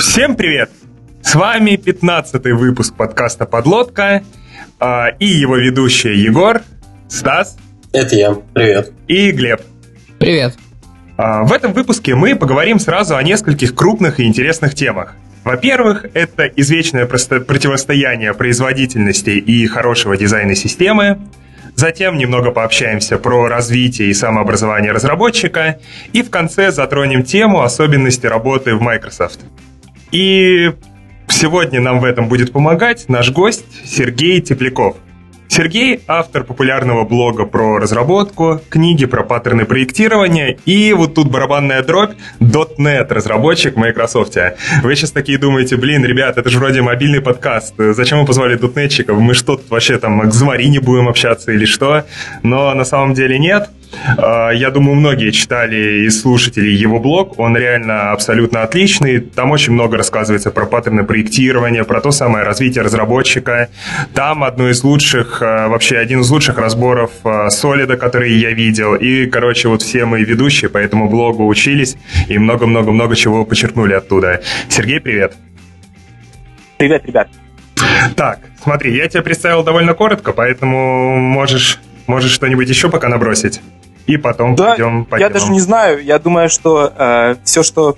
Всем привет! С вами 15-й выпуск подкаста «Подлодка» и его ведущие Егор, Стас. Это я. Привет. И Глеб. Привет. В этом выпуске мы поговорим сразу о нескольких крупных и интересных темах. Во-первых, это извечное противостояние производительности и хорошего дизайна системы. Затем немного пообщаемся про развитие и самообразование разработчика. И в конце затронем тему особенностей работы в Microsoft. И сегодня нам в этом будет помогать наш гость Сергей Тепляков. Сергей – автор популярного блога про разработку, книги про паттерны проектирования и вот тут барабанная дробь .NET, разработчик в Microsoft. Вы сейчас такие думаете, ребят, это же вроде мобильный подкаст, зачем мы позвали .NET-щиков, мы что тут вообще там к Xamarin будем общаться или что? Но на самом деле нет. Я думаю, многие читали из слушателей его блог, он реально абсолютно отличный, там очень много рассказывается про паттерны проектирования, про то самое развитие разработчика, там один из лучших разборов Solid, который я видел, и, вот все мои ведущие по этому блогу учились и много-много-много чего почерпнули оттуда. Сергей, привет! Привет, ребят! Так, смотри, я тебя представил довольно коротко, поэтому можешь что-нибудь еще пока набросить? И потом пойдем по я даже не знаю. Я думаю, что все, что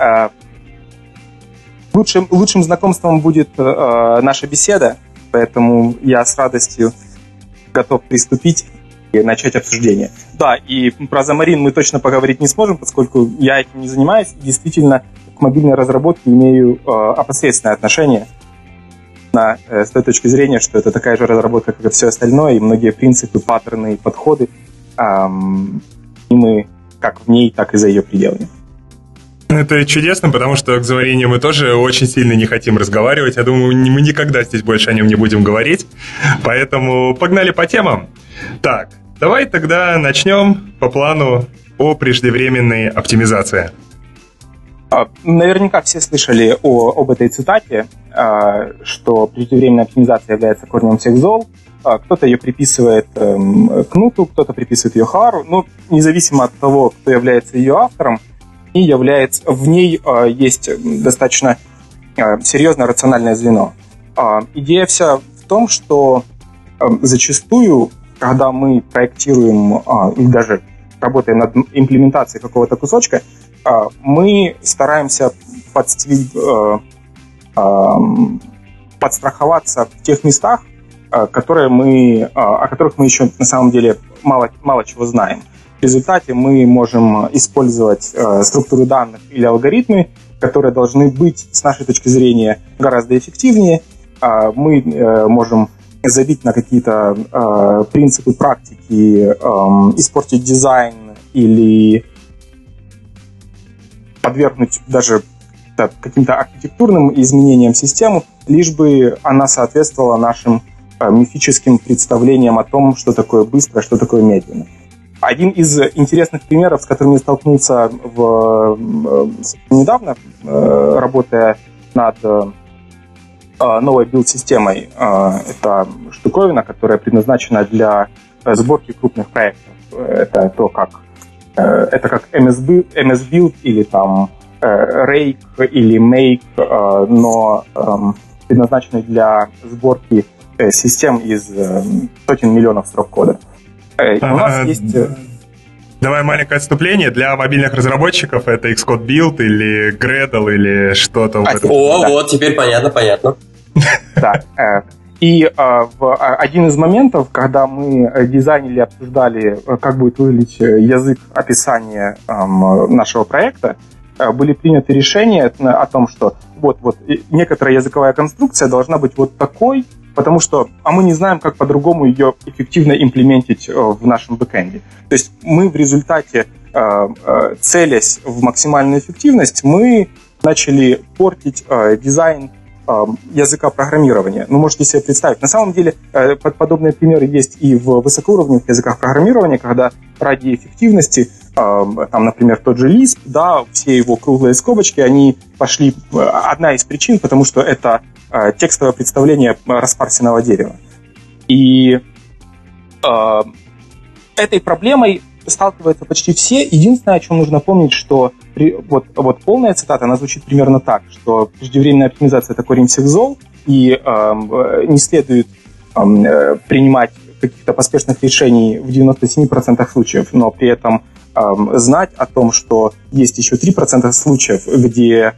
лучшим знакомством будет наша беседа, поэтому я с радостью готов приступить и начать обсуждение. Да, и про Xamarin мы точно поговорить не сможем, поскольку я этим не занимаюсь. Действительно, к мобильной разработке имею опосредственное отношение с той точки зрения, что это такая же разработка, как и все остальное, и многие принципы, паттерны и подходы, и мы как в ней, так и за ее пределами. Это чудесно, потому что к Xamarin мы тоже очень сильно не хотим разговаривать. Я думаю, мы никогда здесь больше о нем не будем говорить. Поэтому погнали по темам. Так, давай тогда начнем по плану о преждевременной оптимизации. Наверняка все слышали об этой цитате, что преждевременная оптимизация является корнем всех зол. Кто-то ее приписывает Кнуту, кто-то приписывает ее Хару. Но независимо от того, кто является ее автором, в ней есть достаточно серьезное рациональное звено. Идея вся в том, что зачастую, когда мы проектируем или даже работаем над имплементацией какого-то кусочка, мы стараемся подстраховаться в тех местах, о которых мы еще на самом деле мало чего знаем. В результате мы можем использовать структуры данных или алгоритмы, которые должны быть, с нашей точки зрения, гораздо эффективнее. Мы можем забить на какие-то принципы практики, испортить дизайн или подвергнуть даже каким-то архитектурным изменениям систему, лишь бы она соответствовала нашим мифическим представлениям о том, что такое быстро, что такое медленно. Один из интересных примеров, с которым я столкнулся недавно, работая над новой билд-системой, это штуковина, которая предназначена для сборки крупных проектов. Это как MS Build или там Rake или Make, но предназначенный для сборки систем из сотен миллионов строк кода. У нас есть... Давай маленькое отступление. Для мобильных разработчиков это Xcode Build или Gradle или что-то. Вот, теперь понятно. Да. И один из моментов, когда мы дизайнили, обсуждали, как будет выглядеть язык описания нашего проекта, были приняты решения о том, что вот некоторая языковая конструкция должна быть вот такой, потому что мы не знаем, как по-другому ее эффективно имплементить в нашем бэкэнде. То есть мы в результате, целясь в максимальную эффективность, мы начали портить дизайн языка программирования. Можете себе представить. На самом деле, подобные примеры есть и в высокоуровневых языках программирования, когда ради эффективности, например, тот же Lisp, все его круглые скобочки, они пошли... Одна из причин, потому что это текстовое представление распарсенного дерева. И этой проблемой сталкиваются почти все. Единственное, о чем нужно помнить, что вот полная цитата, она звучит примерно так, что преждевременная оптимизация – это корень всех зол, и не следует принимать каких-то поспешных решений в 97% случаев, но при этом знать о том, что есть еще 3% случаев, где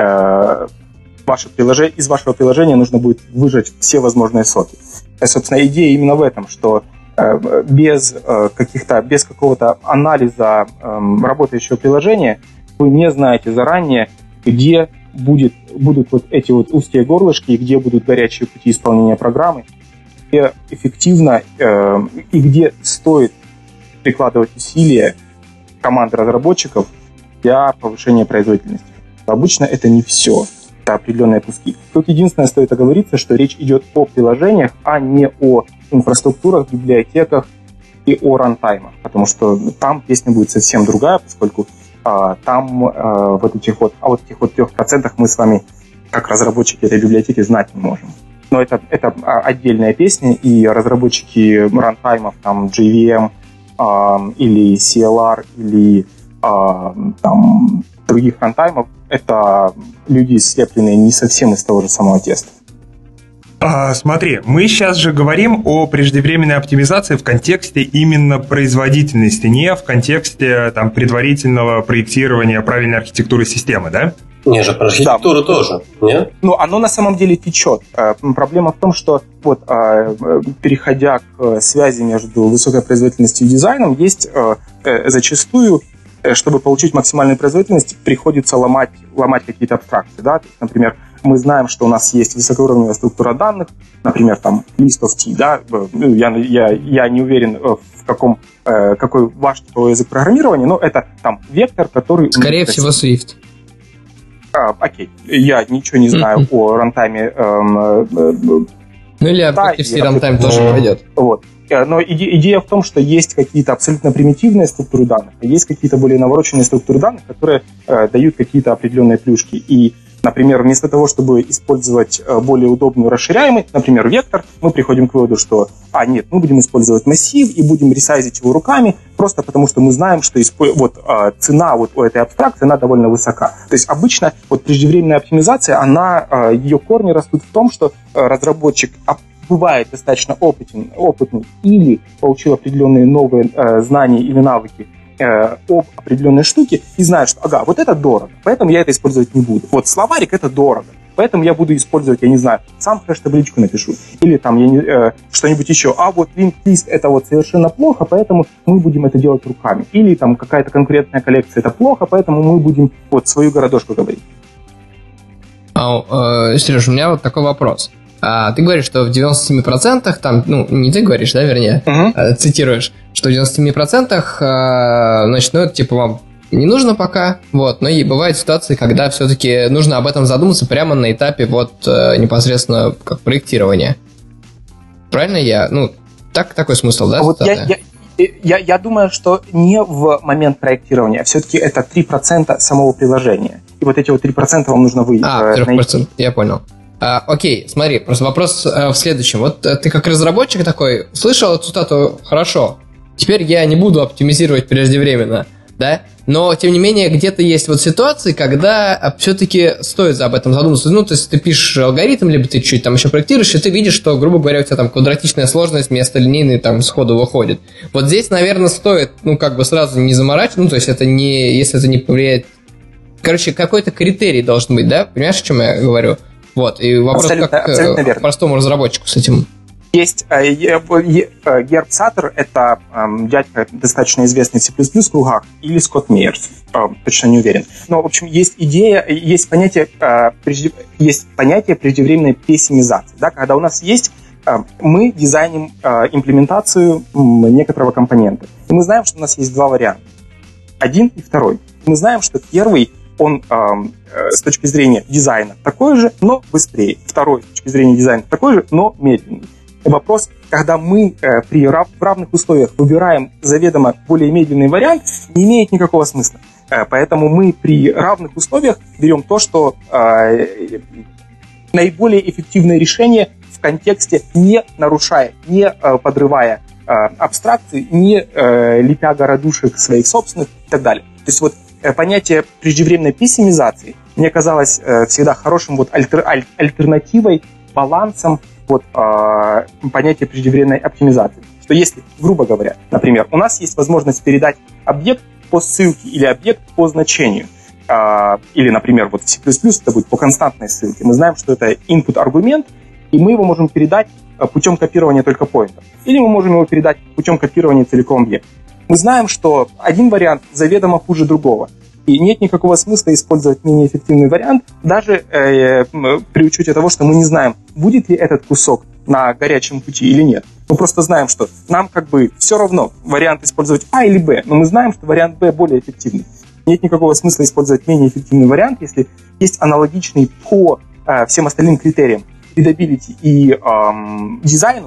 из вашего приложения нужно будет выжать все возможные соки. И, собственно, идея именно в этом, что без какого-то анализа работающего приложения вы не знаете заранее, где будут вот эти вот узкие горлышки, и где будут горячие пути исполнения программы, где эффективно и где стоит прикладывать усилия команды разработчиков для повышения производительности. Обычно это не все, это определенные куски. Тут единственное, стоит оговориться, что речь идет о приложениях, а не о инфраструктурах, библиотеках и о рантаймах, потому что там песня будет совсем другая, поскольку там о этих 3% мы с вами, как разработчики этой библиотеки, знать не можем. Но это отдельная песня, и разработчики рантаймов, там, JVM или CLR, или там, других рантаймов, это люди, слепленные не совсем из того же самого теста. Смотри, мы сейчас же говорим о преждевременной оптимизации в контексте именно производительности, не в контексте там, предварительного проектирования правильной архитектуры системы, да? Не же, про архитектуру тоже, нет? Ну, оно на самом деле течет. Проблема в том, что переходя к связи между высокой производительностью и дизайном, есть зачастую, чтобы получить максимальную производительность, приходится ломать какие-то абстракции. Да? То есть, например, мы знаем, что у нас есть высокоуровневая структура данных, например, там list of t, да? Я не уверен, какой ваш типовой язык программирования, но это там вектор, который... Скорее всего, Swift. Окей, я ничего не знаю о рантайме. Ну или Objective-C рантайм тоже пойдет. Вот. Но идея в том, что есть какие-то абсолютно примитивные структуры данных, а есть какие-то более навороченные структуры данных, которые дают какие-то определенные плюшки. И, например, вместо того, чтобы использовать более удобную расширяемый, например, вектор, мы приходим к выводу, что нет, мы будем использовать массив и будем ресайзить его руками, просто потому что мы знаем, что цена у этой абстракции, она довольно высока. То есть обычно преждевременная оптимизация, ее корни растут в том, что разработчик бывает достаточно опытный или получил определенные новые знания или навыки об определенной штуке и знает, что вот это дорого, поэтому я это использовать не буду. Вот словарик это дорого, поэтому я буду использовать, я не знаю, сам хэш-табличку напишу. Или там что-нибудь еще. linked list это совершенно плохо, поэтому мы будем это делать руками. Или там какая-то конкурентная коллекция это плохо, поэтому мы будем свою городошку говорить. Сереж, у меня такой вопрос. Ты говоришь, что в 97%, там, не ты говоришь, да, вернее, цитируешь, что в 97%, значит, это типа вам не нужно пока, но и бывают ситуации, когда все-таки нужно об этом задуматься прямо на этапе непосредственно как проектирования. Правильно я? Такой смысл, да? Я думаю, что не в момент проектирования, а все-таки это 3% самого приложения. И эти 3% вам нужно выявить. 3%, я понял. Окей, смотри, просто вопрос в следующем. Ты как разработчик такой, слышал эту цитату, хорошо, теперь я не буду оптимизировать преждевременно, да? Но, тем не менее, где-то есть ситуации, когда все-таки стоит об этом задуматься. То есть ты пишешь алгоритм, либо ты чуть там еще проектируешь, и ты видишь, что, грубо говоря, у тебя там квадратичная сложность вместо линейной там сходу выходит. Здесь, наверное, стоит, сразу не заморачиваться, то есть это не, если это не повлияет... Короче, какой-то критерий должен быть, да? Понимаешь, о чем я говорю? И вопрос абсолютно к простому разработчику с этим. Есть Герб Саттер, это дядька достаточно известный в C++ кругах, или Скотт Мейерс, точно не уверен. Но, в общем, есть идея, есть понятие преждевременной пессимизации, да, когда у нас есть, мы дизайним имплементацию некоторого компонента. И мы знаем, что у нас есть два варианта. Один и второй. Мы знаем, что первый он с точки зрения дизайна такой же, но быстрее. Второй с точки зрения дизайна такой же, но медленнее. И вопрос, когда мы в равных условиях выбираем заведомо более медленный вариант, не имеет никакого смысла. Поэтому мы при равных условиях берем то, что наиболее эффективное решение в контексте, не нарушая, не подрывая абстракции, не лепя городушек своих собственных и так далее. То есть понятие преждевременной пессимизации мне казалось всегда хорошим вот альтернативой, балансом вот понятия преждевременной оптимизации. Что если, грубо говоря, например, у нас есть возможность передать объект по ссылке или объект по значению, или, например, вот в C++ это будет по константной ссылке, мы знаем, что это input-аргумент, и мы его можем передать путем копирования только поинтер. Или мы можем его передать путем копирования целиком объекта. Мы знаем, что один вариант заведомо хуже другого. И нет никакого смысла использовать менее эффективный вариант, даже при учете того, что мы не знаем, будет ли этот кусок на горячем пути или нет. Мы просто знаем, что нам как бы все равно вариант использовать А или Б, но мы знаем, что вариант Б более эффективный. Нет никакого смысла использовать менее эффективный вариант, если есть аналогичный по всем остальным критериям readability и дизайну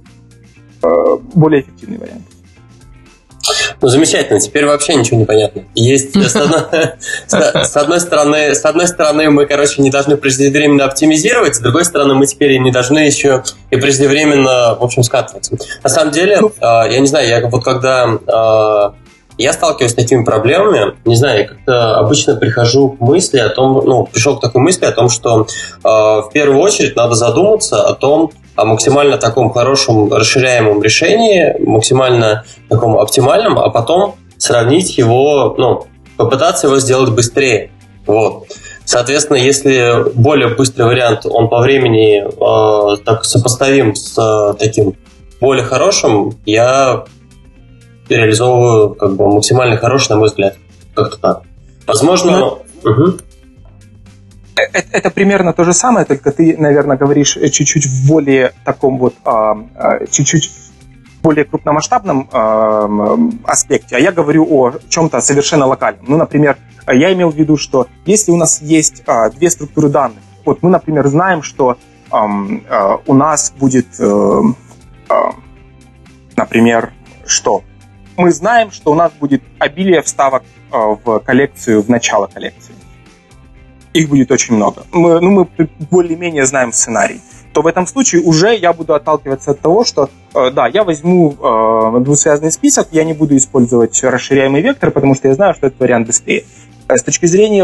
более эффективный вариант. Ну, замечательно, теперь вообще ничего не понятно. Есть, с одной стороны, мы, не должны преждевременно оптимизировать, с другой стороны, мы теперь не должны еще и преждевременно, в общем, скатываться. На самом деле, я не знаю, когда я сталкиваюсь с такими проблемами, не знаю, я как-то обычно пришел к такой мысли о том, что в первую очередь надо задуматься о максимально таком хорошем расширяемом решении, максимально таком оптимальном, а потом сравнить его, попытаться его сделать быстрее. Вот. Соответственно, если более быстрый вариант, он по времени так сопоставим с таким более хорошим, я реализовываю максимально хороший, на мой взгляд. Как-то так. Возможно... Это примерно то же самое, только ты, наверное, говоришь чуть-чуть в более таком чуть-чуть более крупномасштабном аспекте, а я говорю о чем-то совершенно локальном. Например, я имел в виду, что если у нас есть две структуры данных, вот мы, например, знаем, что у нас будет, например, что? Мы знаем, что у нас будет обилие вставок в коллекцию, в начало коллекции. Их будет очень много. Мы более-менее знаем сценарий. То в этом случае уже я буду отталкиваться от того, что я возьму двусвязный список, я не буду использовать расширяемый вектор, потому что я знаю, что этот вариант быстрее. С точки зрения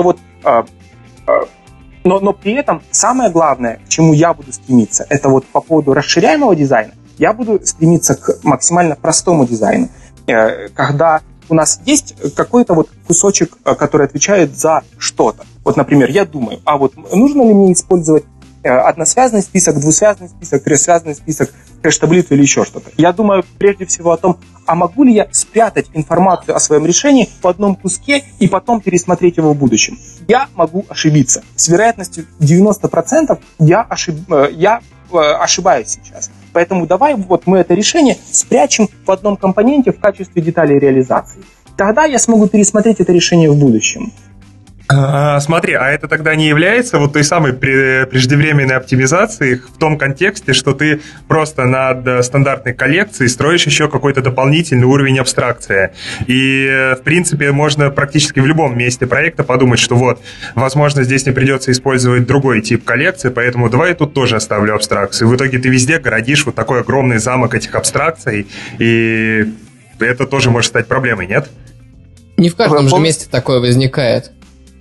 но при этом самое главное, к чему я буду стремиться, это вот по поводу расширяемого дизайна, я буду стремиться к максимально простому дизайну. Когда у нас есть какой-то кусочек, который отвечает за что-то. Вот, например, я думаю, нужно ли мне использовать односвязный список, двусвязный список, трехсвязный список, хэш-таблицу или еще что-то. Я думаю прежде всего о том, могу ли я спрятать информацию о своем решении в одном куске и потом пересмотреть его в будущем. Я могу ошибиться. С вероятностью 90% я ошибаюсь сейчас. Поэтому давай мы это решение спрячем в одном компоненте в качестве деталей реализации. Тогда я смогу пересмотреть это решение в будущем. Смотри, а это тогда не является той самой преждевременной оптимизацией в том контексте, что ты просто над стандартной коллекцией строишь еще какой-то дополнительный уровень абстракции. И, в принципе, можно практически в любом месте проекта подумать, что возможно, здесь мне придется использовать другой тип коллекции, поэтому давай я тут тоже оставлю абстракцию. В итоге ты везде городишь такой огромный замок этих абстракций, и это тоже может стать проблемой, нет? Не в каждом же месте такое возникает.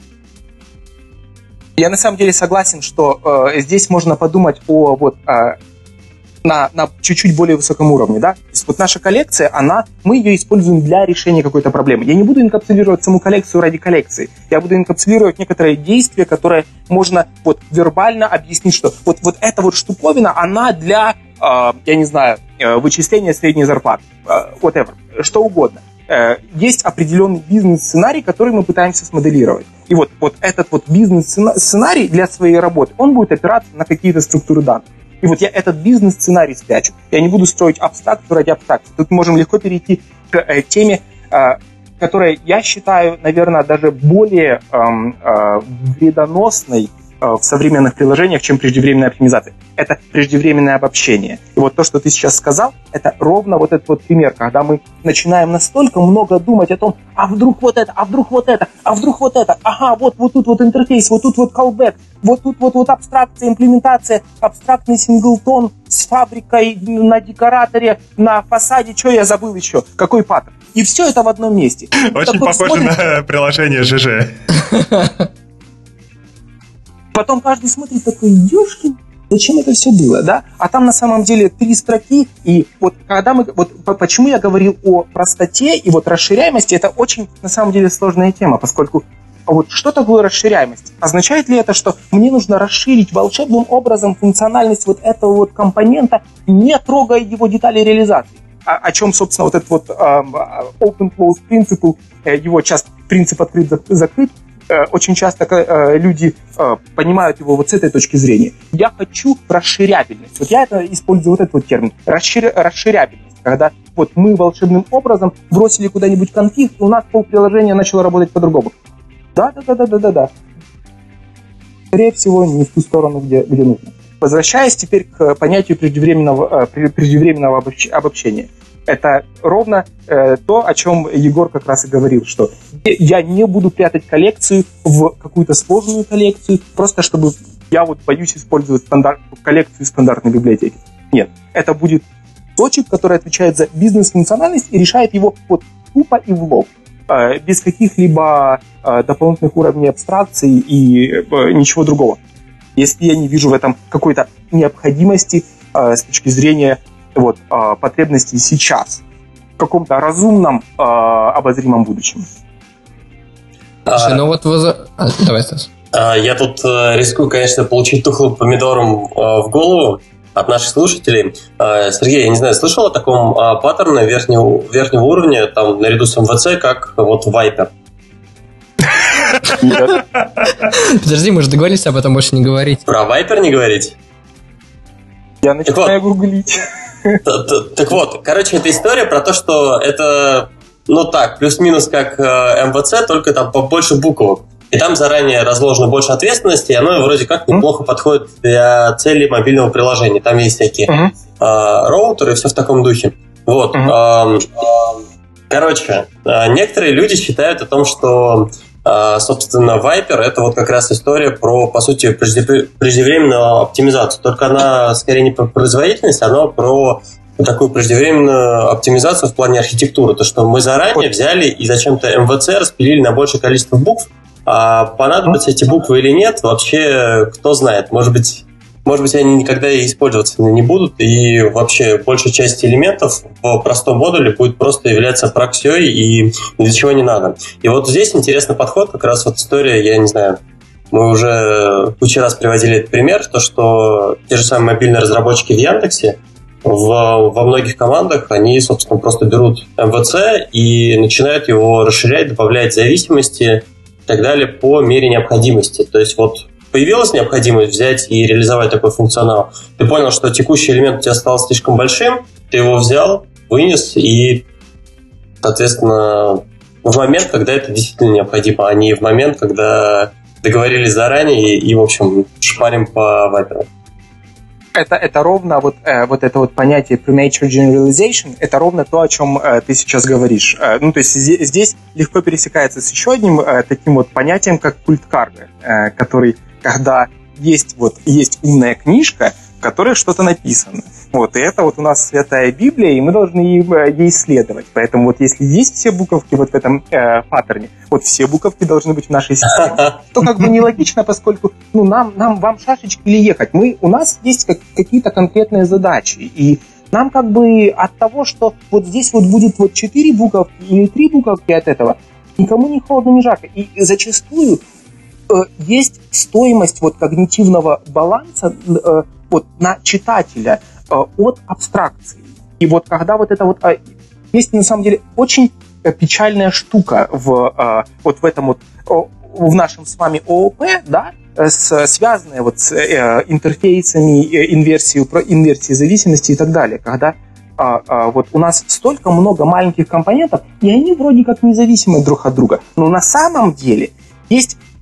Я на самом деле согласен, что здесь можно подумать на чуть-чуть более высоком уровне, да? То есть наша коллекция, мы ее используем для решения какой-то проблемы. Я не буду инкапсулировать саму коллекцию ради коллекции. Я буду инкапсулировать некоторые действия, которые можно вербально объяснить, что эта штуковина, она для, я не знаю, вычисления средней зарплаты, whatever, что угодно. Есть определенный бизнес-сценарий, который мы пытаемся смоделировать. И этот бизнес-сценарий для своей работы, он будет опираться на какие-то структуры данных. И я этот бизнес-сценарий спрячу. Я не буду строить абстракцию ради абстракции. Тут мы можем легко перейти к теме, которая, я считаю, наверное, даже более вредоносной в современных приложениях, чем преждевременная оптимизация. Это преждевременное обобщение. И вот то, что ты сейчас сказал, это ровно вот этот вот пример, когда мы начинаем настолько много думать о том, а вдруг вот это, а вдруг вот это, а вдруг вот это, ага, вот тут вот интерфейс, вот тут вот callback, вот тут вот абстракция, имплементация, абстрактный синглтон с фабрикой на декораторе, на фасаде, что я забыл еще, какой паттерн. И все это в одном месте. Очень похоже на приложение ЖЖ. Потом каждый смотрит такой, ёшкин, зачем это все было, да? А там на самом деле 3 строки, и вот когда мы, вот почему я говорил о простоте и вот расширяемости, это очень на самом деле сложная тема, поскольку вот что такое расширяемость? Означает ли это, что мне нужно расширить волшебным образом функциональность вот этого вот компонента, не трогая его детали реализации? О чем, собственно, вот этот вот open close principle, его часто принцип открыт-закрыт, очень часто люди понимают его вот с этой точки зрения. Я хочу расширябельность. Вот я это использую, вот этот вот термин. Расширябельность. Когда вот мы волшебным образом бросили куда-нибудь конфиг, и у нас полприложения начало работать по-другому. Да. Скорее всего, не в ту сторону, где нужно. Возвращаясь теперь к понятию преждевременного обобщения. Это ровно то, о чем Егор как раз и говорил, что я не буду прятать коллекцию в какую-то сложную коллекцию, просто чтобы я вот боюсь использовать коллекцию стандартной библиотеки. Нет, это будет точек, который отвечает за бизнес-функциональность и решает его вот тупо и в лоб, без каких-либо дополнительных уровней абстракции и ничего другого. Если я не вижу в этом какой-то необходимости с точки зрения вот, потребностей сейчас, в каком-то разумном обозримом будущем. Слушай, ну вот... Давай, Стас. Я тут рискую, конечно, получить тухлым помидором в голову от наших слушателей. Сергей, я не знаю, слышал о таком паттерне верхнего уровня, там, наряду с МВЦ, как вот Viper? Нет. Подожди, мы же договорились об этом больше не говорить. Про Viper не говорить? Я начинаю гуглить. Так вот, короче, это история про то, что это, ну так, плюс-минус как МВЦ, только там побольше буквок. И там заранее разложено больше ответственности, и оно вроде как неплохо подходит для целей мобильного приложения. Там есть всякие роутеры и все в таком духе. Вот. Короче, некоторые люди считают о том, что собственно, Viper — это вот как раз история про, по сути, преждевременную оптимизацию. Только она скорее не про производительность, она про такую преждевременную оптимизацию в плане архитектуры. То, что мы заранее взяли и зачем-то МВЦ распилили на большее количество букв, а понадобятся эти буквы или нет, вообще кто знает. Может быть, они никогда и использоваться не будут, и вообще большая часть элементов в простом модуле будет просто являться проксией и ни для чего не надо. И вот здесь интересный подход, как раз вот история, я не знаю, мы уже кучу раз приводили этот пример, то, что те же самые мобильные разработчики в Яндексе во многих командах, они, собственно, просто берут МВЦ и начинают его расширять, добавлять зависимости и так далее по мере необходимости. То есть вот появилась необходимость взять и реализовать такой функционал. Ты понял, что текущий элемент у тебя стал слишком большим, ты его взял, вынес и, соответственно, в момент, когда это действительно необходимо, а не в момент, когда договорились заранее и в общем, шпарим по вайперу. Это ровно вот это вот понятие premature generalization, это ровно то, о чем ты сейчас говоришь. Ну, то есть здесь легко пересекается с еще одним таким вот понятием, как культ карго, который, когда есть умная книжка, в которой что-то написано. Вот, и это вот у нас Святая Библия, и мы должны ей следовать. Поэтому вот если есть все буковки вот в этом паттерне, вот все буковки должны быть в нашей системе. То как бы нелогично, поскольку вам шашечки или ехать. У нас есть какие-то конкретные задачи, и нам как бы от того, что вот здесь вот будет вот 4 буковки или 3 буковки от этого, никому не холодно, не жарко. И зачастую есть стоимость вот когнитивного баланса вот на читателя от абстракции. И вот когда вот это вот... Есть на самом деле очень печальная штука в этом вот в нашем с вами ООП, да, связанная вот с интерфейсами, инверсией зависимости и так далее, когда вот у нас столько много маленьких компонентов, и они вроде как независимы друг от друга, но на самом деле есть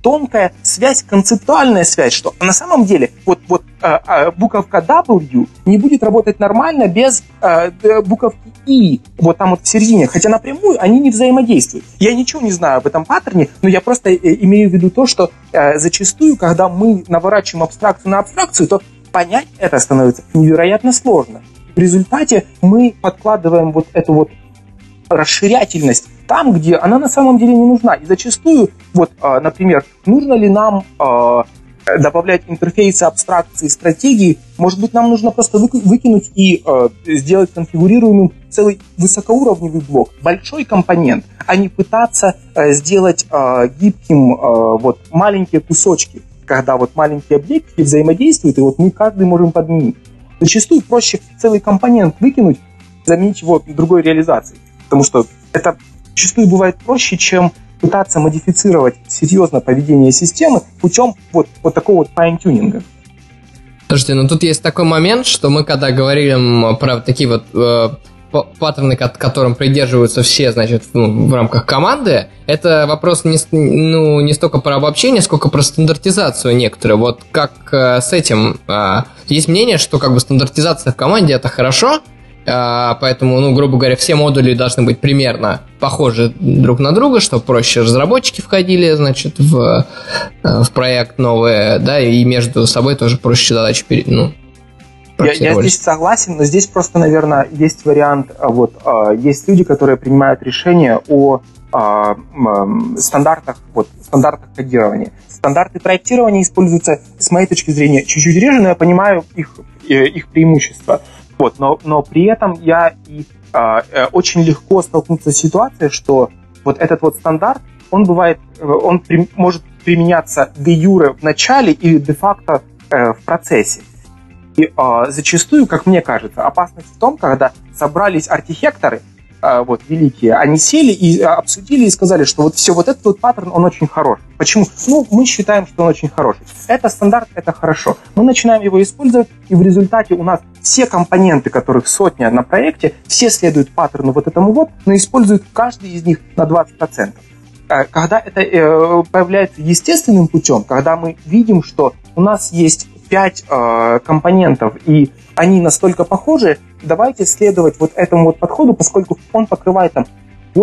тонкая связь, концептуальная связь, что на самом деле буковка W не будет работать нормально без буковки И, вот там вот в середине, хотя напрямую они не взаимодействуют. Я ничего не знаю об этом паттерне, но я просто имею в виду то, что зачастую, когда мы наворачиваем абстракцию на абстракцию, то понять это становится невероятно сложно. В результате мы подкладываем вот эту вот расширятельность там, где она на самом деле не нужна. И зачастую, например, нужно ли нам добавлять интерфейсы, абстракции, стратегии, может быть, нам нужно просто выкинуть и сделать конфигурируемым целый высокоуровневый блок, большой компонент, а не пытаться сделать гибким маленькие кусочки, когда вот маленькие объекты взаимодействуют, и вот мы каждый можем подменить. Зачастую проще целый компонент выкинуть, заменить его другой реализацией, потому что это зачастую бывает проще, чем пытаться модифицировать серьезно поведение системы путем вот такого вот fine-тюнинга. Слушайте, ну тут есть такой момент, что мы когда говорим про такие вот паттерны, к которым придерживаются все, значит, в рамках команды, это вопрос не столько про обобщение, сколько про стандартизацию некоторую. Вот как с этим? Есть мнение, что как бы стандартизация в команде — это хорошо, поэтому, грубо говоря, все модули должны быть примерно похожи друг на друга, чтобы проще разработчики входили, значит, в проект новые, да, и между собой тоже проще задачи Я здесь согласен, но здесь просто, наверное, есть вариант, есть люди, которые принимают решения о стандартах кодирования. Стандарты проектирования используются, с моей точки зрения, чуть-чуть реже, но я понимаю их преимущества. Но при этом очень легко столкнуться с ситуацией, что вот этот вот стандарт, он может применяться де-юре в начале или де-факто в процессе. И зачастую, как мне кажется, опасность в том, когда собрались архитекторы, великие, они сели и обсудили и сказали, что вот все, вот этот вот паттерн, он очень хорош. Почему? Мы считаем, что он очень хороший. Это стандарт, это хорошо. Мы начинаем его использовать, и в результате у нас все компоненты, которых сотня на проекте, все следуют паттерну вот этому но используют каждый из них на 20%. Когда это появляется естественным путем, когда мы видим, что у нас есть 5 компонентов, и они настолько похожи, давайте следовать вот этому вот подходу, поскольку он покрывает там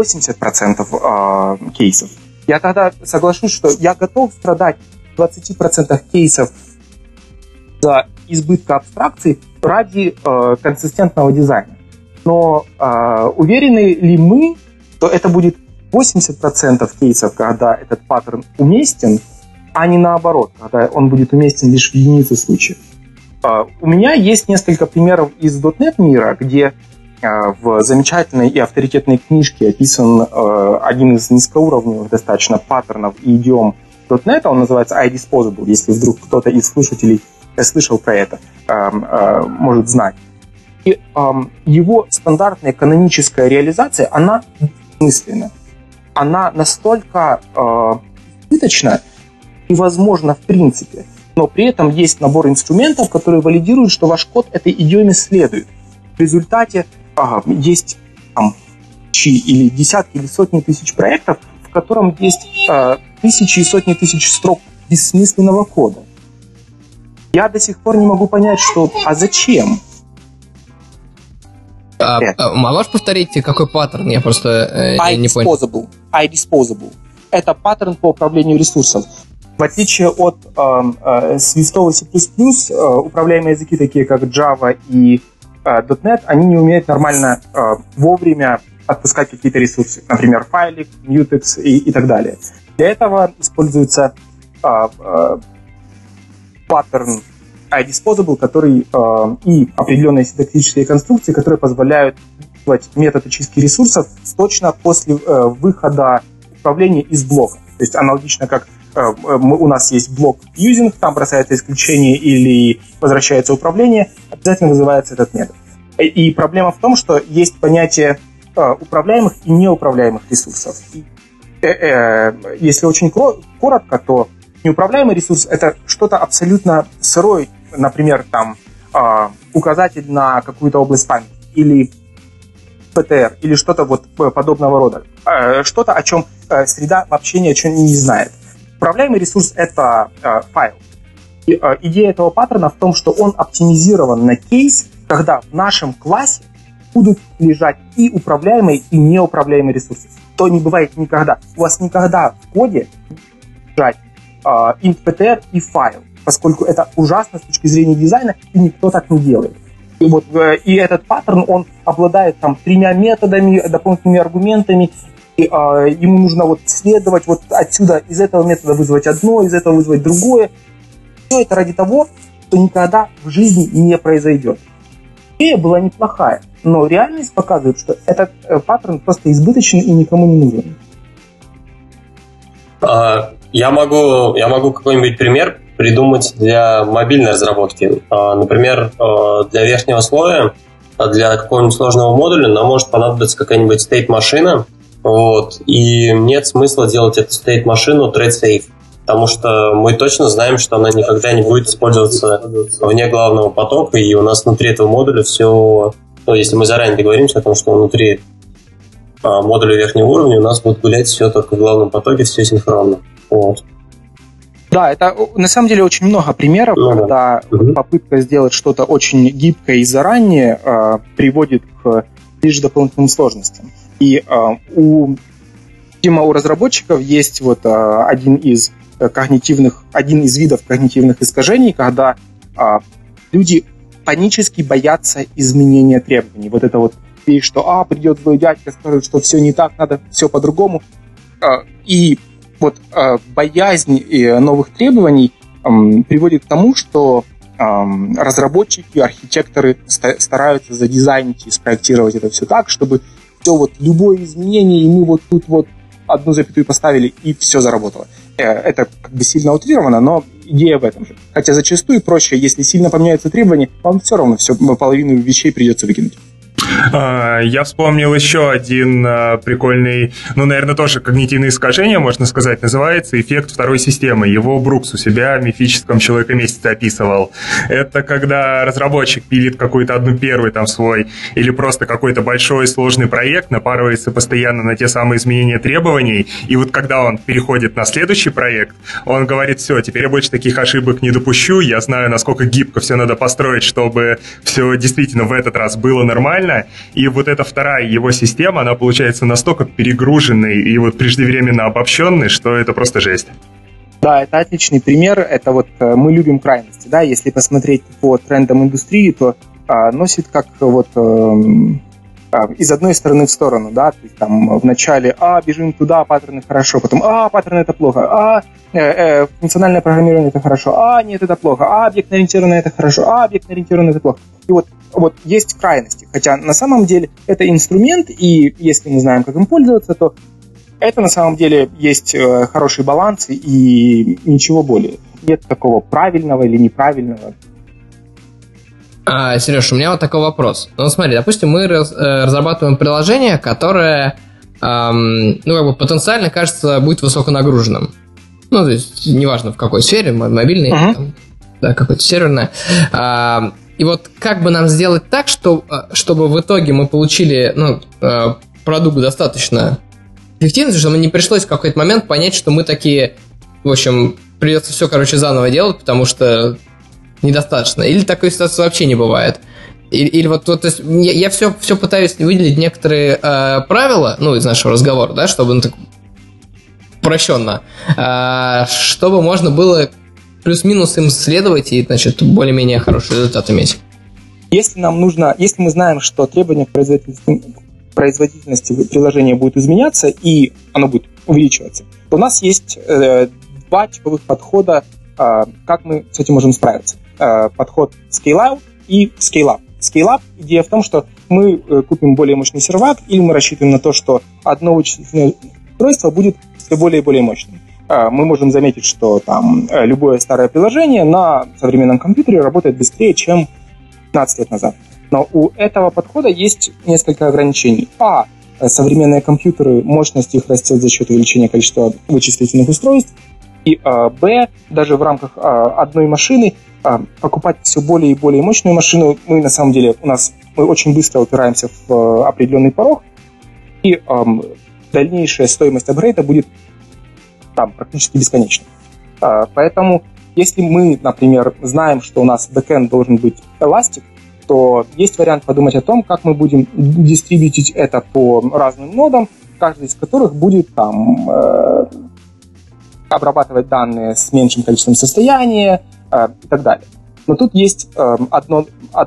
80% кейсов. Я тогда соглашусь, что я готов страдать в 20% кейсов за избытка абстракций ради консистентного дизайна. Но уверены ли мы, что это будет 80% кейсов, когда этот паттерн уместен, а не наоборот, когда он будет уместен лишь в единице случаев? У меня есть несколько примеров из .NET мира, где в замечательной и авторитетной книжке описан один из низкоуровневых достаточно паттернов и идиом .NET, он называется iDisposable, если вдруг кто-то из слушателей слышал про это, может знать. И его стандартная каноническая реализация, она бессмысленна. Она настолько избыточна, невозможно в принципе, но при этом есть набор инструментов, которые валидируют, что ваш код этой идиоме следует. В результате есть или десятки или сотни тысяч проектов, в котором есть тысячи и сотни тысяч строк бессмысленного кода. Я до сих пор не могу понять, зачем? Можешь повторить, какой паттерн? Я просто не понял. iDisposable. Это паттерн по управлению ресурсом. В отличие от свистового C++, управляемые языки, такие как Java и .NET, они не умеют нормально вовремя отпускать какие-то ресурсы. Например, файлик, mutex и так далее. Для этого используется паттерн iDisposable, который и определенные синтаксические конструкции, которые позволяют делать метод очистки ресурсов точно после выхода управления из блока. То есть аналогично как у нас есть блок using, там бросается исключение или возвращается управление, обязательно вызывается этот метод. И проблема в том, что есть понятие управляемых и неуправляемых ресурсов. Если очень коротко, то неуправляемый ресурс — это что-то абсолютно сырое, например, там указатель на какую-то область памяти или PTR, или что-то вот подобного рода. Что-то, о чем среда вообще ни о чем не знает. Управляемый ресурс — это файл. И идея этого паттерна в том, что он оптимизирован на кейс, когда в нашем классе будут лежать и управляемые, и неуправляемые ресурсы. То не бывает никогда. У вас никогда в коде лежать int.ptr и файл, поскольку это ужасно с точки зрения дизайна, и никто так не делает. И этот паттерн, он обладает там 3 методами, дополнительными аргументами, и ему нужно вот следовать вот отсюда, из этого метода вызвать одно, из этого вызвать другое. Все это ради того, что никогда в жизни не произойдет. Идея была неплохая, но реальность показывает, что этот паттерн просто избыточен и никому не нужен. Я могу какой-нибудь пример придумать для мобильной разработки. Например, для верхнего слоя, для какого-нибудь сложного модуля нам может понадобиться какая-нибудь state-машина, вот, и нет смысла делать эту state-машину thread-safe, потому что мы точно знаем, что она никогда не будет использоваться вне главного потока, и у нас внутри этого модуля все... Ну, если мы заранее договоримся о том, что внутри модуля верхнего уровня у нас будет гулять все только в главном потоке, все синхронно. Вот. Да, это на самом деле очень много примеров, когда попытка сделать что-то очень гибкое и заранее приводит к лишь дополнительным сложностям. И у разработчиков есть вот один из видов когнитивных искажений, когда люди панически боятся изменения требований. Вот это вот вещь, что придет злой дядька, скажет, что все не так, надо все по-другому. И вот боязнь новых требований приводит к тому, что разработчики, архитекторы стараются задизайнить и спроектировать это все так, чтобы все вот любое изменение, и мы вот тут вот одну запятую поставили, и все заработало. Это как бы сильно утрировано, но идея в этом же. Хотя зачастую проще, если сильно поменяются требования, вам все равно половину вещей придется выкинуть. Я вспомнил еще один прикольный, наверное, тоже когнитивное искажение, можно сказать, называется эффект второй системы. Его Брукс у себя в мифическом «Человека-месяце» описывал. Это когда разработчик пилит какой-то первый там свой или просто какой-то большой сложный проект, напарывается постоянно на те самые изменения требований, и вот когда он переходит на следующий проект, он говорит: все, теперь я больше таких ошибок не допущу, я знаю, насколько гибко все надо построить, чтобы все действительно в этот раз было нормально. И вот эта вторая его система, она получается настолько перегруженной и вот преждевременно обобщенной, что это просто жесть. Да, это отличный пример. Это вот мы любим крайности, да. Если посмотреть по трендам индустрии, то носит как вот из одной стороны в сторону, да. То есть там вначале бежим туда, паттерны хорошо, потом паттерны это плохо, функциональное программирование это хорошо, нет, это плохо, объектно-ориентированное это хорошо, объектно-ориентированное это плохо. И вот есть крайности. Хотя на самом деле это инструмент, и если мы знаем, как им пользоваться, то это на самом деле есть хороший баланс и ничего более. Нет такого правильного или неправильного. Сереж, у меня вот такой вопрос. Смотри, допустим, мы разрабатываем приложение, которое потенциально, кажется, будет высоконагруженным. То есть, неважно в какой сфере, мобильной, какой-то серверной. И вот как бы нам сделать так, чтобы в итоге мы получили продукт достаточно эффективный, чтобы не пришлось в какой-то момент понять, что мы такие, в общем, придется все, заново делать, потому что недостаточно. Или такой ситуации вообще не бывает. Или вот то есть я все пытаюсь выделить некоторые правила, из нашего разговора, да, чтобы так упрощенно, чтобы можно было плюс-минус им следовать и, более-менее хороший результат иметь. Если мы знаем, что требования к производительности приложения будут изменяться и оно будет увеличиваться, то у нас есть 2 типовых подхода, как мы с этим можем справиться. Подход scale-out и scale-up. Scale-up — идея в том, что мы купим более мощный сервак, или мы рассчитываем на то, что одно вычислительное устройство будет все более и более мощным. Мы можем заметить, что там любое старое приложение на современном компьютере работает быстрее, чем 15 лет назад. Но у этого подхода есть несколько ограничений. Современные компьютеры, мощность их растет за счет увеличения количества вычислительных устройств. И даже в рамках одной машины покупать все более и более мощную машину, мы на самом деле, мы очень быстро упираемся в определенный порог, и дальнейшая стоимость апгрейда будет там практически бесконечно. Поэтому, если мы, например, знаем, что у нас бэкэнд должен быть Elastic, то есть вариант подумать о том, как мы будем дистрибьютить это по разным нодам, каждый из которых будет там обрабатывать данные с меньшим количеством состояния и так далее. Но тут есть одно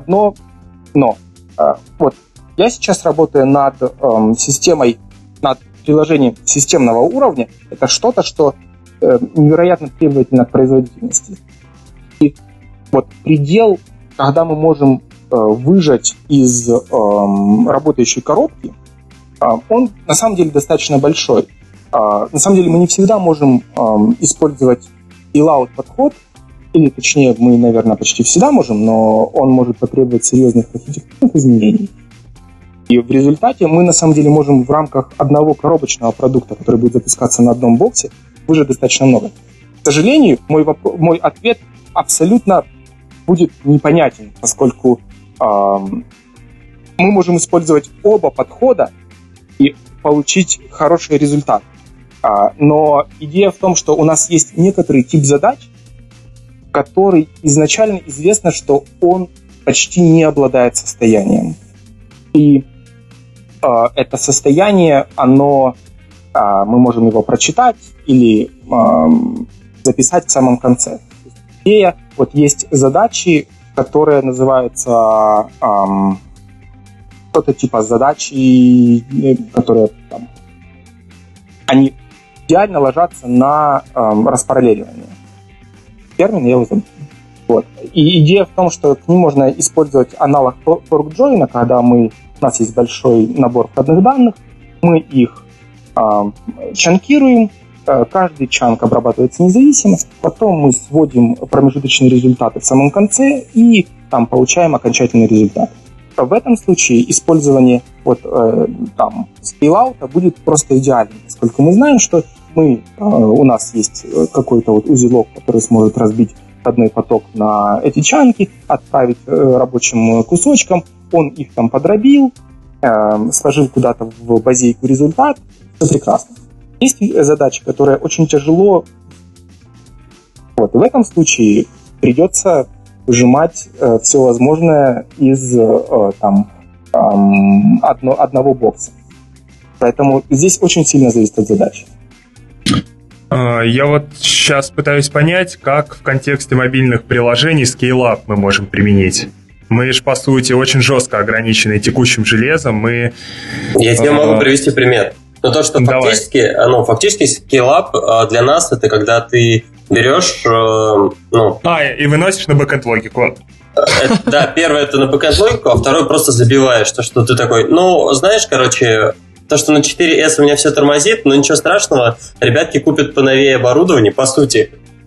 но. Вот я сейчас работаю над системой, над приложением системного уровня. Это что-то, что невероятно требовательно к производительности. И вот предел, когда мы можем выжать из работающей коробки, он на самом деле достаточно большой. На самом деле мы не всегда можем использовать scale-out подход, или точнее мы, наверное, почти всегда можем, но он может потребовать серьезных архитектурных изменений. И в результате мы на самом деле можем в рамках одного коробочного продукта, который будет запускаться на одном боксе, выжать достаточно много. К сожалению, мой ответ абсолютно будет непонятен, поскольку мы можем использовать оба подхода и получить хороший результат. Но идея в том, что у нас есть некоторый тип задач, который изначально известно, что он почти не обладает состоянием. И это состояние, мы можем его прочитать или записать в самом конце. Идея, вот есть задачи, которые называются что-то типа задачи, которые там, они идеально ложатся на распараллеливание. Термин я его забыл. Вот. И идея в том, что к ним можно использовать аналог fork-join, когда у нас есть большой набор входных данных, мы их чанкируем, каждый чанк обрабатывается независимо, потом мы сводим промежуточные результаты в самом конце и там получаем окончательный результат. В этом случае использование scale-out будет просто идеальным, поскольку мы знаем, что у нас есть какой-то вот узелок, который сможет разбить входной поток на эти чанки, отправить рабочим кусочкам, он их там подробил, сложил куда-то в базейку результат, все прекрасно. Есть задачи, которые очень тяжело. Вот, и в этом случае придется выжимать все возможное из одного бокса. Поэтому здесь очень сильно зависит от задачи. Я вот сейчас пытаюсь понять, как в контексте мобильных приложений Scale-up мы можем применить. Мы же, по сути, очень жестко ограничены текущим железом. Я тебе могу привести пример. Но то, что фактически Scale-up для нас это когда ты берешь... и выносишь на бэкэнд логику. Да, первое это на бэкэнд логику, а второе просто забиваешь. То, что ты такой, знаешь, короче... То, что на 4S у меня все тормозит, но ничего страшного, ребятки купят поновее оборудование, по сути.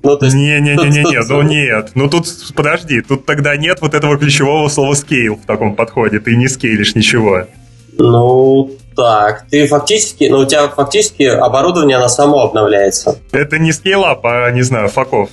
Нет. Тут, подожди, тут тогда нет вот этого ключевого слова scale в таком подходе, ты не скейлишь ничего. Так, ты фактически, у тебя фактически оборудование, оно само обновляется. Это не scale-up, а, не знаю, факов.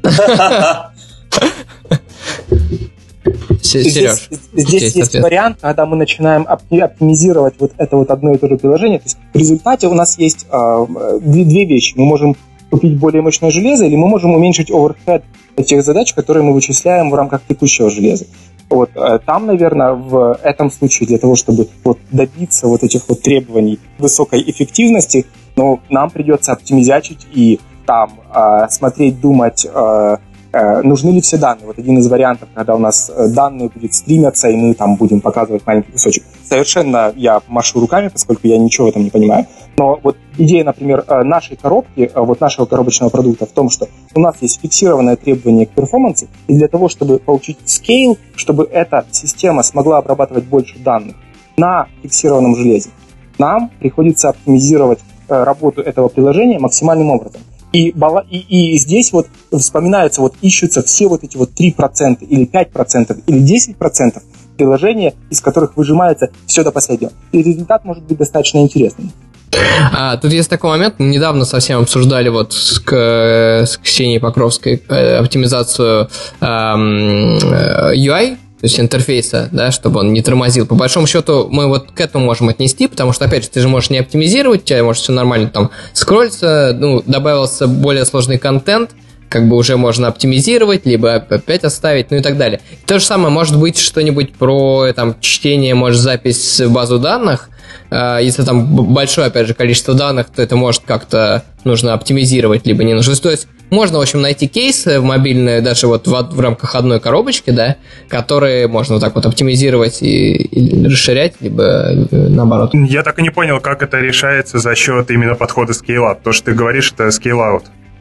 Здесь есть вариант, когда мы начинаем оптимизировать вот это вот одно и то же приложение. То есть в результате у нас есть две вещи. Мы можем купить более мощное железо, или мы можем уменьшить оверхед тех задач, которые мы вычисляем в рамках текущего железа. Вот там, наверное, в этом случае для того, чтобы добиться вот этих вот требований высокой эффективности, нам придется оптимизячить и там смотреть, думать, нужны ли все данные. Вот один из вариантов, когда у нас данные будут стримиться, и мы там будем показывать маленький кусочек. Совершенно я машу руками, поскольку я ничего в этом не понимаю. Но вот идея, например, нашей коробки, нашего коробочного продукта в том, что у нас есть фиксированное требование к перформансу, и для того, чтобы получить scale, чтобы эта система смогла обрабатывать больше данных на фиксированном железе, нам приходится оптимизировать работу этого приложения максимальным образом. И здесь вспоминаются, ищутся все эти 3% или 5% или 10% приложения, из которых выжимается все до последнего. И результат может быть достаточно интересным. Тут есть такой момент, мы недавно совсем обсуждали с Ксенией Покровской оптимизацию UI, есть интерфейса, да, чтобы он не тормозил. По большому счету мы вот к этому можем отнести, потому что, опять же, ты же можешь не оптимизировать, у тебя может все нормально там скроллиться, добавился более сложный контент, как бы уже можно оптимизировать, либо опять оставить, и так далее. И то же самое может быть что-нибудь про там чтение, может, запись в базу данных. Если там большое, опять же, количество данных, то это может как-то нужно оптимизировать, либо не нужно. То есть можно, в общем, найти кейсы в мобильные, даже вот в рамках одной коробочки, да, которые можно вот так вот оптимизировать и расширять, либо наоборот. Я так и не понял, как это решается за счет именно подхода scale-up. То, что ты говоришь, это scale-out.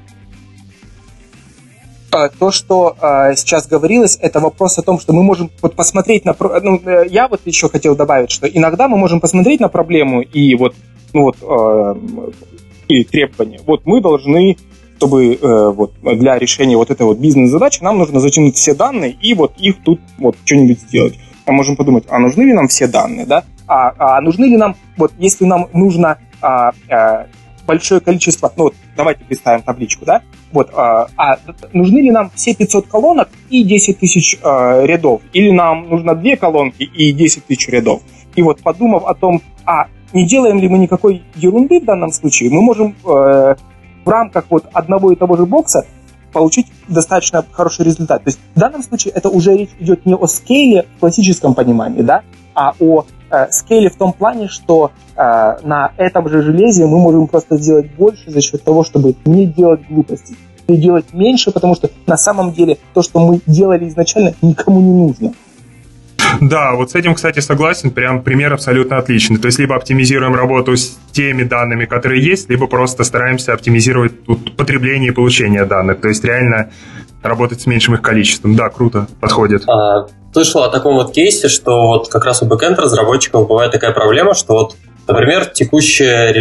То, что сейчас говорилось, это вопрос о том, что мы можем вот посмотреть на... я вот еще хотел добавить, что иногда мы можем посмотреть на проблему и вот, и требования. Вот мы должны, чтобы вот для решения вот этой вот бизнес-задачи нам нужно затянуть все данные и вот их тут вот что-нибудь сделать. Мы можем подумать, а нужны ли нам все данные, да? А нужны ли нам, вот если нам нужно... большое количество, давайте представим табличку, да, вот, нужны ли нам все 500 колонок и 10 тысяч рядов, или нам нужно 2 колонки и 10 тысяч рядов, и вот подумав о том, не делаем ли мы никакой ерунды в данном случае, мы можем в рамках вот одного и того же бокса получить достаточно хороший результат. То есть в данном случае это уже речь идет не о скейле в классическом понимании, да, а о скейле в том плане, что на этом же железе мы можем просто сделать больше за счет того, чтобы не делать глупостей, и делать меньше, потому что на самом деле то, что мы делали изначально, никому не нужно. Да, вот с этим, кстати, согласен, прям пример абсолютно отличный. То есть либо оптимизируем работу с теми данными, которые есть, либо просто стараемся оптимизировать потребление и получение данных. То есть реально работать с меньшим их количеством. Да, круто, подходит. Слышал о таком вот кейсе, что вот как раз у бэкэнд-разработчиков бывает такая проблема, что вот, например, текущее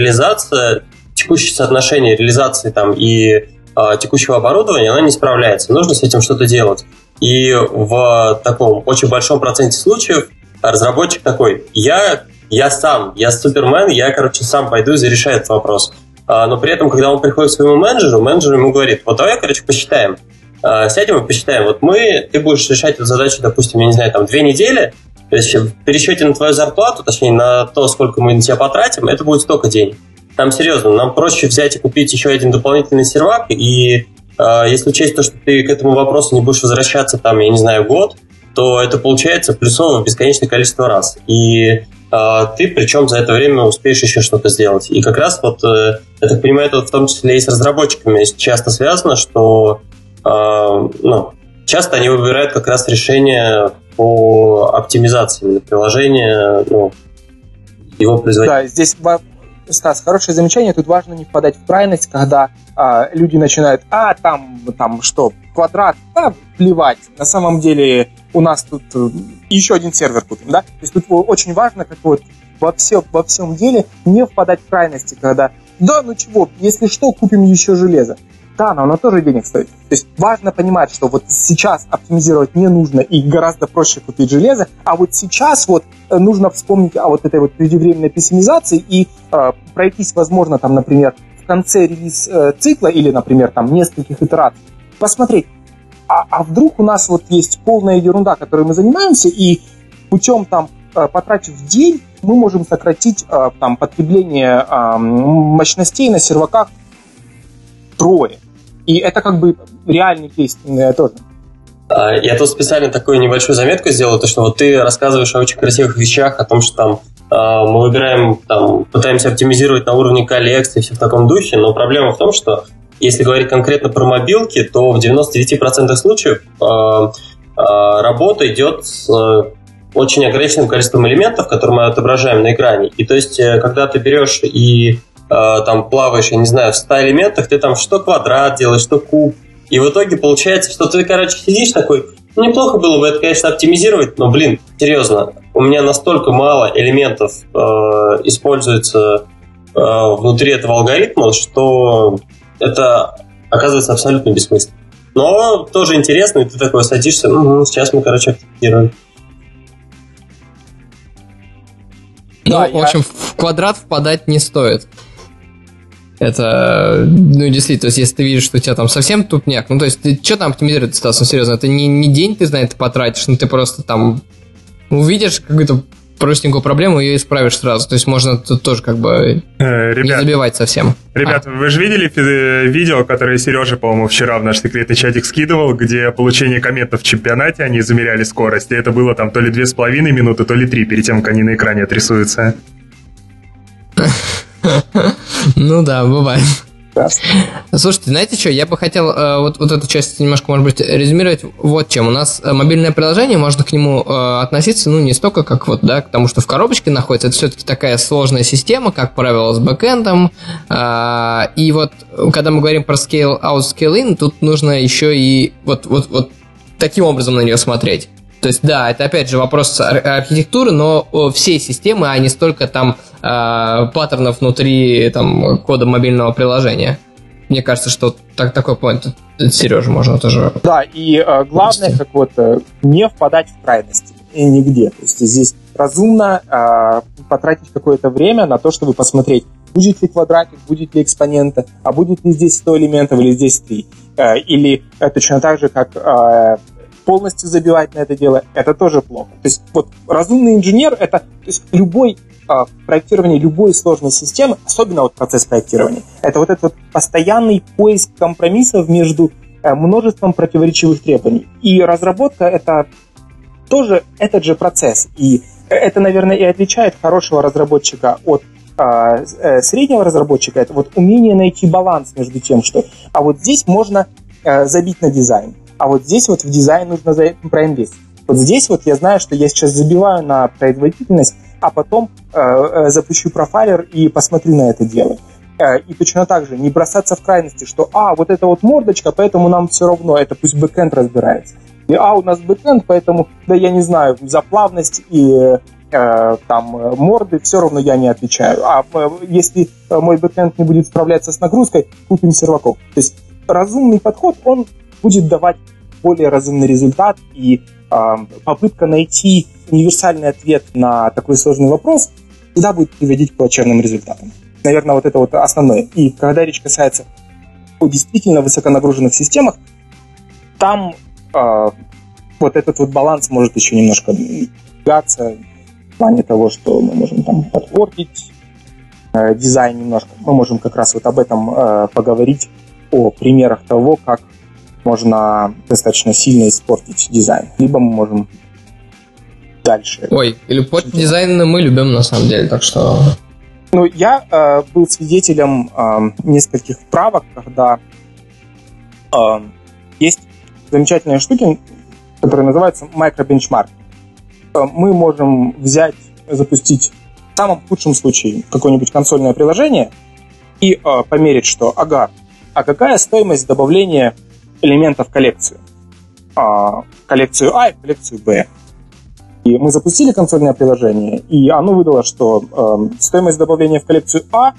соотношение реализации там и текущего оборудования, оно не справляется. Нужно с этим что-то делать. И в таком очень большом проценте случаев разработчик такой: я супермен, я, сам пойду и зарешаю этот вопрос. Но при этом, когда он приходит к своему менеджер ему говорит: вот давай, посчитаем. Сядем и посчитаем. Вот ты будешь решать эту задачу, допустим, 2 недели, то есть в пересчете на твою зарплату, точнее, на то, сколько мы на тебя потратим, это будет столько денег. Там серьезно, нам проще взять и купить еще один дополнительный сервак, и если учесть то, что ты к этому вопросу не будешь возвращаться, год, то это получается плюсово в бесконечное количество раз. И ты, причем, за это время успеешь еще что-то сделать. И как раз вот, я так понимаю, это вот в том числе и с разработчиками часто связано, что часто они выбирают как раз решение по оптимизации приложения, его производительности. Да, здесь, Стас, хорошее замечание. Тут важно не впадать в крайность, когда люди начинают, там что, квадрат, плевать. На самом деле у нас тут еще один сервер купим, да? То есть тут очень важно, как вот во всем деле не впадать в крайности, когда, если что, купим еще железо. Да, но оно тоже денег стоит. То есть важно понимать, что вот сейчас оптимизировать не нужно и гораздо проще купить железо, а вот сейчас вот нужно вспомнить о вот этой вот преждевременной пессимизации и пройтись, возможно, там, например, в конце релиз-цикла или, например, там, нескольких итераций, посмотреть, а вдруг у нас вот есть полная ерунда, которой мы занимаемся, и путем там, потратив день, мы можем сократить там потребление мощностей на серваках трое. И это реальный кейс тоже. Я тут специально такую небольшую заметку сделал, то что вот ты рассказываешь о очень красивых вещах, о том, что там мы выбираем, пытаемся оптимизировать на уровне коллекции, все в таком духе, но проблема в том, что если говорить конкретно про мобилки, то в 99% случаев работа идет с очень ограниченным количеством элементов, которые мы отображаем на экране. И то есть, когда ты берешь и плаваешь, в 100 элементах, ты там что квадрат делаешь, что куб. И в итоге получается, что ты, сидишь такой, неплохо было бы это, конечно, оптимизировать, но, серьезно, у меня настолько мало элементов используется внутри этого алгоритма, что это оказывается абсолютно бессмысленно. Но тоже интересно, и ты такой садишься, сейчас мы, оптимизируем. В общем, в квадрат впадать не стоит. Это, ну, действительно, то есть, если ты видишь, что у тебя там совсем тупняк, ну, то есть, ты что там оптимизировать, Стас, ну, серьезно, это не день ты на это потратишь, ну, ты просто там увидишь какую-то простенькую проблему, ее исправишь сразу. То есть можно тут тоже как бы не забивать совсем. Ребята, вы же видели видео, которое Сережа, по-моему, вчера в наш секретный чатик скидывал, где получение комментов в чемпионате, они замеряли скорость, и это было там то ли 2,5 минуты, то ли 3, перед тем, как они на экране отрисуются. Ну да, бывает. Слушайте, знаете что, я бы хотел вот эту часть немножко, может быть, резюмировать вот чем. У нас мобильное приложение, можно к нему относиться, ну, не столько, как вот, да, к тому, что в коробочке находится. Это все-таки такая сложная система, как правило, с бэкэндом. И вот, когда мы говорим про scale out, scale in, тут нужно еще и вот таким образом на нее смотреть. То есть, да, это опять же вопрос архитектуры, но всей системы, а не столько там паттернов внутри там, кода мобильного приложения. Мне кажется, что такой поинт Сережа можно тоже... Да, и главное, как вот не впадать в крайности и нигде. То есть здесь разумно потратить какое-то время на то, чтобы посмотреть, будет ли квадратик, будет ли экспонента, а будет ли здесь 100 элементов или здесь 3. Или точно так же, как... полностью забивать на это дело, это тоже плохо. То есть вот разумный инженер, это то есть любой проектирование любой сложной системы, особенно вот процесс проектирования, это вот этот вот постоянный поиск компромиссов между множеством противоречивых требований. И разработка это тоже этот же процесс. И это, наверное, и отличает хорошего разработчика от среднего разработчика. Это вот умение найти баланс между тем, что а вот здесь можно забить на дизайн, а вот здесь вот в дизайн нужно проинвестировать. Вот здесь вот я знаю, что я сейчас забиваю на производительность, а потом запущу профайлер и посмотрю на это дело. И точно так же не бросаться в крайности, что вот это вот мордочка, поэтому нам все равно, это пусть бэкэнд разбирается. И у нас бэкэнд, поэтому, да я не знаю, за плавность и там морды все равно я не отвечаю. А если мой бэкэнд не будет справляться с нагрузкой, купим серваков. То есть разумный подход, он будет давать более разумный результат, и попытка найти универсальный ответ на такой сложный вопрос всегда будет приводить к плачевным результатам. Наверное, вот это вот основное. И когда речь касается о действительно высоконагруженных системах, там вот этот вот баланс может еще немножко двигаться в плане того, что мы можем там подпортить дизайн немножко. Мы можем как раз вот об этом поговорить, о примерах того, как можно достаточно сильно испортить дизайн. Либо мы можем дальше... или портить дизайн мы любим, на самом деле, так что... Ну, я был свидетелем нескольких правок, когда есть замечательные штуки, которые называются микробенчмарк. Мы можем запустить в самом худшем случае какое-нибудь консольное приложение и померить, что, какая стоимость добавления элементов в коллекцию? Коллекцию А и коллекцию Б. И мы запустили консольное приложение, и оно выдало, что стоимость добавления в коллекцию А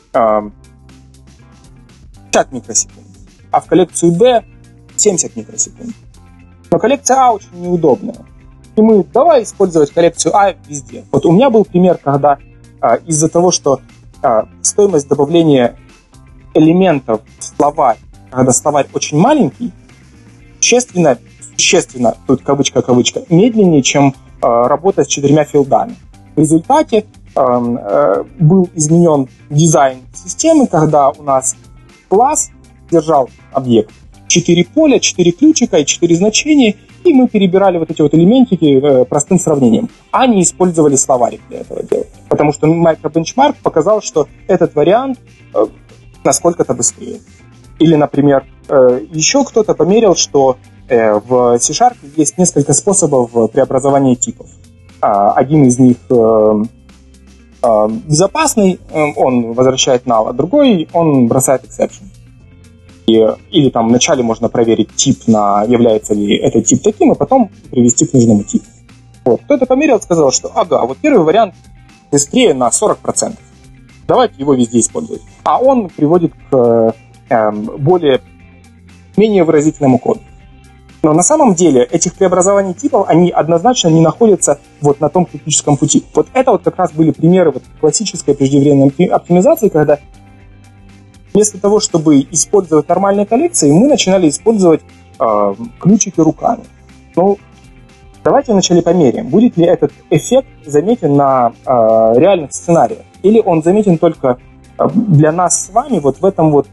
50 микросекунд, а в коллекцию Б 70 микросекунд. Но коллекция А очень неудобная. И мы давай использовать коллекцию А везде. Вот у меня был пример, когда из-за того, что стоимость добавления элементов в словарь, когда словарь очень маленький, существенно, тут кавычка, медленнее, чем работа с 4 филдами. В результате был изменен дизайн системы, когда у нас класс держал объект 4 поля, 4 ключика и 4 значения, и мы перебирали вот эти вот элементики простым сравнением, а не использовали словарик для этого дела. Потому что микробенчмарк показал, что этот вариант насколько-то быстрее. Или, например, еще кто-то померил, что в C# есть несколько способов преобразования типов. Один из них безопасный, он возвращает null, а другой он бросает exception. Или там вначале можно проверить тип, является ли этот тип таким, и потом привести к нужному типу. Вот. Кто-то померил и сказал, что вот первый вариант быстрее на 40%. Давайте его везде использовать. А он приводит к менее выразительному коду. Но на самом деле этих преобразований типов, они однозначно не находятся вот на том критическом пути. Вот это вот как раз были примеры вот классической преждевременной оптимизации, когда вместо того, чтобы использовать нормальные коллекции, мы начинали использовать ключики руками. Ну, давайте вначале померяем, будет ли этот эффект заметен на реальных сценариях, или он заметен только для нас с вами вот в этом вот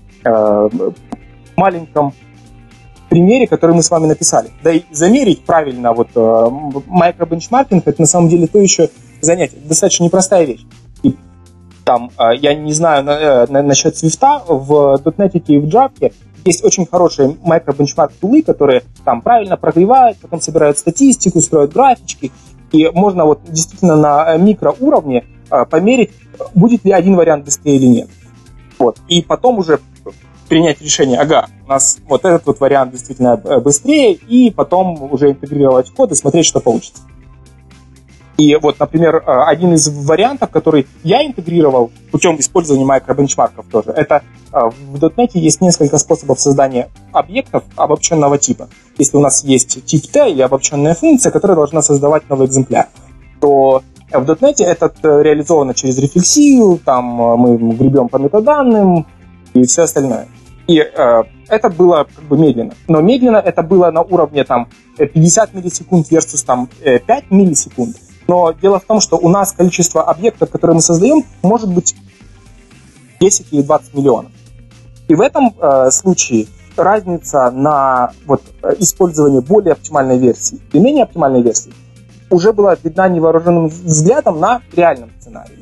маленьком примере, который мы с вами написали. Да и замерить правильно вот микробенчмаркинг — это на самом деле то еще занятие, достаточно непростая вещь. И там, я не знаю насчет Swift, в .NET и в Java есть очень хорошие микробенчмарк-тулы, которые там правильно прогревают, потом собирают статистику, строят графички, и можно вот действительно на микроуровне померить, будет ли один вариант быстрее или нет. Вот. И потом уже принять решение, у нас вот этот вот вариант действительно быстрее, и потом уже интегрировать в код и смотреть, что получится. И вот, например, один из вариантов, который я интегрировал путем использования микробенчмарков тоже, это в .NET есть несколько способов создания объектов обобщенного типа. Если у нас есть тип T или обобщенная функция, которая должна создавать новый экземпляр, то в .NET это реализовано через рефлексию, там мы гребем по метаданным и все остальное. И это было как бы медленно. Но медленно это было на уровне там 50 миллисекунд versus там 5 миллисекунд. Но дело в том, что у нас количество объектов, которые мы создаем, может быть 10 или 20 миллионов. И в этом случае разница на вот, использование более оптимальной версии и менее оптимальной версии уже была видна невооруженным взглядом на реальном сценарии.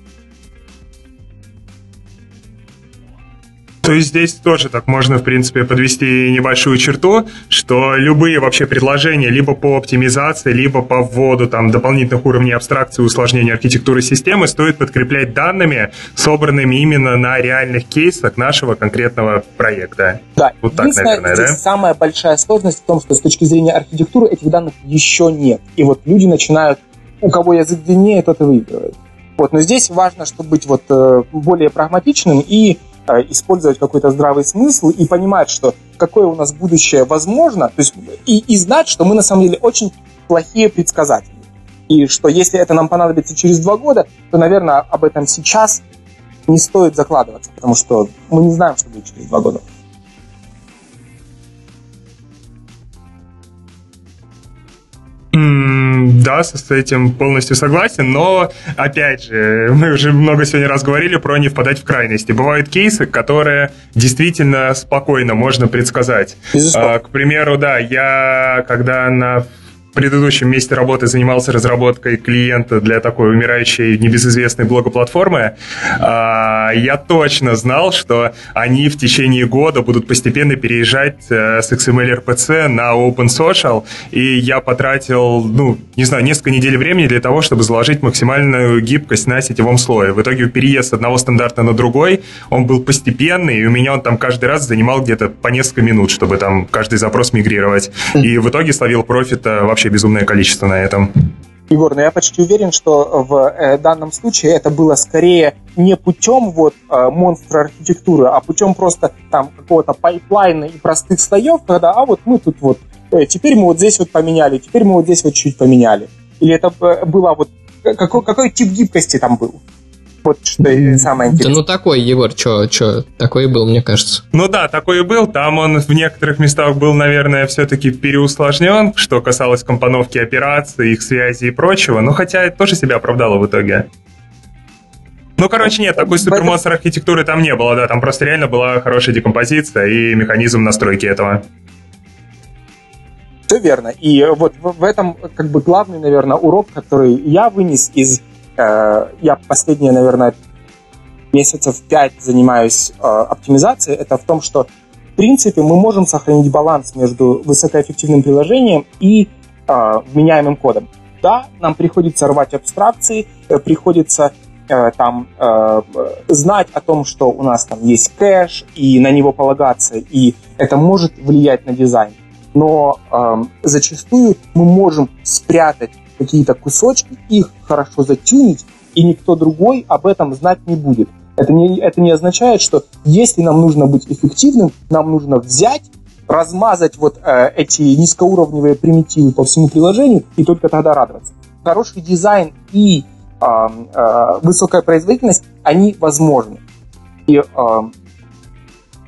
То есть здесь тоже так можно, в принципе, подвести небольшую черту, что любые вообще предложения либо по оптимизации, либо по вводу там дополнительных уровней абстракции и усложнения архитектуры системы стоит подкреплять данными, собранными именно на реальных кейсах нашего конкретного проекта. Да, вот так, наверное, здесь да? Самая большая сложность в том, что с точки зрения архитектуры этих данных еще нет. И вот люди начинают, у кого язык длиннее, тот и выигрывает. Вот, но здесь важно, чтобы быть вот более прагматичным и использовать какой-то здравый смысл и понимать, что какое у нас будущее возможно, то есть и знать, что мы на самом деле очень плохие предсказатели. И что если это нам понадобится через 2 года, то, наверное, об этом сейчас не стоит закладываться, потому что мы не знаем, что будет через 2 года. Да, с этим полностью согласен, но, опять же, мы уже много сегодня раз говорили про не впадать в крайности. Бывают кейсы, которые действительно спокойно можно предсказать. К примеру, да, я когда на предыдущем месте работы занимался разработкой клиента для такой умирающей небезызвестной блогоплатформы, я точно знал, что они в течение года будут постепенно переезжать с XML RPC на OpenSocial, и я потратил, несколько недель времени для того, чтобы заложить максимальную гибкость на сетевом слое. В итоге переезд с одного стандарта на другой, он был постепенный, и у меня он там каждый раз занимал где-то по несколько минут, чтобы там каждый запрос мигрировать. И в итоге словил профита вообще безумное количество на этом. Егор, но я почти уверен, что в данном случае это было скорее не путем монстра архитектуры, а путем просто там какого-то пайплайна и простых слоев, когда мы тут теперь мы вот здесь вот поменяли, теперь мы вот здесь вот чуть поменяли. Или это было какой тип гибкости там был? Вот что самое интересное. Да такой, Егор, такой и был, мне кажется. Да, такой и был. Там он в некоторых местах был, наверное, все-таки переусложнен, что касалось компоновки операций, их связи и прочего. Но хотя это тоже себя оправдало в итоге. Нет, такой супермонстр архитектуры там не было, да. Там просто реально была хорошая декомпозиция и механизм настройки этого. Все верно. И вот в этом главный, наверное, урок, который я вынес из... Я последние, наверное, месяцев 5 занимаюсь оптимизацией. Это в том, что, в принципе, мы можем сохранить баланс между высокоэффективным приложением и вменяемым кодом. Да, нам приходится рвать абстракции, приходится знать о том, что у нас там есть кэш, и на него полагаться, и это может влиять на дизайн. Но зачастую мы можем спрятать какие-то кусочки, их хорошо затюнить, и никто другой об этом знать не будет. Это не означает, что если нам нужно быть эффективным, нам нужно взять, размазать эти низкоуровневые примитивы по всему приложению и только тогда радоваться. Хороший дизайн и высокая производительность, они возможны. И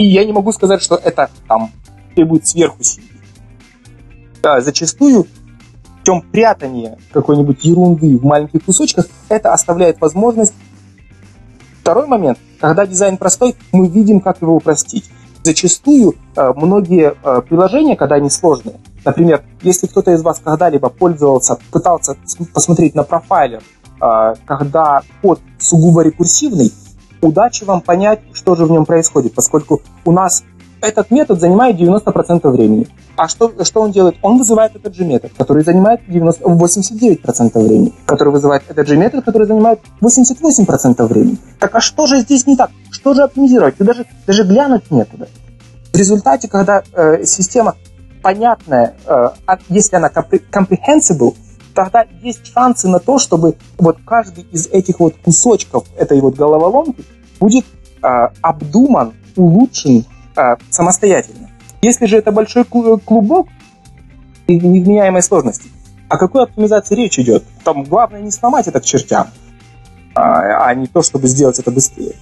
И я не могу сказать, что это там требует сверхусилий. Да, зачастую в чем прятание какой-нибудь ерунды в маленьких кусочках, это оставляет возможность. Второй момент, когда дизайн простой, мы видим, как его упростить. Зачастую многие приложения, когда они сложные, например, если кто-то из вас когда-либо пытался посмотреть на профайлер, когда код сугубо рекурсивный, удачи вам понять, что же в нем происходит, поскольку у нас этот метод занимает 90% времени. А что он делает? Он вызывает этот же метод, который занимает 89% времени, который вызывает этот же метод, который занимает 88% времени. Так а что же здесь не так? Что же оптимизировать? Даже глянуть некуда. В результате, когда система понятная, если она comprehensible, тогда есть шансы на то, чтобы вот каждый из этих вот кусочков этой вот головоломки будет обдуман, улучшен самостоятельно. Если же это большой клубок невменяемой сложности, о какой оптимизации речь идет? Там главное не сломать это к чертям, а не то, чтобы сделать это быстрее.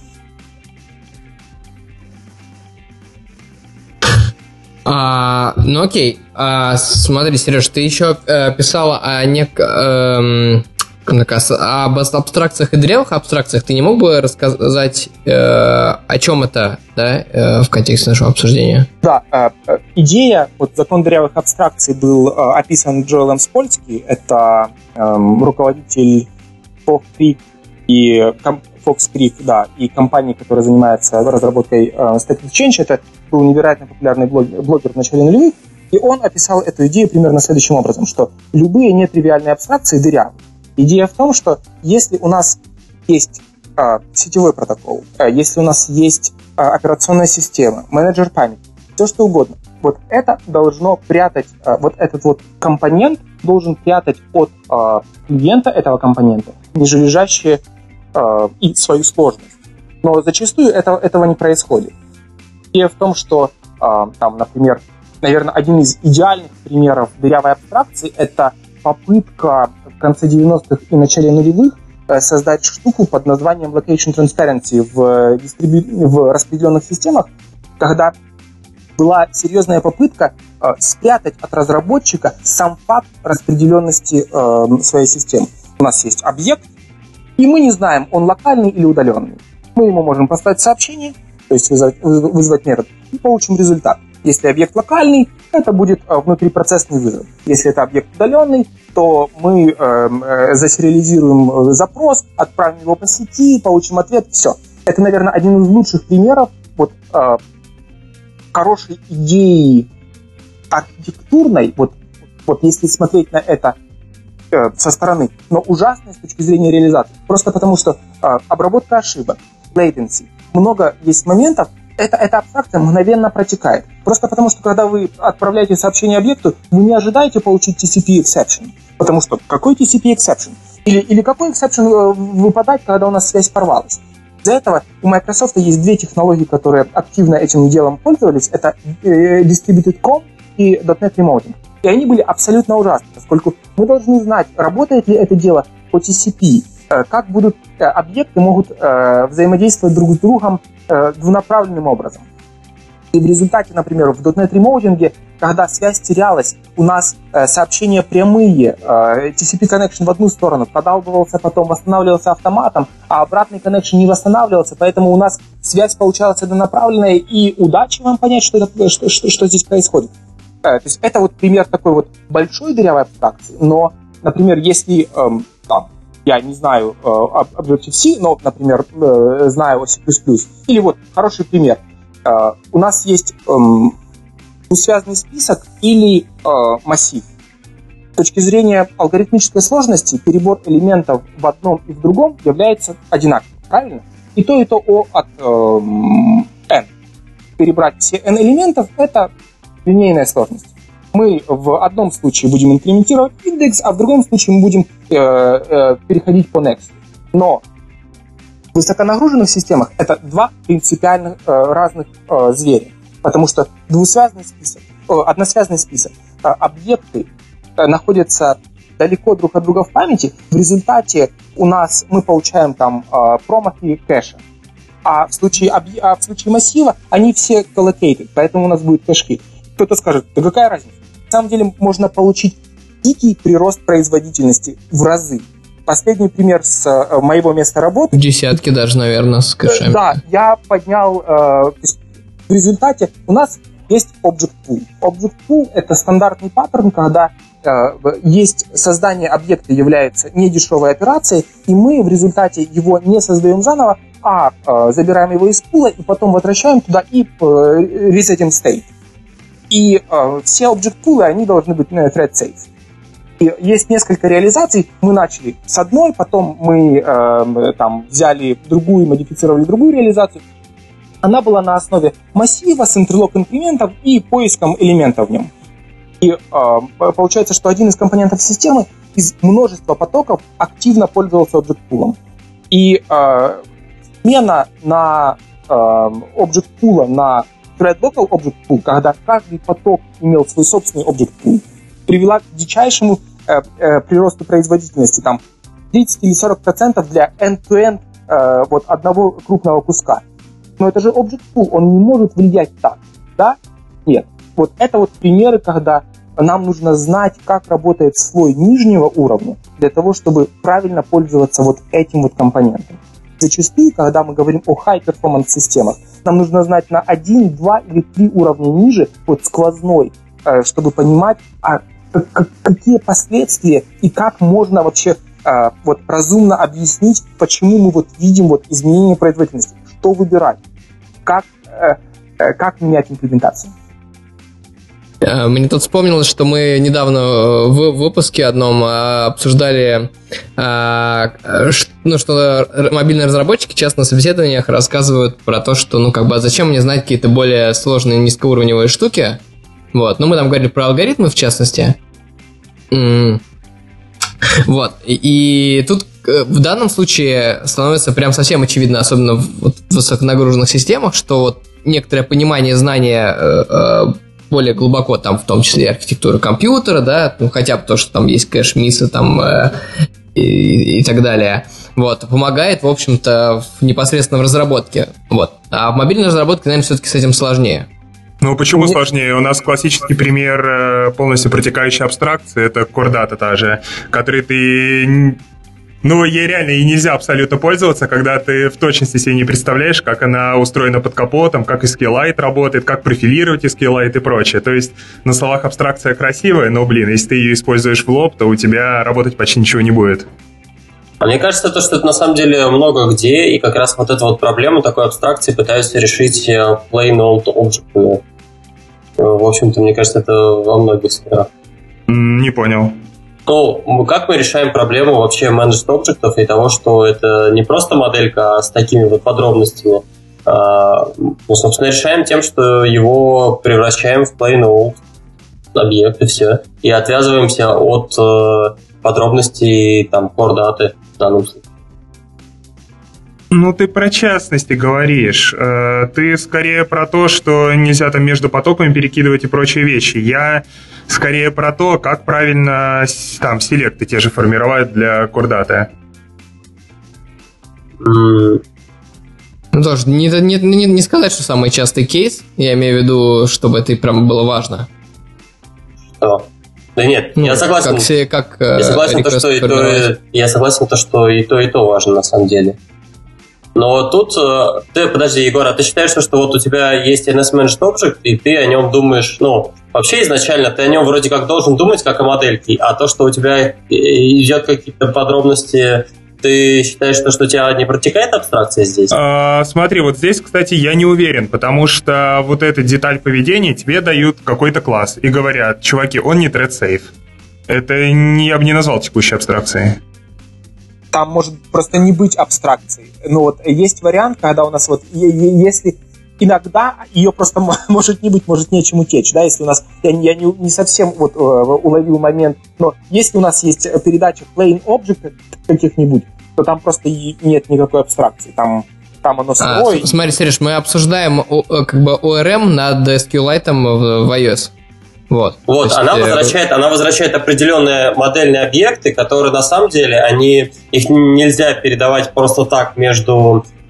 Ну окей. Смотри, Сереж, ты еще писала об абстракциях и дырявых абстракциях. Ты не мог бы рассказать, о чем это, да, в контексте нашего обсуждения? Да, идея, вот закон дырявых абстракций был описан Джоэлом Спольски, это руководитель Fox Creek, да, и компании, которая занимается разработкой Static Change. Это был невероятно популярный блогер в начале нулевых, и он описал эту идею примерно следующим образом, что любые нетривиальные абстракции дырявы. Идея в том, что если у нас есть сетевой протокол, если у нас есть операционная система, менеджер памяти, все что угодно, вот это должно прятать, вот этот вот компонент должен прятать от клиента этого компонента нижележащие и свою сложность. Но зачастую этого не происходит. Идея в том, что, там, например, наверное, один из идеальных примеров дырявой абстракции — это попытка в конце 90-х и начале нулевых создать штуку под названием Location Transparency в распределенных системах, когда была серьезная попытка спрятать от разработчика сам факт распределенности своей системы. У нас есть объект, и мы не знаем, он локальный или удаленный. Мы ему можем поставить сообщение, то есть вызвать метод, и получим результат. Если объект локальный, это будет внутрипроцессный вызов. Если это объект удаленный, то мы засериализируем запрос, отправим его по сети, получим ответ, все. Это, наверное, один из лучших примеров вот, хорошей идеи архитектурной, вот если смотреть на это со стороны, но ужасной с точки зрения реализации. Просто потому, что обработка ошибок, latency, много есть моментов, эта абстракция мгновенно протекает. Просто потому, что когда вы отправляете сообщение объекту, вы не ожидаете получить TCP exception. Потому что какой TCP exception? Или какой exception выпадать, когда у нас связь порвалась? Из-за этого у Microsoft есть две технологии, которые активно этим делом пользовались. Это Distributed COM и .NET Remoting. И они были абсолютно ужасны, поскольку мы должны знать, работает ли это дело по TCP, как будут объекты могут взаимодействовать друг с другом двунаправленным образом. И в результате, например, в .NET Remoting, когда связь терялась, у нас сообщения прямые, TCP connection в одну сторону продалбывался, потом восстанавливался автоматом, а обратный connection не восстанавливался, поэтому у нас связь получалась однонаправленная, и удачи вам понять, что здесь происходит. То есть это вот пример такой вот большой дырявой абстракции, но, например, если я не знаю Objective-C, но, например, знаю C++, или вот хороший пример, у нас есть связанный список или массив. С точки зрения алгоритмической сложности перебор элементов в одном и в другом является одинаковым, правильно? И то O от n. Перебрать все n элементов — это линейная сложность. Мы в одном случае будем инкрементировать индекс, а в другом случае мы будем переходить по next. Но в высоконагруженных системах это два принципиально разных зверя. Потому что односвязанный список, объекты находятся далеко друг от друга в памяти. В результате мы получаем там промахи кэша. А в случае массива они все collocated, поэтому у нас будет кэш-хит. Кто-то скажет, да какая разница? На самом деле можно получить дикий прирост производительности в разы. Последний пример с моего места работы. Десятки даже, наверное, с кэшами. Да, я поднял... в результате у нас есть Object Pool. Object Pool — это стандартный паттерн, когда есть создание объекта является недешевой операцией, и мы в результате его не создаем заново, а забираем его из пула и потом возвращаем туда и ресетим state. И все Object Pool, они должны быть thread safe. И есть несколько реализаций. Мы начали с одной, потом мы взяли другую, модифицировали другую реализацию. Она была на основе массива с интерлок инкрементов и поиском элементов в нем. И получается, что один из компонентов системы из множества потоков активно пользовался Object Pool. И смена на Object Pool на Thread Local Object Pool, когда каждый поток имел свой собственный Object Pool, привела к дичайшему приросту производительности, там 30 или 40% для end-to-end одного крупного куска. Но это же Object Pool, он не может влиять так, да? Нет. Вот это вот примеры, когда нам нужно знать, как работает слой нижнего уровня для того, чтобы правильно пользоваться вот этим вот компонентом. Зачастую, когда мы говорим о high-performance системах, нам нужно знать на 1, 2 или 3 уровня ниже, вот сквозной, чтобы понимать, какие последствия и как можно вообще разумно объяснить, почему мы вот видим вот изменение производительности, что выбирать, как менять имплементацию. Мне тут вспомнилось, что мы недавно в выпуске одном обсуждали, что мобильные разработчики часто на собеседованиях рассказывают про то, что, зачем мне знать какие-то более сложные низкоуровневые штуки. Вот. Мы там говорили про алгоритмы, в частности. Вот. И тут в данном случае становится прям совсем очевидно, особенно в высоконагруженных системах, что вот некоторое понимание, знание более глубоко, там, в том числе архитектуры компьютера, да, хотя бы то, что там есть кэш-миссы, там, и так далее, вот, помогает, в общем-то, непосредственно в разработке, вот. А в мобильной разработке, наверное, все-таки с этим сложнее. Ну, почему сложнее? У нас классический пример полностью протекающей абстракции, это Core Data та же, которой ты... ей реально и нельзя абсолютно пользоваться, когда ты в точности себе не представляешь, как она устроена под капотом, как SQLite работает, как профилировать SQLite и прочее. То есть на словах абстракция красивая, но, если ты ее используешь в лоб, то у тебя работать почти ничего не будет. А мне кажется, что это на самом деле много где, и как раз вот эту вот проблему такой абстракции пытаются решить plain old object. В общем-то, мне кажется, это во многих сферах. Не понял. Как мы решаем проблему вообще managed объектов и того, что это не просто моделька, а с такими вот подробностями? Собственно, решаем тем, что его превращаем в plain old объект и все. И отвязываемся от подробностей там core data в данном случае. Ты про частности говоришь. Ты скорее про то, что нельзя там между потоками перекидывать и прочие вещи. Я скорее про то, как правильно там селекты те же формировать для Core Data. Тоже не сказать, что самый частый кейс. Я имею в виду, чтобы это прям было важно. Что? Да нет, я согласен. Я согласен, что и то важно на самом деле. Но тут, подожди, Егор, а ты считаешь, что вот у тебя есть NS Managed Object, и ты о нем думаешь, вообще изначально ты о нем вроде как должен думать как о модельке, а то, что у тебя идет какие-то подробности, ты считаешь, что у тебя не протекает абстракция здесь? Смотри, вот здесь, кстати, я не уверен, потому что вот эта деталь поведения тебе дают какой-то класс и говорят, чуваки, он не thread safe. Это я бы не назвал текущей абстракцией. Там может просто не быть абстракции. Есть вариант, когда у нас если иногда ее просто может не быть, может нечему течь, да, если у нас, я не совсем уловил момент, но если у нас есть передача plain object каких-нибудь, то там просто нет никакой абстракции, там оно сырое. Смотри, Сереж, мы обсуждаем ORM над SQLite в iOS. Вот, она возвращает определенные модельные объекты, которые на самом деле их нельзя передавать просто так между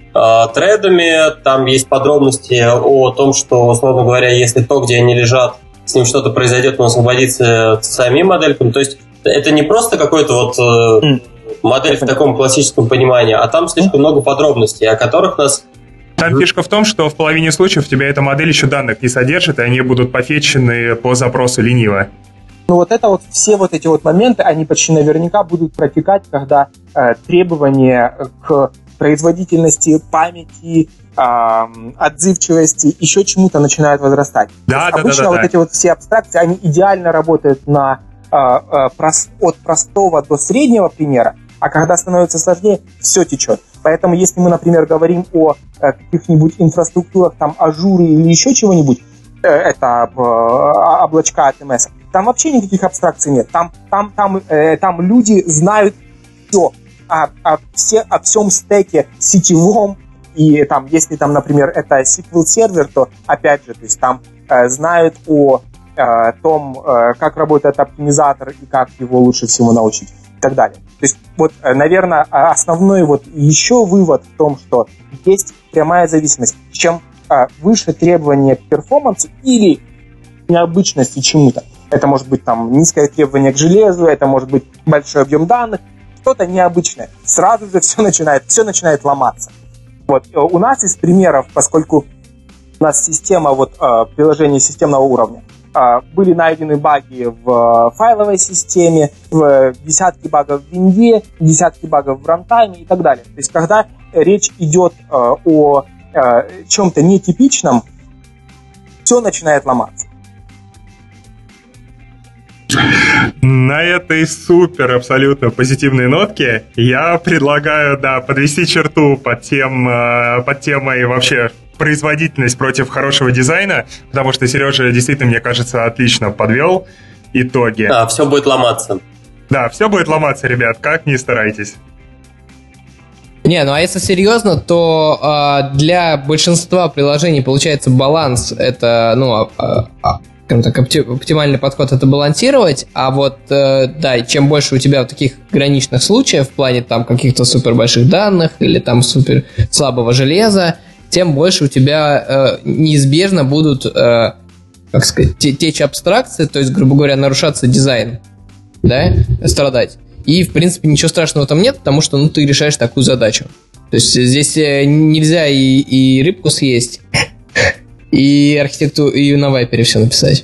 тредами, там есть подробности о том, что, условно говоря, если то, где они лежат, с ним что-то произойдет, он освободится самим моделькам. То есть это не просто какой-то модель в таком классическом понимании, а там слишком много подробностей, о которых нас... Там фишка в том, что в половине случаев у тебя эта модель еще данных не содержит, и они будут пофетчены по запросу лениво. Все эти моменты, они почти наверняка будут протекать, когда требования к производительности, памяти, отзывчивости, еще чему-то начинают возрастать. Обычно эти все абстракции, они идеально работают от простого до среднего примера, а когда становится сложнее, все течет. Поэтому если мы, например, говорим о каких-нибудь инфраструктурах, там, ажуре или еще чего-нибудь, это облачка от МС, там вообще никаких абстракций нет. Там люди знают все о всем стеке сетевом, и там, если там, например, это SQL сервер, то опять же, то есть там знают о том, как работает оптимизатор и как его лучше всего научить и так далее. То есть наверное, основной еще вывод в том, что есть прямая зависимость. Чем выше требования к перформансу или необычности чему-то, это может быть там низкое требование к железу, это может быть большой объем данных, что-то необычное. Сразу же все начинает ломаться. У нас из примеров, поскольку у нас система, приложение системного уровня, были найдены баги в файловой системе, десятки багов в винде, десятки багов в рантайме и так далее. То есть, когда речь идет о чем-то нетипичном, все начинает ломаться. На этой супер абсолютно позитивной нотке я предлагаю, подвести черту под темой вообще производительность против хорошего дизайна, потому что Сережа действительно, мне кажется, отлично подвел итоги. Да, все будет ломаться. Да, все будет ломаться, ребят, как ни старайтесь. Не, а если серьезно, то для большинства приложений получается баланс, это, скажем так, оптимальный подход — это балансировать, а чем больше у тебя таких граничных случаев в плане там каких-то супер больших данных или там супер слабого железа, тем больше у тебя неизбежно будут, течь абстракции, то есть, грубо говоря, нарушаться дизайн, страдать. И, в принципе, ничего страшного там нет, потому что, ты решаешь такую задачу. То есть здесь нельзя и рыбку съесть, и архитектуру, и на вайпере все написать.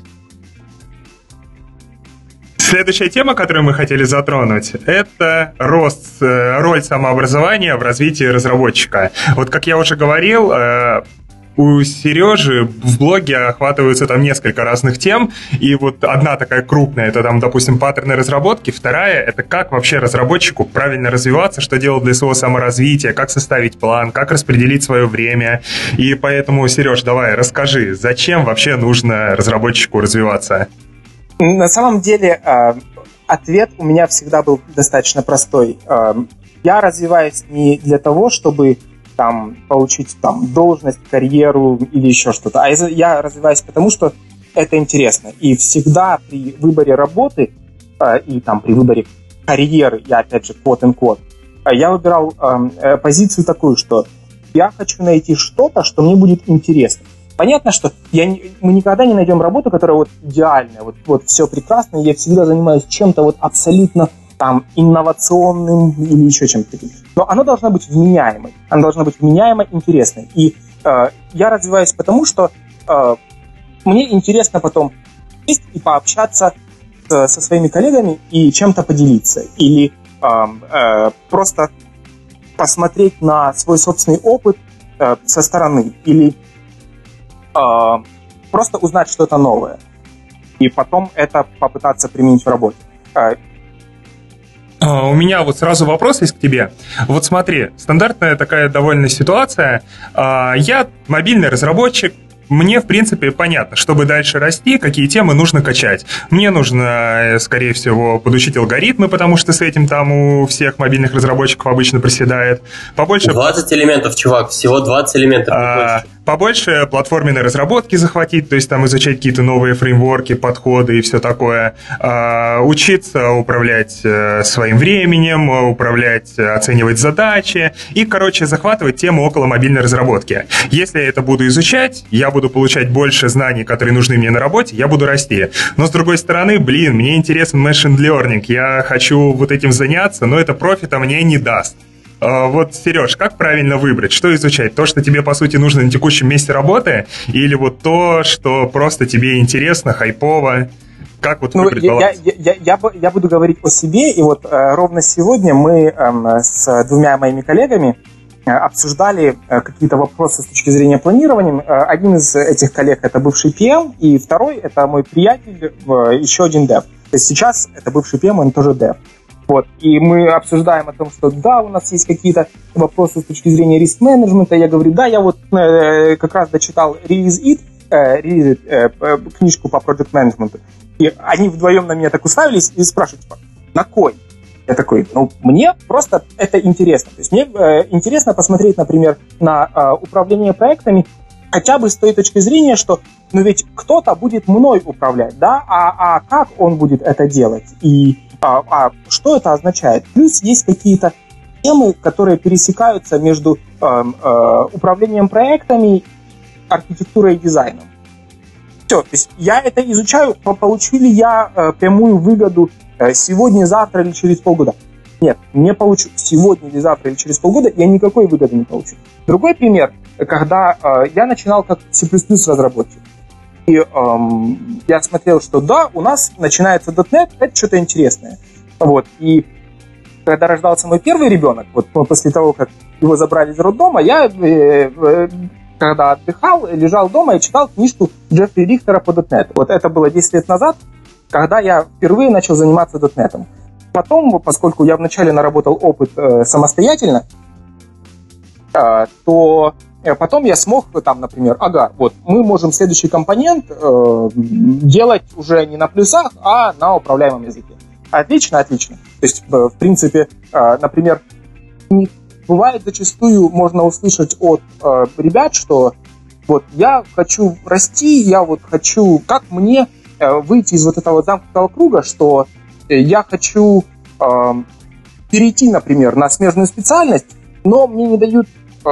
Следующая тема, которую мы хотели затронуть, это роль самообразования в развитии разработчика. Как я уже говорил, у Сережи в блоге охватываются там несколько разных тем, и одна такая крупная, это там, допустим, паттерны разработки, вторая — это как вообще разработчику правильно развиваться, что делать для своего саморазвития, как составить план, как распределить свое время. И поэтому, Сереж, давай, расскажи, зачем вообще нужно разработчику развиваться? На самом деле, ответ у меня всегда был достаточно простой. Я развиваюсь не для того, чтобы получить должность, карьеру или еще что-то. А я развиваюсь потому, что это интересно. И всегда при выборе работы и при выборе карьеры, я опять же quote-unquote, я выбирал позицию такую, что я хочу найти что-то, что мне будет интересно. Понятно, что мы никогда не найдем работу, которая идеальная, все прекрасно, я всегда занимаюсь чем-то абсолютно инновационным или еще чем-то таким. Но оно должно быть вменяемой. Оно должно быть вменяемо, интересной. И я развиваюсь потому, что мне интересно потом сесть и пообщаться со своими коллегами и чем-то поделиться. Или просто посмотреть на свой собственный опыт со стороны. Или просто узнать что-то новое. И потом это попытаться применить в работе. У меня сразу вопрос есть к тебе. Смотри, стандартная такая довольно ситуация. Я мобильный разработчик, мне, в принципе, понятно, чтобы дальше расти, какие темы нужно качать. Мне нужно, скорее всего, подучить алгоритмы, потому что с этим там у всех мобильных разработчиков обычно проседает. Побольше... 20 элементов, чувак, всего 20 элементов. побольше платформенной разработки захватить, то есть там изучать какие-то новые фреймворки, подходы и все такое, учиться управлять своим временем, управлять, оценивать задачи и, короче, захватывать тему около мобильной разработки. Если я это буду изучать, я буду получать больше знаний, которые нужны мне на работе, я буду расти. Но, с другой стороны, мне интересен machine learning, я хочу вот этим заняться, но это профита мне не даст. Вот, Сереж, как правильно выбрать? Что изучать? То, что тебе, по сути, нужно на текущем месте работы? Или вот то, что просто тебе интересно, хайпово? Как вот выбрать баланс? Я буду говорить о себе. И вот ровно сегодня мы с двумя моими коллегами обсуждали какие-то вопросы с точки зрения планирования. Один из этих коллег — это бывший PM, и второй — это мой приятель, еще один дев. То есть сейчас это бывший PM, он тоже дев. Вот. И мы обсуждаем о том, что да, у нас есть какие-то вопросы с точки зрения риск-менеджмента. Я говорю, да, я вот как раз дочитал Release It, книжку по project management. И они вдвоем на меня так уставились и спрашивают, типа, на кой? Я такой, мне просто это интересно. То есть мне интересно посмотреть, например, на управление проектами хотя бы с той точки зрения, что, ведь кто-то будет мной управлять, да, а как он будет это делать? И что это означает? Плюс есть какие-то темы, которые пересекаются между управлением проектами, архитектурой и дизайном. Все, то есть я это изучаю, получу ли я прямую выгоду сегодня, завтра или через полгода? Нет, не получу. Сегодня или завтра или через полгода я никакой выгоды не получу. Другой пример, когда я начинал как C++ разработчик. И я смотрел, что да, у нас начинается .NET, это что-то интересное. Вот. И когда рождался мой первый ребенок, вот после того, как его забрали из роддома, я, когда отдыхал, лежал дома и читал книжку Джеффри Рихтера по .NET. Вот это было 10 лет назад, когда я впервые начал заниматься .NET. Потом, поскольку я вначале наработал опыт самостоятельно, то потом я смог, там, например, вот мы можем следующий компонент делать уже не на плюсах, а на управляемом языке. Отлично, отлично. То есть, в принципе, например, бывает зачастую можно услышать от ребят, что вот я хочу расти, я вот хочу, как мне выйти из вот этого замкнутого круга, что я хочу перейти, например, на смежную специальность, но мне не дают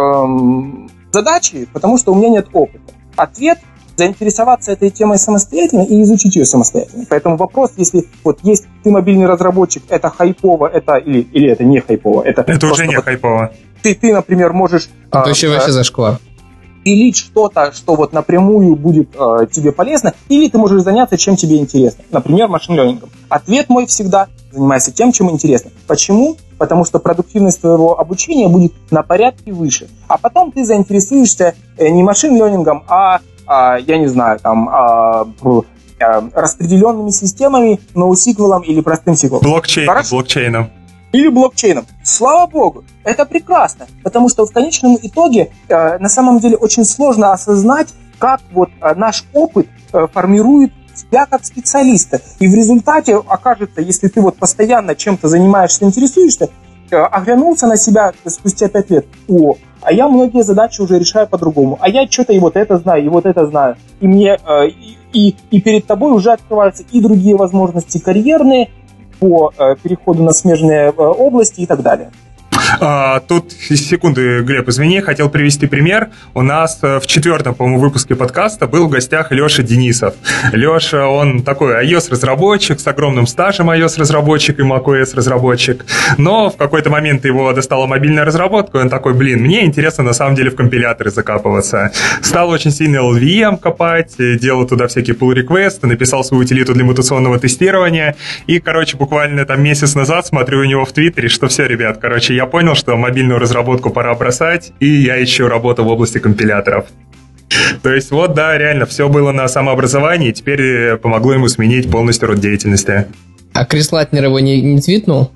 задачи, потому что у меня нет опыта. Ответ — заинтересоваться этой темой самостоятельно и изучить ее самостоятельно. Поэтому вопрос, если вот есть ты мобильный разработчик, это хайпово, это или это не хайпово. Это уже не хайпово. Ты, например, можешь... Это вообще зашквар. Пилить что-то, что вот напрямую будет тебе полезно, или ты можешь заняться чем тебе интересно. Например, машин-лернингом. Ответ мой всегда — занимайся тем, чем интересно. Почему? Потому что продуктивность твоего обучения будет на порядке выше. А потом ты заинтересуешься не машин-лернингом, я не знаю, там, распределенными системами, NoSQL или простым SQL. Блокчейном. Или блокчейном. Слава богу, это прекрасно, потому что в конечном итоге на самом деле очень сложно осознать, как вот наш опыт формирует тебя как специалиста. И в результате окажется, если ты вот постоянно чем-то занимаешься, интересуешься, оглянулся на себя спустя 5 лет, а я многие задачи уже решаю по-другому, а я что-то и вот это знаю, и вот это знаю. И мне и перед тобой уже открываются и другие возможности карьерные, по переходу на смежные области и так далее. Тут, секунды, Глеб, извини, хотел привести пример. У нас в 4-м, по-моему, выпуске подкаста был в гостях Леша Денисов. Леша, он такой iOS-разработчик с огромным стажем iOS-разработчик и macOS-разработчик. Но в какой-то момент его достала мобильная разработка, и он такой, мне интересно на самом деле в компиляторы закапываться. Стал очень сильно LVM копать, делал туда всякие pull-реквесты, написал свою утилиту для мутационного тестирования. И, буквально там месяц назад смотрю у него в Твиттере, что все, ребят, я понял, что мобильную разработку пора бросать, и я ищу работу в области компиляторов. То есть, реально, все было на самообразовании, и теперь помогло ему сменить полностью род деятельности. А Крис Латнер его не твитнул?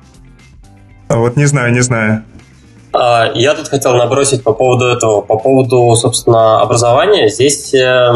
Не знаю. Я тут хотел набросить по поводу, собственно, образования. Здесь,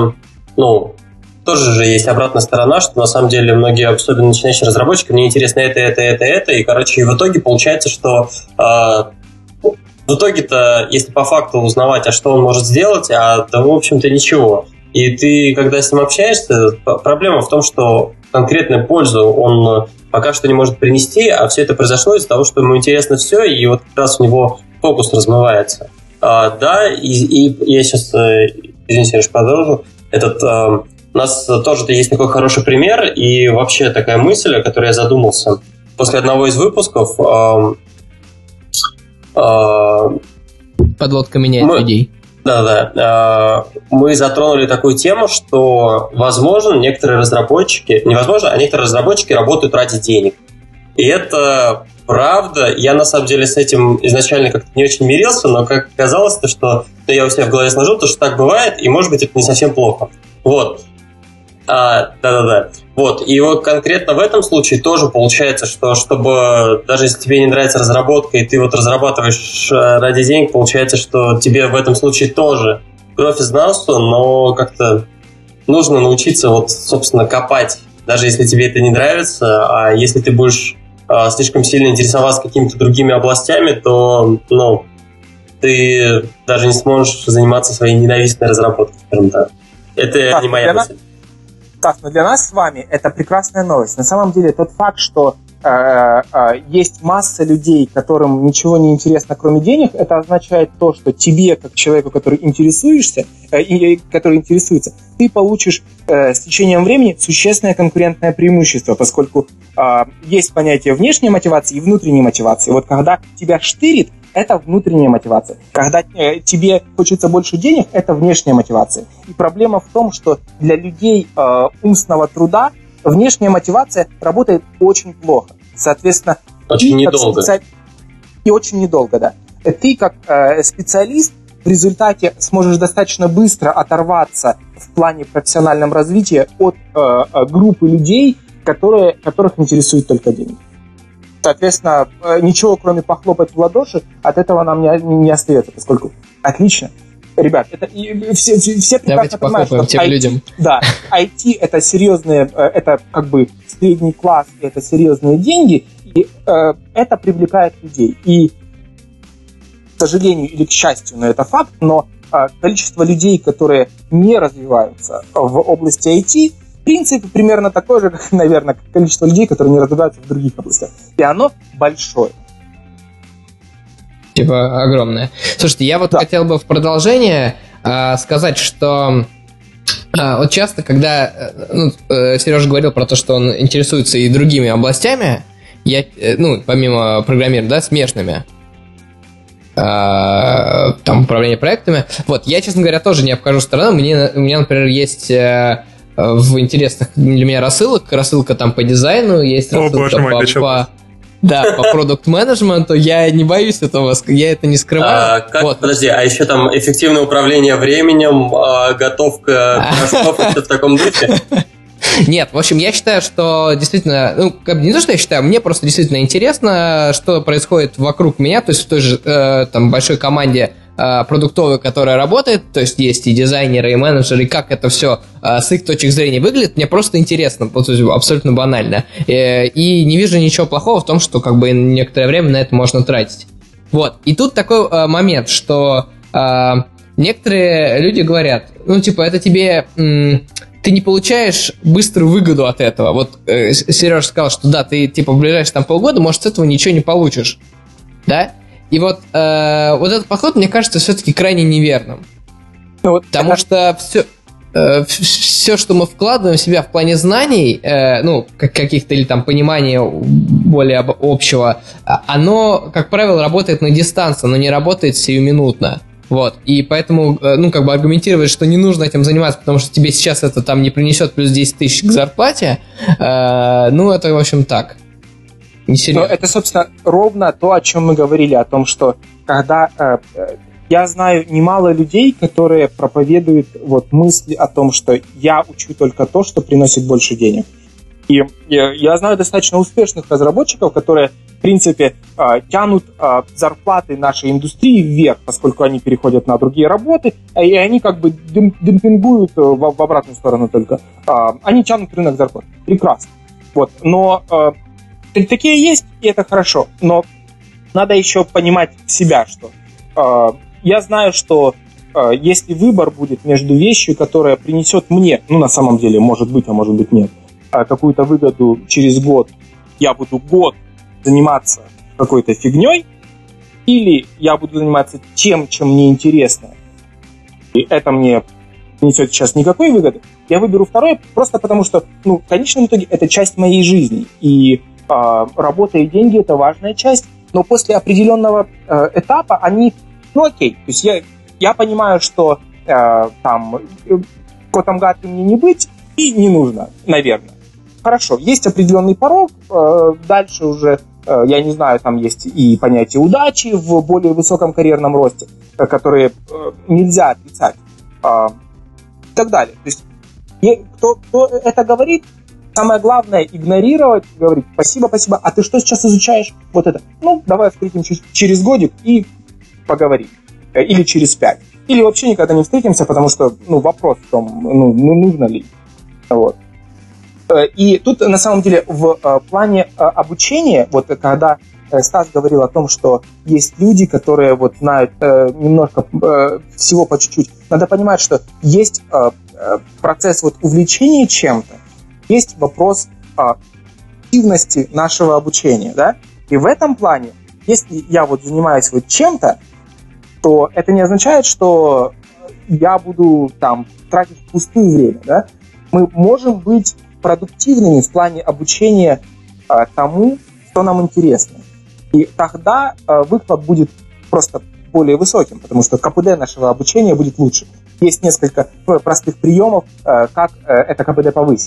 тоже же есть обратная сторона, что на самом деле многие, особенно начинающие разработчики, мне интересно это, и, в итоге получается, что в итоге-то, если по факту узнавать, а что он может сделать, да, в общем-то, ничего. И ты, когда с ним общаешься, проблема в том, что конкретную пользу он пока что не может принести, а все это произошло из-за того, что ему интересно все, и вот как раз у него фокус размывается. Да, и я сейчас, извините, Сереж, продолжу. У нас тоже есть такой хороший пример, и вообще такая мысль, о которой я задумался. После одного из выпусков... Подводка меняет людей. Да. Мы затронули такую тему, что, возможно, некоторые разработчики... Невозможно, а некоторые разработчики работают ради денег. И это правда. Я, на самом деле, с этим изначально как-то не очень мирился, но как оказалось, то, что я у себя в голове сложил, то, что так бывает, и, может быть, это не совсем плохо. Вот. Да. Вот. И вот конкретно в этом случае тоже получается, что чтобы даже если тебе не нравится разработка, и ты вот разрабатываешь ради денег, получается, что тебе в этом случае тоже кровь из носу, но как-то нужно научиться вот, собственно, копать, даже если тебе это не нравится, а если ты будешь слишком сильно интересоваться какими-то другими областями, то, ты даже не сможешь заниматься своей ненавистной разработкой, скажем так. Это не моя мысль. Так, но для нас с вами это прекрасная новость. На самом деле тот факт, что есть масса людей, которым ничего не интересно, кроме денег, это означает то, что тебе, как человеку, который интересуется, ты получишь с течением времени существенное конкурентное преимущество, поскольку есть понятие внешней мотивации и внутренней мотивации. Вот когда тебя штырит, это внутренняя мотивация. Когда тебе хочется больше денег, это внешняя мотивация. И проблема в том, что для людей умственного труда внешняя мотивация работает очень плохо. Соответственно, очень недолго. И очень недолго, да. Ты как специалист в результате сможешь достаточно быстро оторваться в плане профессионального развития от группы людей, которых интересует только деньги. Соответственно, ничего, кроме похлопать в ладоши, от этого нам не остается, поскольку отлично. Ребят, это все прекрасно понимают, что людям. Да, IT это серьезные, это как бы средний класс, это серьезные деньги, и это привлекает людей. И, к сожалению или к счастью, но это факт, но количество людей, которые не развиваются в области IT, в принципе, примерно такое же, как, наверное, количество людей, которые не развиваются в других областях. И оно большое. Типа огромное. Слушайте, я вот хотел бы в продолжение сказать, что вот часто, когда Сережа говорил про то, что он интересуется и другими областями, помимо программирования, да, смежными, там, управление проектами, вот, я, честно говоря, тоже не обхожу стороной. У меня, например, есть в интересных для меня рассылка там по дизайну, есть рассылка по продукт-менеджменту. Я не боюсь этого, я это не скрываю. Подожди, а еще там эффективное управление временем, готовка пирожков, что-то в таком духе? Нет, в общем, я считаю, что действительно, не то, что я считаю, мне просто действительно интересно, что происходит вокруг меня, то есть в той же там большой команде продуктовой, которая работает, то есть есть и дизайнеры, и менеджеры, и как это все с их точек зрения выглядит, мне просто интересно, абсолютно банально. И не вижу ничего плохого в том, что как бы некоторое время на это можно тратить. Вот. И тут такой момент, что некоторые люди говорят, это тебе... ты не получаешь быструю выгоду от этого. Вот Сережа сказал, что да, ты в ближайшие там полгода, может, с этого ничего не получишь. Да? И вот этот подход, мне кажется, все-таки крайне неверным. Потому что все, что мы вкладываем в себя в плане знаний, каких-то или там понимания более общего, оно, как правило, работает на дистанции, но не работает сиюминутно. Вот, и поэтому, аргументировать, что не нужно этим заниматься, потому что тебе сейчас это там не принесет плюс 10 тысяч к зарплате, это, в общем, так. Но это, собственно, ровно то, о чем мы говорили, о том, что когда... я знаю немало людей, которые проповедуют мысли о том, что я учу только то, что приносит больше денег. И я знаю достаточно успешных разработчиков, которые, в принципе, тянут зарплаты нашей индустрии вверх, поскольку они переходят на другие работы, и они как бы демпингуют в обратную сторону только. Они тянут рынок зарплат. Прекрасно. Но такие есть, и это хорошо. Но надо еще понимать себя, что я знаю, что если выбор будет между вещью, которая принесет мне, на самом деле, может быть, а может быть нет, какую-то выгоду через год, я буду год заниматься какой-то фигней, или я буду заниматься тем, чем мне интересно, и это мне несет сейчас никакой выгоды, я выберу второе просто потому, что, в конечном итоге, это часть моей жизни, и работа и деньги – это важная часть, но после определенного этапа они, окей, то есть я понимаю, что там котом гадким мне не быть и не нужно, наверное. Хорошо, есть определенный порог, дальше уже, я не знаю, там есть и понятие удачи в более высоком карьерном росте, которые нельзя отрицать, и так далее. То есть кто это говорит, самое главное игнорировать, говорить спасибо, а ты что сейчас изучаешь? Вот это. Давай встретимся через годик и поговорим. Или через 5. Или вообще никогда не встретимся, потому что, вопрос в том, нужно ли. Вот. И тут, на самом деле, в плане обучения, вот когда Стас говорил о том, что есть люди, которые вот знают немножко всего по чуть-чуть, надо понимать, что есть процесс вот увлечения чем-то, есть вопрос активности нашего обучения, да? И в этом плане, если я вот занимаюсь вот чем-то, то это не означает, что я буду там тратить впустую время, да? Мы можем быть продуктивными в плане обучения тому, что нам интересно. И тогда выхлоп будет просто более высоким, потому что КПД нашего обучения будет лучше. Есть несколько простых приемов, как это КПД повысить.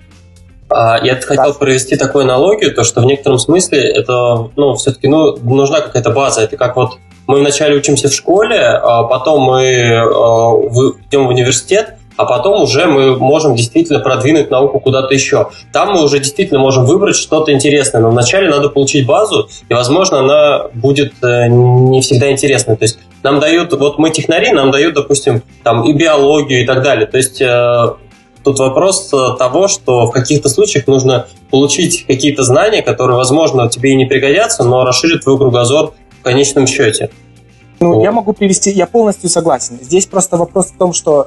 Я хотел провести такую аналогию, то что в некотором смысле это, все-таки, нужна какая-то база. Это как вот мы вначале учимся в школе, а потом мы идем в университет, а потом уже мы можем действительно продвинуть науку куда-то еще. Там мы уже действительно можем выбрать что-то интересное, но вначале надо получить базу, и, возможно, она будет не всегда интересной. То есть нам дают, вот мы технари, нам дают, допустим, там и биологию и так далее. То есть тут вопрос того, что в каких-то случаях нужно получить какие-то знания, которые, возможно, тебе и не пригодятся, но расширят твой кругозор в конечном счете. Я могу привести, я полностью согласен. Здесь просто вопрос в том, что,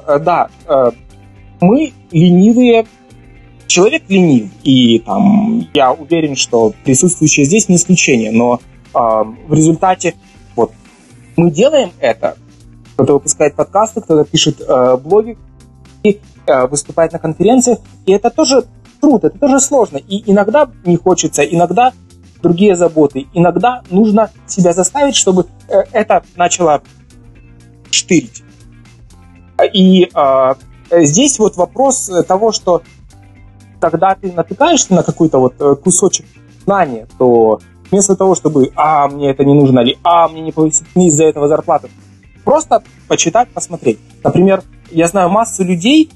мы ленивые, человек ленив, и там, я уверен, что присутствующие здесь не исключение, но в результате вот мы делаем это, кто-то выпускает подкасты, кто-то пишет блоги, и выступает на конференциях, и это тоже труд, это тоже сложно, и иногда не хочется, иногда другие заботы. Иногда нужно себя заставить, чтобы это начало штырить. И здесь вот вопрос того, что когда ты натыкаешься на какой-то вот кусочек знания, то вместо того, чтобы мне это не нужно, или мне не повысить из-за этого зарплату, просто почитать, посмотреть. Например, я знаю массу людей,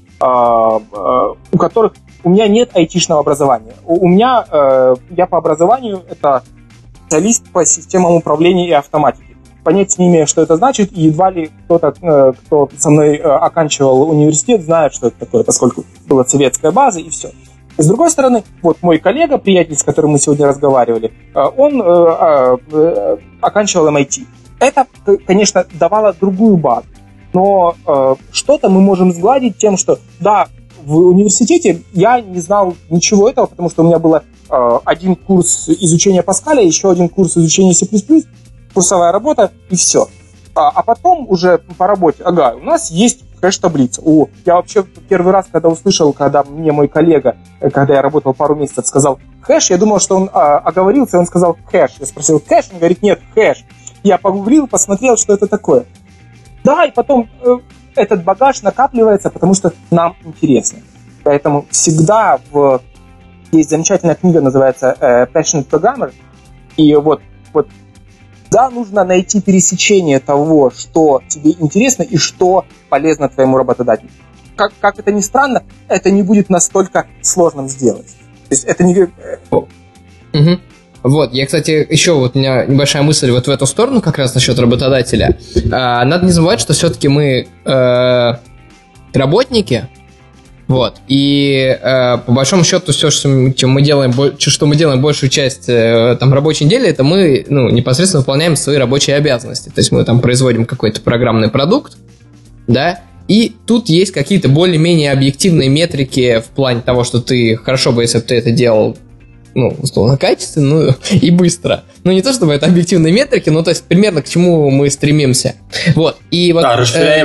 у которых у меня нет айтишного образования. У меня, я по образованию это специалист по системам управления и автоматики. Понятия не имею, что это значит, и едва ли кто-то, кто со мной оканчивал университет, знает, что это такое, поскольку была советская база, и все. С другой стороны, вот мой коллега, приятель, с которым мы сегодня разговаривали, он оканчивал MIT. Это, конечно, давало другую базу, но что-то мы можем сгладить тем, что, в университете я не знал ничего этого, потому что у меня был один курс изучения Паскаля, еще один курс изучения C++, курсовая работа, и все. А потом уже по работе, у нас есть хэш-таблица. Я вообще первый раз, когда услышал, когда мне мой коллега, когда я работал пару месяцев, сказал хэш, я думал, что он оговорился, он сказал хэш. Я спросил хэш, он говорит, нет, хэш. Я погуглил, посмотрел, что это такое. И потом этот багаж накапливается, потому что нам интересно. Поэтому всегда есть замечательная книга, называется Passionate Programmer, и нужно найти пересечение того, что тебе интересно и что полезно твоему работодателю. Как это ни странно, это не будет настолько сложным сделать. То есть это не... Вот, я, кстати, еще у меня небольшая мысль вот в эту сторону, как раз насчет работодателя. Надо не забывать, что все-таки мы работники, Вот. И по большому счету все, что мы делаем большую часть там, рабочей недели, это мы непосредственно выполняем свои рабочие обязанности. То есть мы там производим какой-то программный продукт, да, и тут есть какие-то более-менее объективные метрики в плане того, что ты хорошо бы, если бы ты это делал, условно, качественно, и быстро. Не то, чтобы это объективные метрики, но то есть примерно к чему мы стремимся. Вот. И вот расширяем.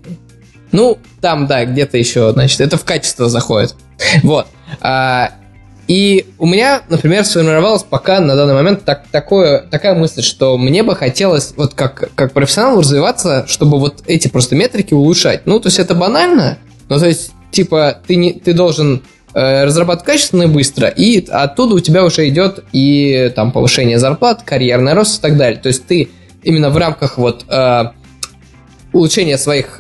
Там, да, где-то еще, значит, это в качество заходит. Вот. И у меня, например, сформировалась пока на данный момент такая мысль, что мне бы хотелось вот как профессионалу развиваться, чтобы вот эти просто метрики улучшать. То есть это банально, но то есть, типа, ты должен разрабатывать качественно и быстро, и оттуда у тебя уже идет и там повышение зарплат, карьерный рост и так далее. То есть ты именно в рамках вот улучшения своих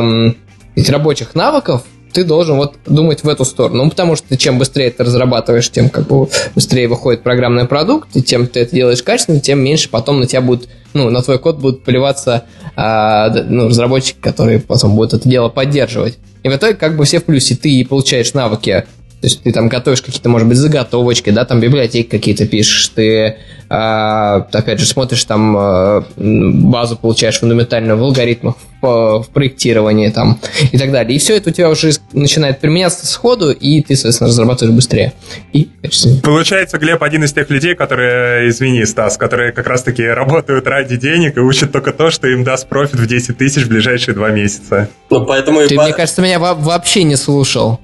рабочих навыков ты должен вот думать в эту сторону. Потому что чем быстрее ты разрабатываешь, тем как бы быстрее выходит программный продукт, и тем ты это делаешь качественно, тем меньше потом на тебя будут, на твой код будут поливаться разработчики, которые потом будут это дело поддерживать. И в итоге как бы все в плюсе. Ты получаешь навыки. То есть ты там готовишь какие-то, может быть, заготовочки, да, там библиотеки какие-то пишешь, ты, опять же, смотришь там базу, получаешь фундаментальную в алгоритмах, в проектировании там и так далее. И все это у тебя уже начинает применяться сходу, и ты, соответственно, разрабатываешь быстрее. И качественнее. Получается, Глеб один из тех людей, которые, извини, Стас, которые как раз-таки работают ради денег и учат только то, что им даст профит в 10 тысяч в ближайшие 2 месяца. Поэтому ты, мне кажется, меня вообще не слушал.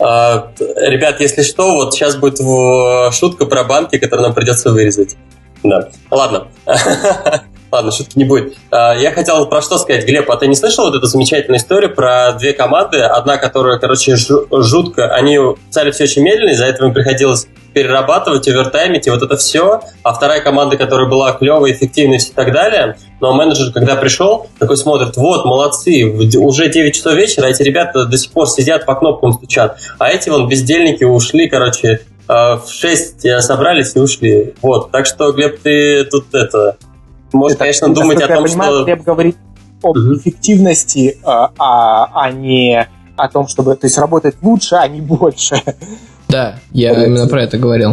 Ребят, если что, вот сейчас будет шутка про банки, которую нам придется вырезать. Да. Ладно. Ладно, шутки не будет. Я хотел про что сказать. Глеб, а ты не слышал вот эту замечательную историю про 2 команды? Одна, которая, жутко... Они писали все очень медленно, из-за этого им приходилось перерабатывать, овертаймить и вот это все. А вторая команда, которая была клевая, эффективная и так далее. Но менеджер, когда пришел, такой смотрит, вот, молодцы, уже 9 часов вечера, а эти ребята до сих пор сидят, по кнопкам стучат. А эти бездельники ушли, в 6 собрались и ушли. Вот, так что, Глеб, ты тут можешь, конечно, думать о том, что... Глеб говорит об эффективности, а не о том, чтобы, то есть, работать лучше, а не больше. Да, я именно про это говорил.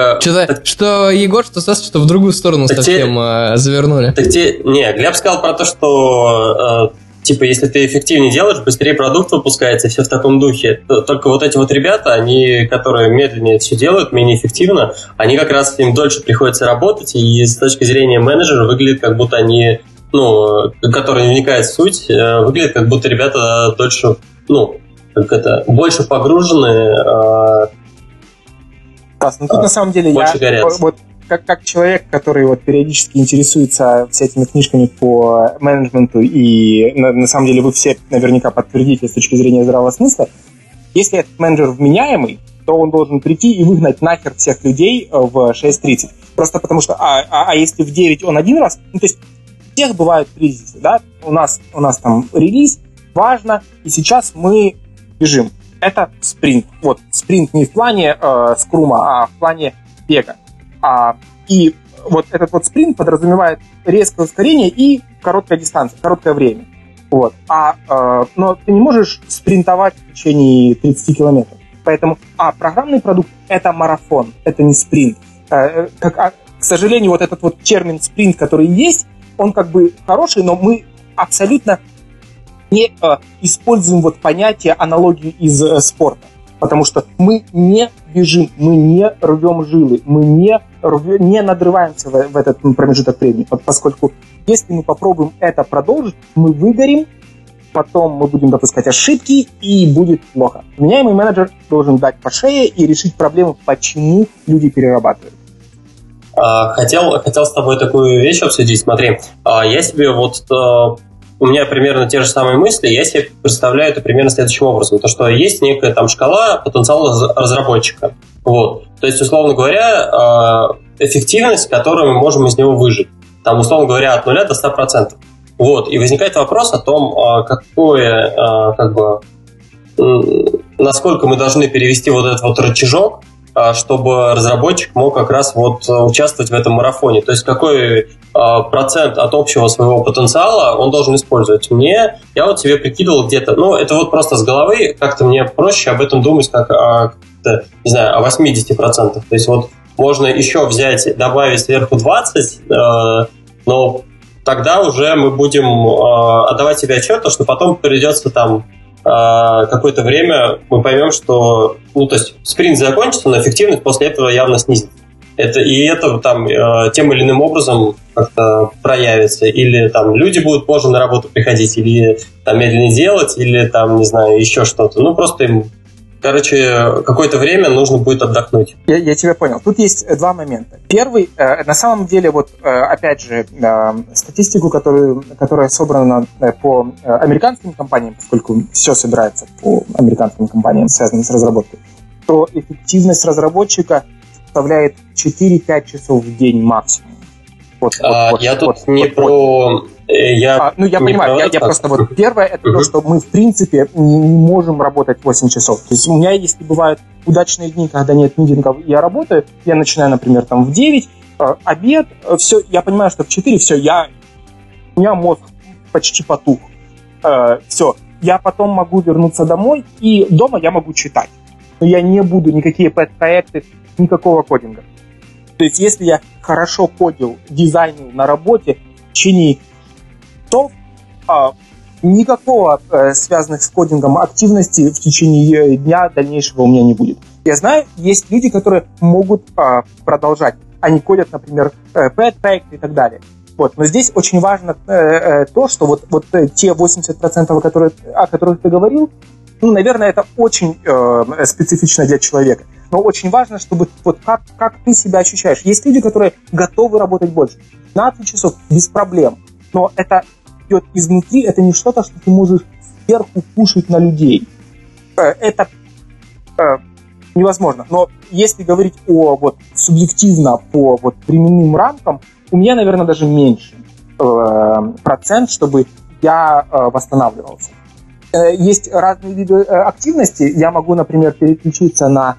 Что Егор, что Стас, что в другую сторону совсем завернули. Глеб сказал про то, что если ты эффективнее делаешь, быстрее продукт выпускается, и все в таком духе. Только вот эти вот ребята, они, которые медленнее все делают, менее эффективно, они как раз им дольше приходится работать, и с точки зрения менеджера выглядит, как будто они, который не вникает в суть, выглядит, как будто ребята дольше, больше погружены. Тут на самом деле я вот как человек, который вот периодически интересуется всякими книжками по менеджменту, и на самом деле вы все наверняка подтвердите с точки зрения здравого смысла, если этот менеджер вменяемый, то он должен прийти и выгнать нахер всех людей в 6:30. Просто потому что, если в 9 он один раз, то есть у всех бывают кризисы, да, у нас там релиз, важно, и сейчас мы бежим. Это спринт. Вот, спринт не в плане скрума, а в плане бега. И вот этот вот спринт подразумевает резкое ускорение и короткая дистанция, короткое время. Вот. Но ты не можешь спринтовать в течение 30 километров. Поэтому, программный продукт — это марафон, это не спринт. К сожалению, вот этот вот термин спринт, который есть, он как бы хороший, но мы абсолютно не используем вот понятие, аналогию из спорта. Потому что мы не бежим, мы не рвем жилы, мы не надрываемся в этот промежуток времени. Поскольку если мы попробуем это продолжить, мы выгорим, потом мы будем допускать ошибки, и будет плохо. Вменяемый менеджер должен дать по шее и решить проблему, почему люди перерабатывают. Хотел с тобой такую вещь обсудить. Смотри, я себе у меня примерно те же самые мысли, я себе представляю это примерно следующим образом. То, что есть некая там шкала потенциала разработчика. Вот. То есть, условно говоря, эффективность, которую мы можем из него выжить. Там, условно говоря, от 0 до 100%. Вот. И возникает вопрос о том, насколько мы должны перевести вот этот вот рычажок чтобы разработчик мог как раз вот участвовать в этом марафоне. То есть какой процент от общего своего потенциала он должен использовать. Я вот себе прикидывал где-то, это вот просто с головы, как-то мне проще об этом думать, как не знаю, о 80%. То есть вот можно еще взять, добавить сверху 20, но тогда уже мы будем отдавать себе отчет, что потом придется там какое-то время мы поймем, что то есть спринт закончится, но эффективность после этого явно снизится. Это там тем или иным образом как-то проявится. Или там люди будут позже на работу приходить, или там медленнее делать, или там, не знаю, еще что-то. Просто им, какое-то время нужно будет отдохнуть. Я тебя понял. Тут есть два момента. Первый, на самом деле, опять же, статистику, которая собрана по американским компаниям, поскольку все собирается по американским компаниям, связанным с разработкой, то эффективность разработчика составляет 4-5 часов в день максимум. Я понимаю, я просто первое, это то, что мы в принципе не можем работать 8 часов. То есть у меня, если бывают удачные дни, когда нет митингов, я работаю, я начинаю, например, там в 9, обед, все, я понимаю, что в 4, все, у меня мозг почти потух. Все, я потом могу вернуться домой, и дома я могу читать. Но я не буду никакие пэт-проекты, никакого кодинга. То есть, если я хорошо кодил, дизайнил на работе в течение часов, никакого связанных с кодингом активности в течение дня дальнейшего у меня не будет. Я знаю, есть люди, которые могут продолжать. Они кодят, например, пэт-проекты и так далее. Но здесь очень важно то, что те 80%, о которых ты говорил, наверное, это очень специфично для человека. Но очень важно, чтобы как ты себя ощущаешь. Есть люди, которые готовы работать больше. 15 часов без проблем. Но это идет изнутри, это не что-то, что ты можешь сверху пушить на людей. Это невозможно. Но если говорить субъективно по временным рамкам, у меня, наверное, даже меньше процент, чтобы я восстанавливался. Есть разные виды активности. Я могу, например, переключиться на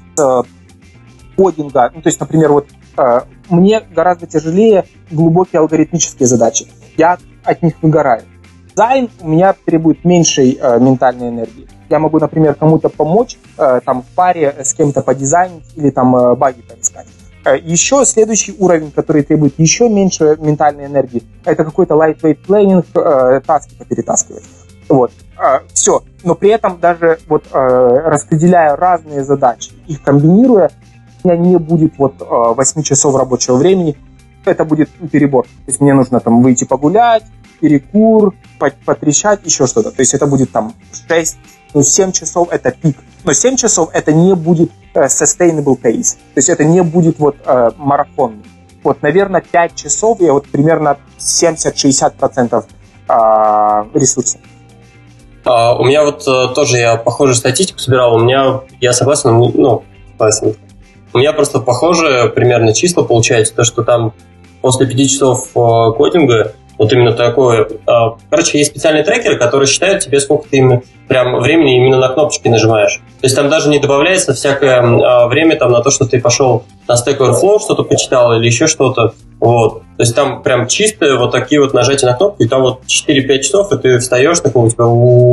кодинга. То есть, например, мне гораздо тяжелее глубокие алгоритмические задачи. Я от них выгораю. Дизайн у меня требует меньшей ментальной энергии. Я могу, например, кому-то помочь в паре с кем-то подизайнить или баги поискать. Еще следующий уровень, который требует еще меньше ментальной энергии, это какой-то lightweight planning, таски поперетаскивать. Все. Но при этом даже распределяя разные задачи, их комбинируя, у меня не будет 8 часов рабочего времени. Это будет перебор. То есть мне нужно выйти погулять, перекур, потрещать, еще что-то. То есть это будет 6, 7 часов это пик. Но 7 часов это не будет sustainable pace. То есть это не будет марафонный. Наверное, 5 часов и примерно 70-60% ресурсов. У меня тоже я похожую статистику собирал. Я согласен, согласен. У меня просто похожие примерно числа получается, то, что там после 5 часов кодинга именно такое. Есть специальные трекеры, которые считают тебе, сколько ты прям времени именно на кнопочки нажимаешь. То есть там даже не добавляется всякое время на то, что ты пошел на Stack Overflow, что-то почитал или еще что-то. То есть там прям чистые такие нажатия на кнопку, и там 4-5 часов, и ты встаешь, такой у тебя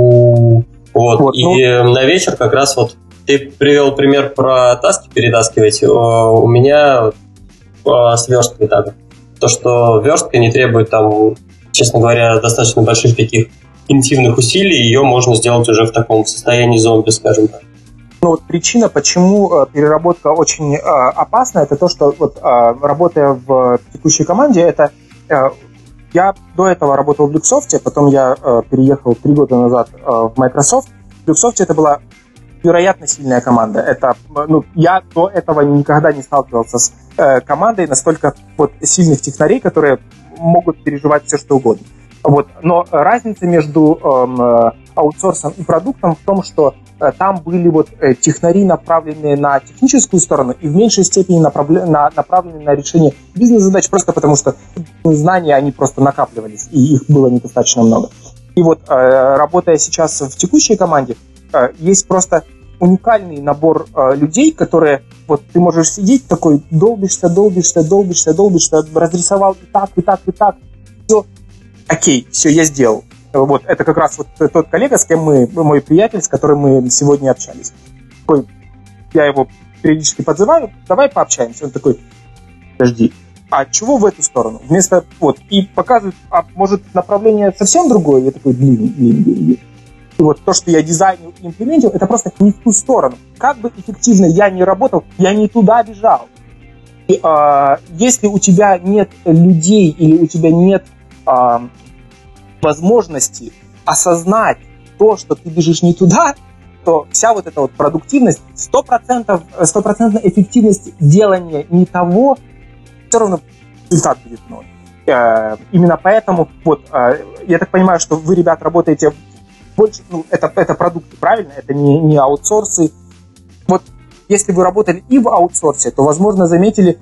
И на вечер как раз ты привел пример про таски перетаскивать. У меня с версткой так. То, что верстка не требует честно говоря, достаточно больших таких интенсивных усилий, ее можно сделать уже в таком состоянии зомби, скажем так. Причина, почему переработка очень опасна, это то, что работая в текущей команде, я до этого работал в Luxoft, потом я переехал 3 года назад в Microsoft. В Luxoft это была невероятно сильная команда. Я до этого никогда не сталкивался с командой настолько сильных технарей, которые могут переживать все, что угодно. Но разница между аутсорсом и продуктом в том, что там были технари, направленные на техническую сторону, и в меньшей степени направленные на решение бизнес-задач, просто потому что знания, они просто накапливались, и их было недостаточно много. И работая сейчас в текущей команде, есть просто уникальный набор людей, которые вот ты можешь сидеть такой, долбишься, разрисовал и так, все, окей, все, я сделал. Вот, это как раз вот тот коллега, с кем мой приятель, с которым мы сегодня общались. Такой, я его периодически подзываю, давай пообщаемся. Он такой, подожди, а чего в эту сторону? Вместо, вот, и показывает, а может направление совсем другое? Я такой, блин. И вот то, что я дизайнил и имплементил, это просто не в ту сторону. Как бы эффективно я ни работал, я не туда бежал. И если у тебя нет людей или у тебя нет возможности осознать то, что ты бежишь не туда, то вся вот эта вот продуктивность, 100% эффективность делания не того, все равно результат будет ноль. Именно поэтому, вот, я так понимаю, что вы, ребят, работаете больше, ну, это продукты, правильно? Это не аутсорсы. Вот если вы работали и в аутсорсе, то, возможно, заметили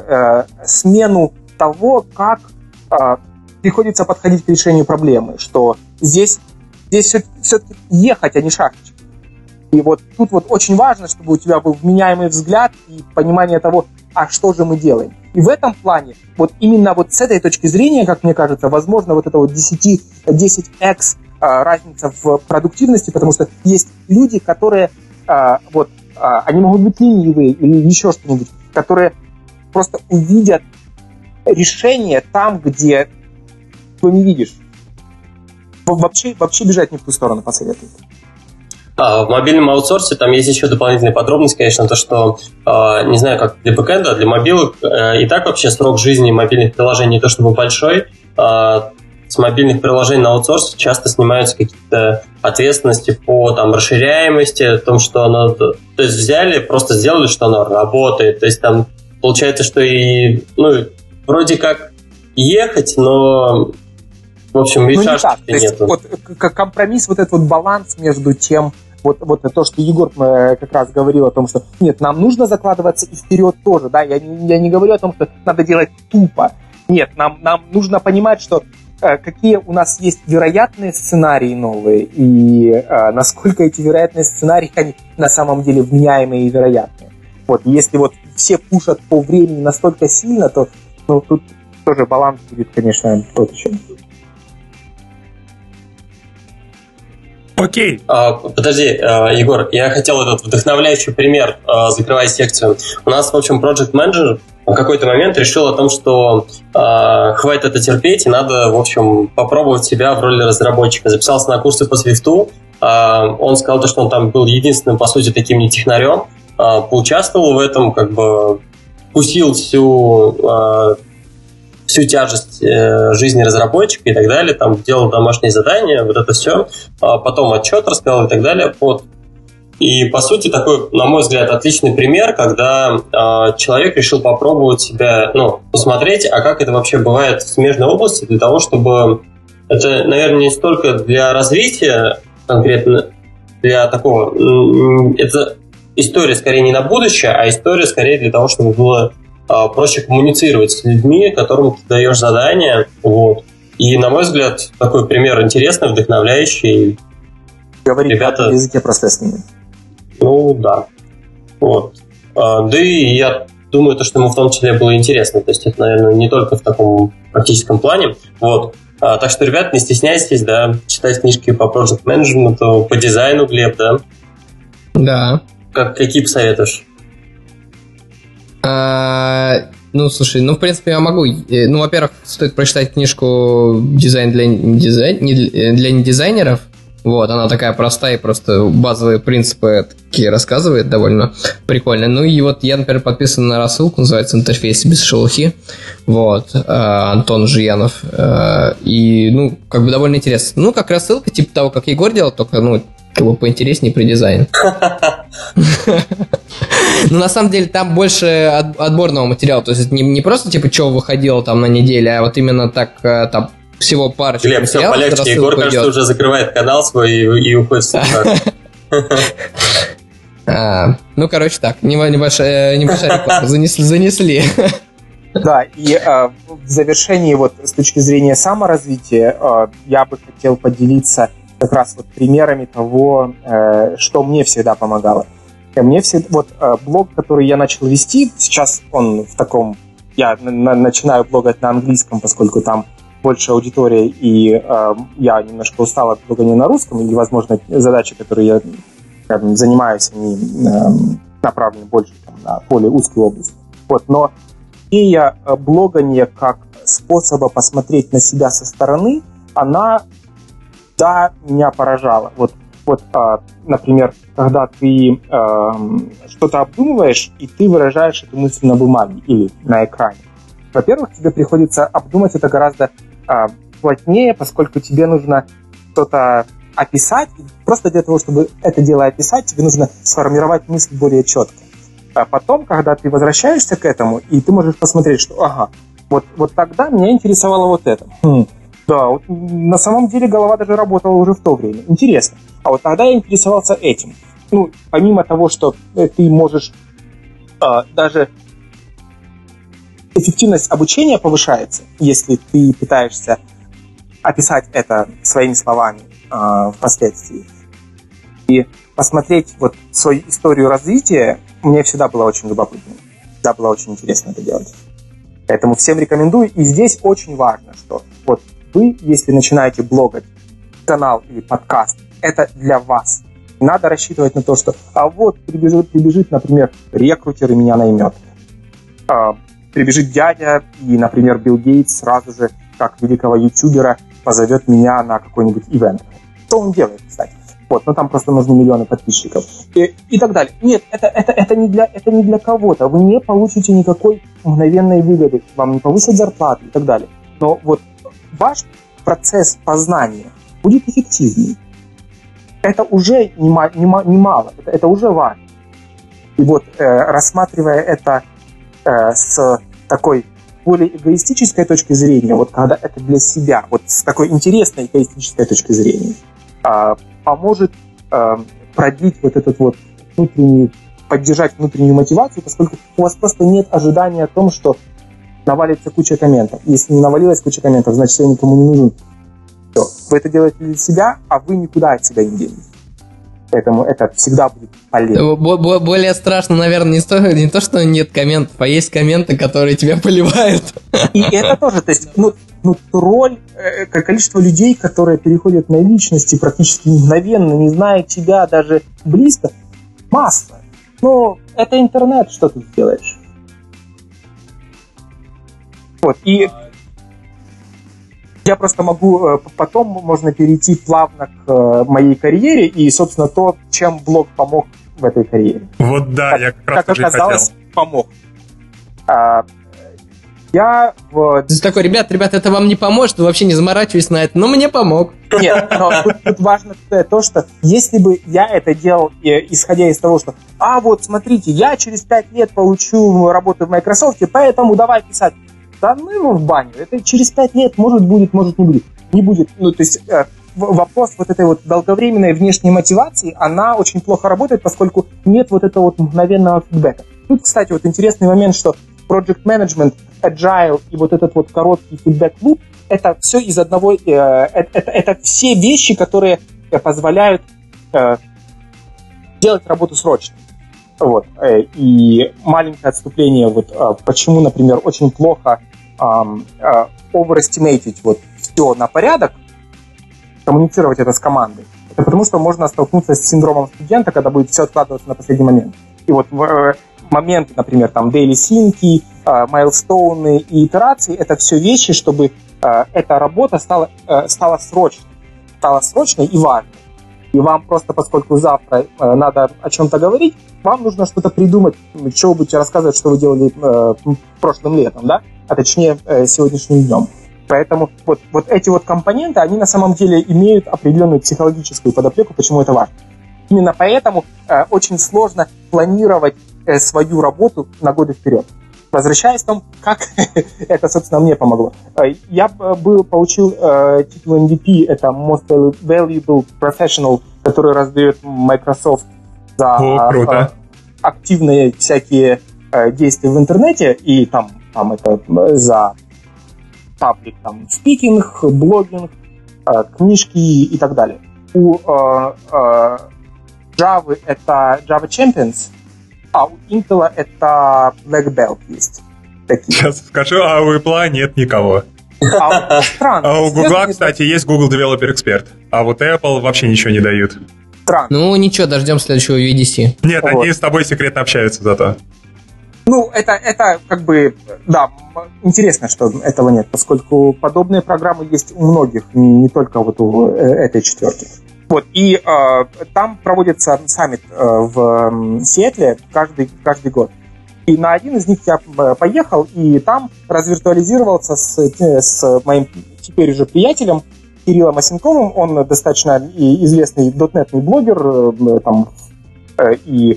смену того, как приходится подходить к решению проблемы, что здесь все-таки ехать, а не шахточка. И вот тут вот очень важно, чтобы у тебя был вменяемый взгляд и понимание того, а что же мы делаем. И в этом плане, вот именно вот с этой точки зрения, как мне кажется, возможно, вот это вот 10x разница в продуктивности, потому что есть люди, которые они могут быть ленивые или еще что-нибудь, которые просто увидят решение там, где ты не видишь. Вообще бежать не в ту сторону посоветую. В мобильном аутсорсе там есть еще дополнительная подробность, конечно, то, что, не знаю, как для бэкэнда, для мобилок, и так вообще срок жизни мобильных приложений не то чтобы большой. С мобильных приложений на аутсорс часто снимаются какие-то ответственности по там расширяемости, о том, что оно... То есть взяли, просто сделали, что оно работает. То есть там получается, что и... Ну, вроде как ехать, но... В общем, и шашки нету. Вот, компромисс, вот этот вот баланс между тем, вот то, что Егор как раз говорил о том, что нет, нам нужно закладываться и вперед тоже, да, я не говорю о том, что надо делать тупо. Нет, нам нужно понимать, что какие у нас есть вероятные сценарии новые, и насколько эти вероятные сценарии, они на самом деле вменяемые и вероятные. Вот, если вот все пушат по времени настолько сильно, то тут тоже баланс будет, конечно, очень. Окей. Подожди, Егор, я хотел этот вдохновляющий пример, закрывая секцию. У нас, в общем, Project Manager в какой-то момент решил о том, что хватит это терпеть, и надо, в общем, попробовать себя в роли разработчика. Записался на курсы по Swift. Он сказал, что он там был единственным, по сути, таким не технарем. Поучаствовал в этом, как бы вкусил всю тяжесть жизни разработчика и так далее, там делал домашние задания, вот это все, потом отчет рассказал и так далее. Вот. И, по сути, такой, на мой взгляд, отличный пример, когда человек решил попробовать себя, посмотреть, а как это вообще бывает в смежной области, для того, чтобы... Это, наверное, не столько для развития конкретно, для такого... Это история скорее не на будущее, а история скорее для того, чтобы было проще коммуницировать с людьми, которым ты даешь задания. Вот. И, на мой взгляд, такой пример интересный, вдохновляющий. Говорить ребята... на языке просто с ними. Ну, да. Вот. Да и я думаю, что ему в том числе было интересно. То есть это, наверное, не только в таком практическом плане. Вот. Так что, ребят, не стесняйтесь, да, читать книжки по project management, по дизайну, Глеб, да? Да. Какие посоветуешь? Слушай, в принципе, я могу. Во-первых, стоит прочитать книжку «Дизайн для недизайнеров». Вот, она такая простая, просто базовые принципы такие рассказывает, довольно прикольно. Ну и вот я, например, подписан на рассылку, называется «Интерфейс без шелухи». Вот, Антон Жиянов. И, довольно интересно. Как рассылка, типа того, как Егор делал, только, поинтереснее при дизайне. На самом деле, там больше отборного материала. То есть, не просто, что выходило там на неделю, а вот именно так, там, всего парочку материалов. Глеб, все, полегче. Егор, кажется, уже закрывает канал свой и уходит в сумрак. Короче, так, небольшая реклама. Занесли. Да, и в завершении, вот с точки зрения саморазвития, я бы хотел поделиться как раз вот примерами того, что мне всегда помогало. Мне блог, который я начал вести, сейчас он в таком... Я начинаю блогать на английском, поскольку там больше аудитория, и я немножко устал от блогания на русском, или, возможно, задачи, которые я занимаюсь, они направлены больше на более узкую область. Но идея блогания как способа посмотреть на себя со стороны, она, меня поражала. Например, когда ты что-то обдумываешь, и ты выражаешь эту мысль на бумаге или на экране. Во-первых, тебе приходится обдумать это гораздо плотнее, поскольку тебе нужно что-то описать. Просто для того, чтобы это дело описать, тебе нужно сформировать мысль более четко. А потом, когда ты возвращаешься к этому, и ты можешь посмотреть, что вот тогда меня интересовало вот это. Да, на самом деле голова даже работала уже в то время. Интересно. А вот тогда я интересовался этим. Помимо того, что ты можешь даже эффективность обучения повышается, если ты пытаешься описать это своими словами впоследствии. И посмотреть свою историю развития мне всегда было очень любопытно. Всегда было очень интересно это делать. Поэтому всем рекомендую. И здесь очень важно, что вы, если начинаете блогать, канал или подкаст, это для вас. Не надо рассчитывать на то, что прибежит, например, рекрутер и меня наймет. Прибежит дядя и, например, Билл Гейтс сразу же, как великого ютубера, позовет меня на какой-нибудь ивент. Что он делает, кстати? Там просто нужны миллионы подписчиков. И так далее. Нет, это не для кого-то. Вы не получите никакой мгновенной выгоды. Вам не повысят зарплату и так далее. Но ваш процесс познания будет эффективнее. Это уже немало. Это уже важно. И рассматривая это с такой более эгоистической точки зрения, когда это для себя, с такой интересной эгоистической точки зрения, поможет продлить поддержать внутреннюю мотивацию, поскольку у вас просто нет ожидания о том, что навалится куча комментов. Если не навалилась куча комментов, значит, я никому не нужен. Все. Вы это делаете для себя, а вы никуда от себя не денетесь. Поэтому это всегда будет полезно. Более страшно, наверное, не то, что нет комментов, а есть комменты, которые тебя поливают. И это тоже, то есть, количество людей, которые переходят на личности практически мгновенно, не зная тебя даже близко, масса. Но это интернет, что ты делаешь? И я просто могу, потом можно перейти плавно к моей карьере и, собственно, то, чем блог помог в этой карьере. Я как раз как оказалось, помог. То есть такой, ребят, это вам не поможет, вы вообще не заморачивайтесь на это, но мне помог. Нет, но тут важно то, что если бы я это делал, исходя из того, что смотрите, я через 5 лет получу работу в Microsoft, поэтому давай писать. Да ну его в баню. Это через 5 лет может будет, может не будет. Не будет. То есть вопрос этой долговременной внешней мотивации, она очень плохо работает, поскольку нет этого мгновенного фидбэка. Тут, кстати, интересный момент, что Project Management, Agile и этот короткий фидбэк-луп, это все из одного... Это все вещи, которые позволяют делать работу срочно. И маленькое отступление, почему, например, очень плохо overestimateить все на порядок, коммуницировать это с командой. Это потому, что можно столкнуться с синдромом студента, когда будет все откладываться на последний момент. И моменты, например, daily sync, майлстоуны и итерации, это все вещи, чтобы эта работа стала срочной и важной. И вам просто, поскольку завтра надо о чем-то говорить, вам нужно что-то придумать, что вы будете рассказывать, что вы делали прошлым летом, да? А точнее, сегодняшним днем. Поэтому эти компоненты, они на самом деле имеют определенную психологическую подоплеку, почему это важно. Именно поэтому очень сложно планировать свою работу на годы вперед. Возвращаясь к тому, как это, собственно, мне помогло. Я получил титул MVP, это Most Valuable Professional, который раздает Microsoft за активные всякие действия в интернете, и там это за паблик, спикинг, блогинг, книжки и так далее. Java это Java Champions, а у Intel это Black Belt есть. Такие. Сейчас скажу, а у Apple нет никого. Странно. А у Google, кстати, есть Google Developer Expert. А вот Apple вообще ничего не дают. Странно. Ну, ничего, дождем следующего VDC. Нет, Вот. они с тобой секретно общаются зато. Ну, это как бы, да, интересно, что этого нет, поскольку подобные программы есть у многих, не только вот у этой четверки. Вот, и там проводится саммит в Сиэтле каждый год. И на один из них я поехал, и там развиртуализировался с моим теперь уже приятелем Кириллом Осенковым. Он достаточно известный дотнетный блогер, там, и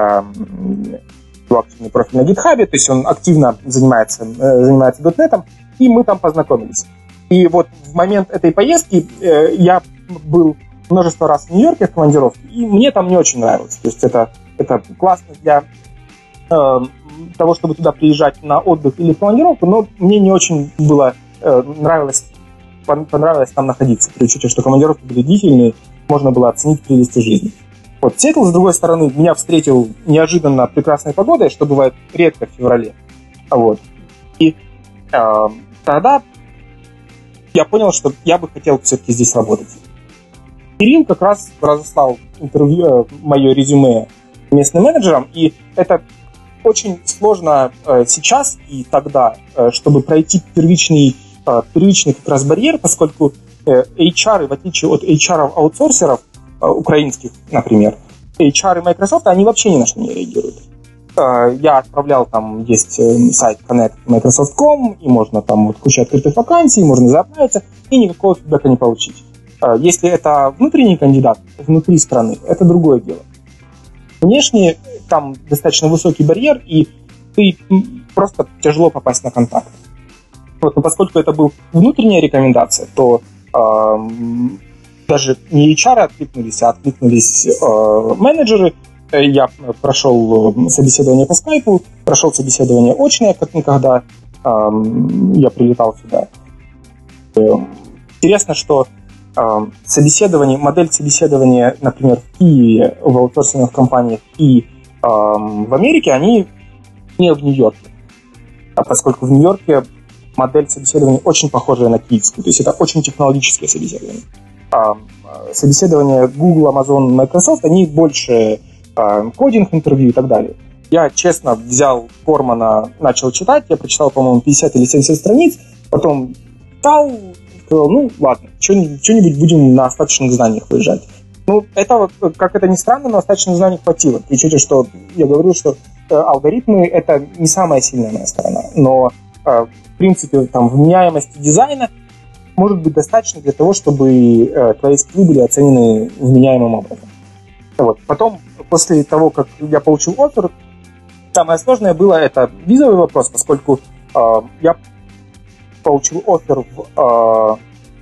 активный профиль на GitHub, то есть он активно занимается дотнетом, и мы там познакомились. И вот в момент этой поездки я был множество раз в Нью-Йорке в командировке, и мне там не очень нравилось. То есть это классно для того, чтобы туда приезжать на отдых или в командировку, но мне не очень было понравилось там находиться, при учете, что командировки были длительные, можно было оценить прелести жизни. Вот Сиэтл, с другой стороны, меня встретил неожиданно прекрасной погодой, что бывает редко в феврале. Вот. И тогда я понял, что я бы хотел все-таки здесь работать. Кирилл как раз разослал мое резюме местным менеджерам, и это очень сложно сейчас и тогда, чтобы пройти первичный как раз барьер, поскольку HR, в отличие от HR-аутсорсеров, украинских, например, HR и Microsoft, они вообще ни на что не реагируют. Я отправлял, там есть сайт Connect Microsoft.com, и можно там вот куча открытых вакансий, можно заплатиться, и никакого фидбэка не получить. Если это внутренний кандидат, внутри страны, это другое дело. Внешне там достаточно высокий барьер, и ты просто тяжело попасть на контакт. Вот, но поскольку это была внутренняя рекомендация, то даже не HR откликнулись, а откликнулись менеджеры. Я прошел собеседование по скайпу, прошел собеседование очное, как никогда. Я прилетал сюда. Интересно, что модель собеседования, например, в Киеве, в аутсорсинговых компаниях и в Америке, они не в Нью-Йорке. Поскольку в Нью-Йорке модель собеседования очень похожая на киевскую, то есть это очень технологическое собеседование. Собеседования Google, Amazon, Microsoft, они больше кодинг-интервью и так далее. Я, честно, взял Кормана, начал читать, я прочитал, по-моему, 50 или 70 страниц, потом сказал, ну, ладно, что-нибудь будем на остаточных знаниях выезжать. Ну, это, как это ни странно, на остаточных знаниях хватило. При учете, что я говорил, что алгоритмы — это не самая сильная моя сторона, но, в принципе, там, вменяемости дизайна может быть достаточно для того, чтобы твои скиллы были оценены вменяемым образом. Вот. Потом, после того, как я получил оффер, самое сложное было это визовый вопрос, поскольку я получил оффер в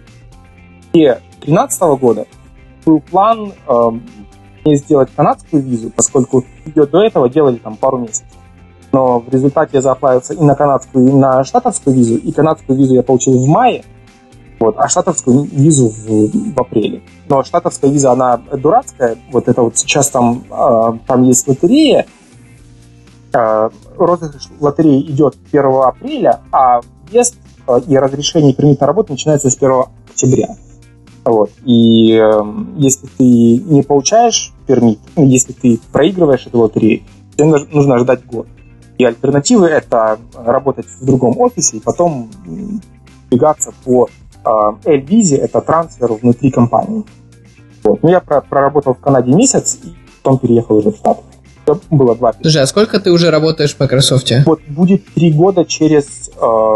2013 года. Был план мне сделать канадскую визу, поскольку ее до этого делали там пару месяцев. Но в результате я заплатился и на канадскую, и на штатовскую визу, и канадскую визу я получил в мае, вот, а штатовскую визу в апреле. Но штатовская виза, она дурацкая. Вот это вот сейчас там есть лотерея. Розыгрыш лотереи идет 1 апреля, а въезд и разрешение пермит на работу начинается с 1 октября. Вот. И если ты не получаешь пермит, если ты проигрываешь эту лотерею, тебе нужно ждать год. И альтернативы — это работать в другом офисе и потом двигаться по L-визе, это трансфер внутри компании. Вот. Ну, я проработал в Канаде месяц, и потом переехал уже в Штаты. Это было 2 месяца. Слушай, а сколько ты уже работаешь в Microsoft? Вот будет 3 года через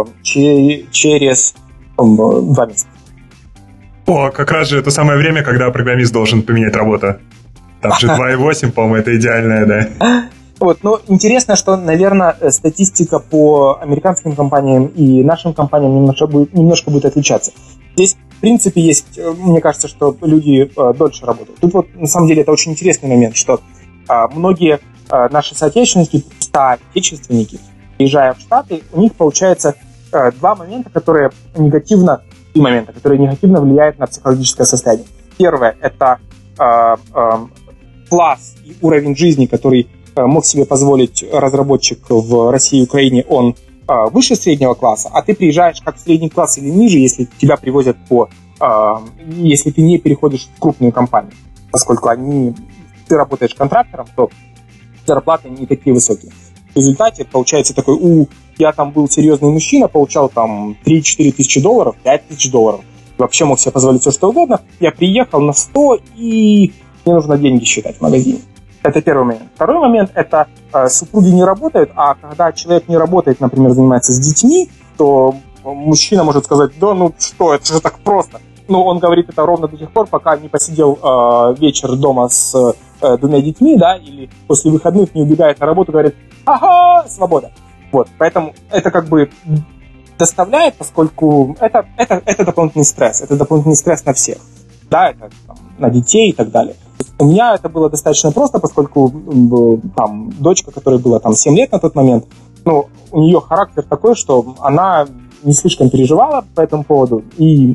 2 месяца. О, как раз же это самое время, когда программист должен поменять работу. Там же 2,8, по-моему, это идеальное, да? Вот, но интересно, что, наверное, статистика по американским компаниям и нашим компаниям немножко будет отличаться. Здесь, в принципе, есть, мне кажется, что люди дольше работают. Тут вот, на самом деле, это очень интересный момент, что многие наши соотечественники, приезжая в Штаты, у них получается 2 момента, которые негативно влияют на психологическое состояние. Первое — это класс и уровень жизни, который мог себе позволить разработчик в России и Украине, он выше среднего класса, а ты приезжаешь как средний класс или ниже, если тебя привозят если ты не переходишь в крупную компанию, поскольку ты работаешь контрактором, то зарплаты не такие высокие. В результате получается такой, я там был серьезный мужчина, получал там 3-4 тысячи долларов, 5 тысяч долларов, вообще мог себе позволить все, что угодно. Я приехал на 100, и мне нужно деньги считать в магазине. Это первый момент. Второй момент – это супруги не работают, а когда человек не работает, например, занимается с детьми, то мужчина может сказать, да ну что, это же так просто. Но он говорит это ровно до тех пор, пока не посидел вечер дома с двумя детьми, да, или после выходных не убегает на работу, говорит, ага, свобода. Вот, поэтому это как бы доставляет, поскольку это дополнительный стресс. Это дополнительный стресс на всех. Да, это там, на детей и так далее. У меня это было достаточно просто, поскольку там дочка, которой было там 7 лет на тот момент, у нее характер такой, что она не слишком переживала по этому поводу, и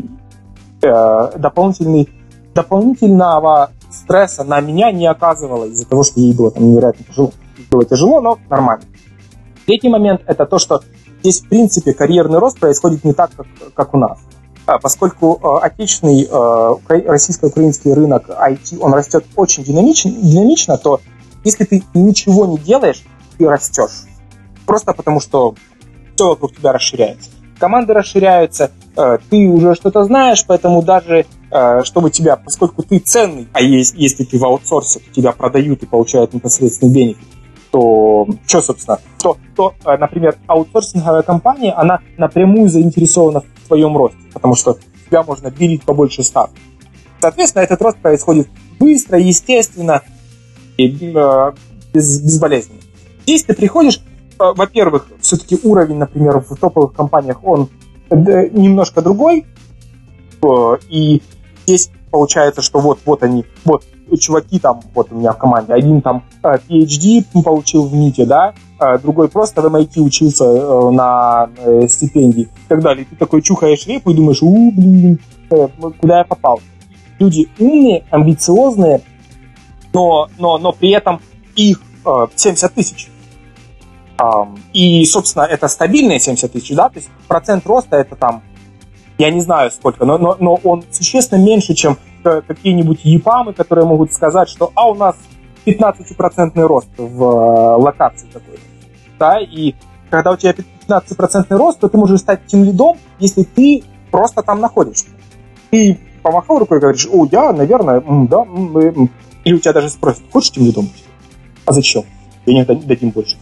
дополнительного стресса на меня не оказывало из-за того, что ей было там невероятно тяжело. Было тяжело, но нормально. Третий момент – это то, что здесь, в принципе, карьерный рост происходит не так, как у нас. Поскольку отечественный российско-украинский рынок IT, он растет очень динамично, то если ты ничего не делаешь, ты растешь. Просто потому, что все вокруг тебя расширяется. Команды расширяются, ты уже что-то знаешь, поэтому даже чтобы тебя, поскольку ты ценный, а если ты в аутсорсе, то тебя продают и получают непосредственный бенефит, то что, собственно, например, аутсорсинговая компания, она напрямую заинтересована в твоем росте, потому что тебя можно билить по большей ставке. Соответственно, этот рост происходит быстро, естественно и безболезненно. Здесь ты приходишь, во-первых, все-таки уровень, например, в топовых компаниях, он немножко другой, и здесь получается, что вот они, чуваки там, вот у меня в команде, один там PhD получил в МИТе, да, другой просто в MIT учился на стипендии и так далее. И ты такой чухаешь репу и думаешь, куда я попал? Люди умные, амбициозные, но при этом их 70 тысяч. И, собственно, это стабильные 70 тысяч, да, то есть процент роста это там, я не знаю сколько, но он существенно меньше, чем какие-нибудь ЕПАМы, которые могут сказать, что у нас 15% рост в локации такой. Да, и когда у тебя 15% рост, то ты можешь стать тимлидом, если ты просто там находишься. Ты помахал рукой и говоришь, я, наверное, да, или у тебя даже спросят, хочешь тимлидом быть? А зачем? Денег дадим больше.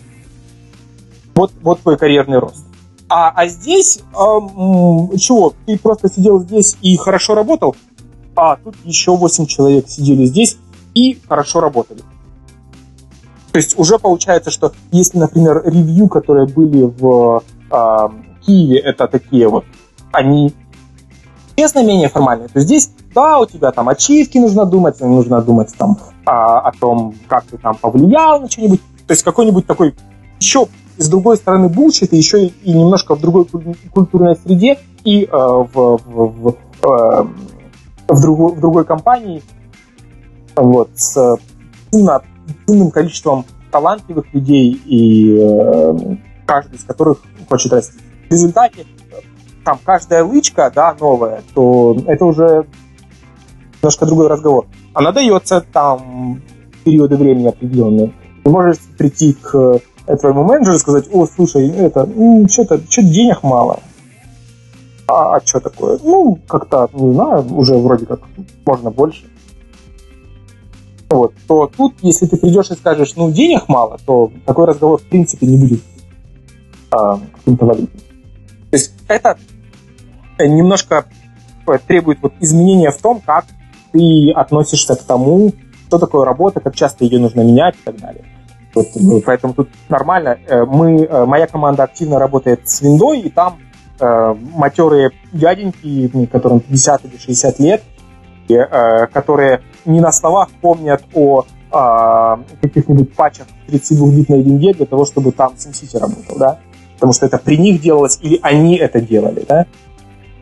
Вот твой карьерный рост. А здесь, чего, ты просто сидел здесь и хорошо работал, а тут еще 8 человек сидели здесь и хорошо работали. То есть уже получается, что если, например, ревью, которые были в Киеве, это такие вот, они, честно, менее формальные, то здесь, да, у тебя там ачивки нужно думать там о том, как ты там повлиял на что-нибудь, то есть какой-нибудь такой еще с другой стороны булшит, и еще и немножко в другой культурной среде, и в другой компании, вот, с ценным количеством талантливых людей, и каждый из которых хочет расти. В результате там каждая лычка, да, новая, то это уже немножко другой разговор. Она дается там периоды времени определенные. Ты можешь прийти к твоему менеджеру и сказать, слушай, что-то денег мало. А что такое? Как-то, не знаю, уже вроде как можно больше. Вот. То тут, если ты придешь и скажешь, денег мало, то такой разговор в принципе не будет каким-то валидным. То есть это немножко требует изменения в том, как ты относишься к тому, что такое работа, как часто ее нужно менять и так далее. Вот, поэтому тут нормально. Моя команда активно работает с виндой, и там матерые дяденьки, которым 50 или 60 лет, которые не на словах помнят о каких-нибудь патчах 32-битной винде для того, чтобы там SimCity работал, да? Потому что это при них делалось, или они это делали, да?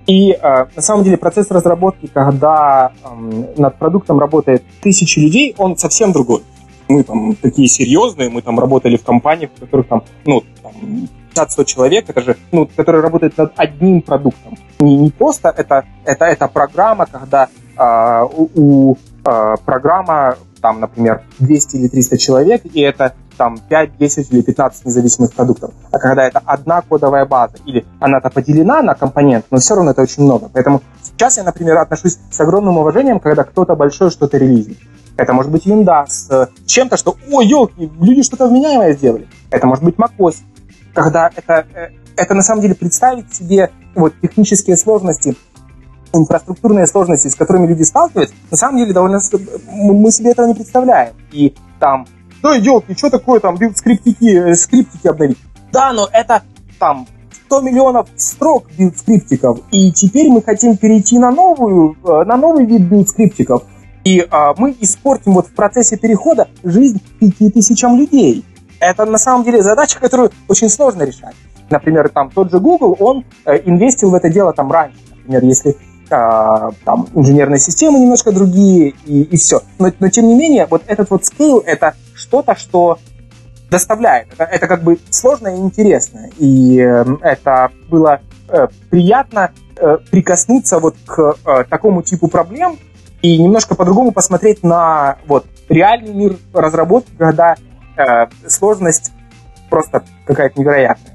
И на самом деле процесс разработки, когда над продуктом работает 1000 людей, он совсем другой. Мы там такие серьезные, мы там работали в компаниях, в которых там, 50-100 человек, это же, которые работают над одним продуктом. Не просто это программа, когда у программа, там, например, 200 или 300 человек, и это там 5, 10 или 15 независимых продуктов. А когда это одна кодовая база, или она-то поделена на компоненты, но все равно это очень много. Поэтому сейчас я, например, отношусь с огромным уважением, когда кто-то большой что-то релизит. Это может быть винда с чем-то, что, ой, елки, люди что-то вменяемое сделали. Это может быть macOS. Когда это на самом деле представить себе вот технические сложности, инфраструктурные сложности, с которыми люди сталкиваются, на самом деле довольно... Мы себе этого не представляем. И там, ой, елки, что такое там скриптики обновить? Да, но это там 100 миллионов строк билд-скриптиков, и теперь мы хотим перейти на новый вид билд-скриптиков. И мы испортим вот в процессе перехода жизнь 5000 людей. Это на самом деле задача, которую очень сложно решать. Например, там тот же Google, он инвестил в это дело там раньше. Например, если там инженерные системы немножко другие и все. Но тем не менее, вот этот вот scale — это что-то, что доставляет. Это как бы сложно и интересно. И это было приятно прикоснуться вот к такому типу проблем и немножко по-другому посмотреть на вот реальный мир разработки, когда сложность просто какая-то невероятная.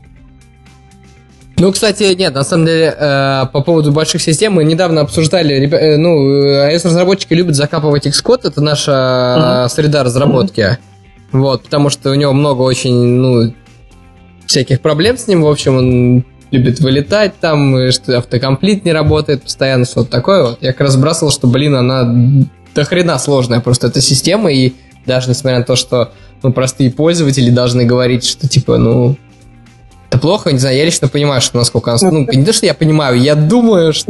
Ну, кстати, нет, на самом деле, по поводу больших систем мы недавно обсуждали, iOS-разработчики любят закапывать Xcode, это наша среда разработки, вот, потому что у него много очень, всяких проблем с ним, в общем, он любит вылетать там, что автокомплит не работает постоянно, что-то такое, вот. Я как раз бросил, что, она до хрена сложная просто эта система, и даже несмотря на то, что, простые пользователи должны говорить, что, это плохо, не знаю, я лично понимаю, что насколько она... не то, что я понимаю, я думаю, что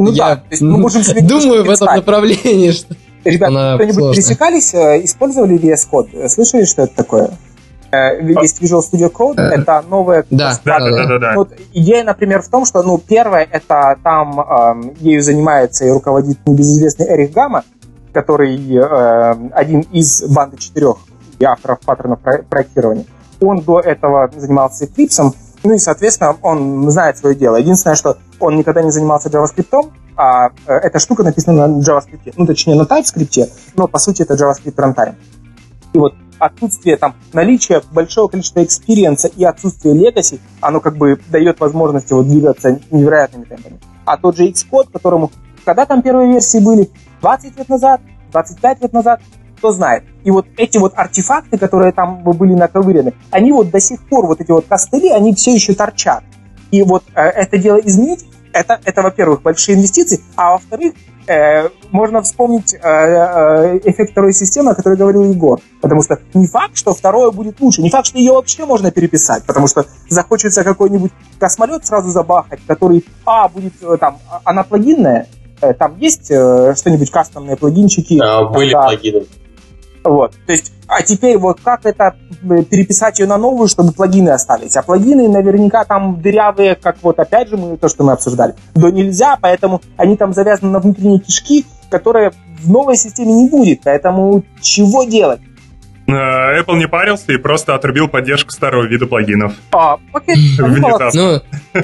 думаю в этом направлении, что ребята, кто-нибудь пересекались, использовали VS Code? Слышали, что это такое? Есть Visual Studio Code, это новая... Да. Вот идея, например, в том, что, первое, это там ею занимается и руководит небезызвестный Эрих Гамма, который один из банды 4 авторов паттернов проектирования. Он до этого занимался Eclipse, и, соответственно, он знает свое дело. Единственное, что он никогда не занимался JavaScript, а эта штука написана на JavaScript. Точнее, на TypeScript, но, по сути, это JavaScript runtime. И вот отсутствие наличие большого количества экспириенса и отсутствие legacy, оно как бы дает возможности двигаться невероятными темпами. А тот же Xcode, которому, когда там первые версии были, 20 лет назад, 25 лет назад, кто знает. И вот эти вот артефакты, которые там были наковырены, они вот до сих пор, вот эти вот костыли, они все еще торчат. И вот это дело изменить, это, во-первых, большие инвестиции, а во-вторых, можно вспомнить эффект второй системы, о которой говорил Егор. Потому что не факт, что второе будет лучше, не факт, что ее вообще можно переписать, потому что захочется какой-нибудь космолет сразу забахать, который, будет там, она плагинная, там есть что-нибудь кастомные плагинчики? Были плагины. Вот, то есть, а теперь вот как это переписать ее на новую, чтобы плагины остались? А плагины наверняка там дырявые, как вот опять же то, что мы обсуждали. Да нельзя, поэтому они там завязаны на внутренние кишки, которые в новой системе не будет. Поэтому чего делать? Apple не парился и просто отрубил поддержку старого вида плагинов. Окей, внезапно.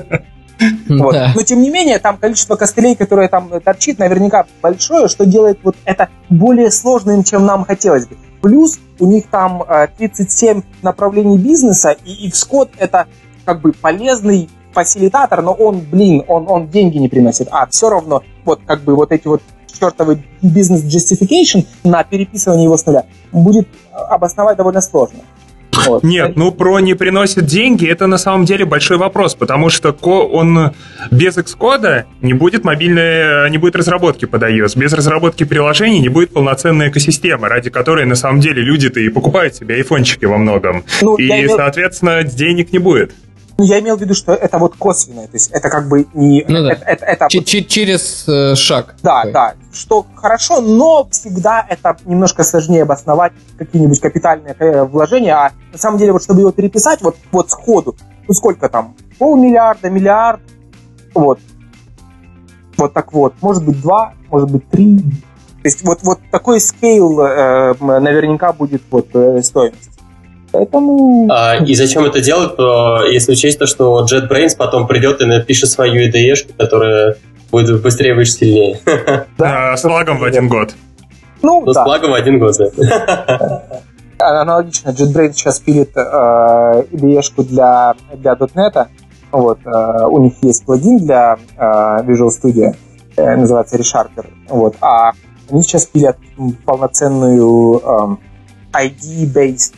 Вот. Да. Но тем не менее, там количество костылей, которое там торчит, наверняка большое, что делает вот это более сложным, чем нам хотелось бы. Плюс у них там 37 направлений бизнеса, и Xcode это как бы полезный фасилитатор, но он деньги не приносит. А все равно вот как бы вот эти вот чертовы бизнес justification на переписывание его с нуля будет обосновать довольно сложно. Вот. Нет, про не приносит деньги, это на самом деле большой вопрос, потому что он без Xcode не будет не будет разработки под iOS, без разработки приложений не будет полноценной экосистемы, ради которой на самом деле люди-то и покупают себе айфончики во многом, соответственно, денег не будет. Я имел в виду, что это вот косвенное, то есть это как бы не... это через шаг. Да, что хорошо, но всегда это немножко сложнее обосновать какие-нибудь капитальные вложения, а на самом деле, вот чтобы его переписать, вот сходу, сколько там, 500 миллиарда, миллиард, вот. Вот так вот. Может быть 2, может быть 3. То есть вот такой скейл наверняка будет стоимость. Поэтому... И зачем это делать, если учесть то, что JetBrains потом придет и напишет свою IDE-шку, которая будет быстрее, выше, сильнее. Да, с лагом в 1 год. Ну, с лагом в 1 год, да. Аналогично, JetBrains сейчас пилит IDE-шку для .NET. Вот, у них есть плагин для Visual Studio, называется ReSharper. Вот, а они сейчас пилят полноценную IDEA-based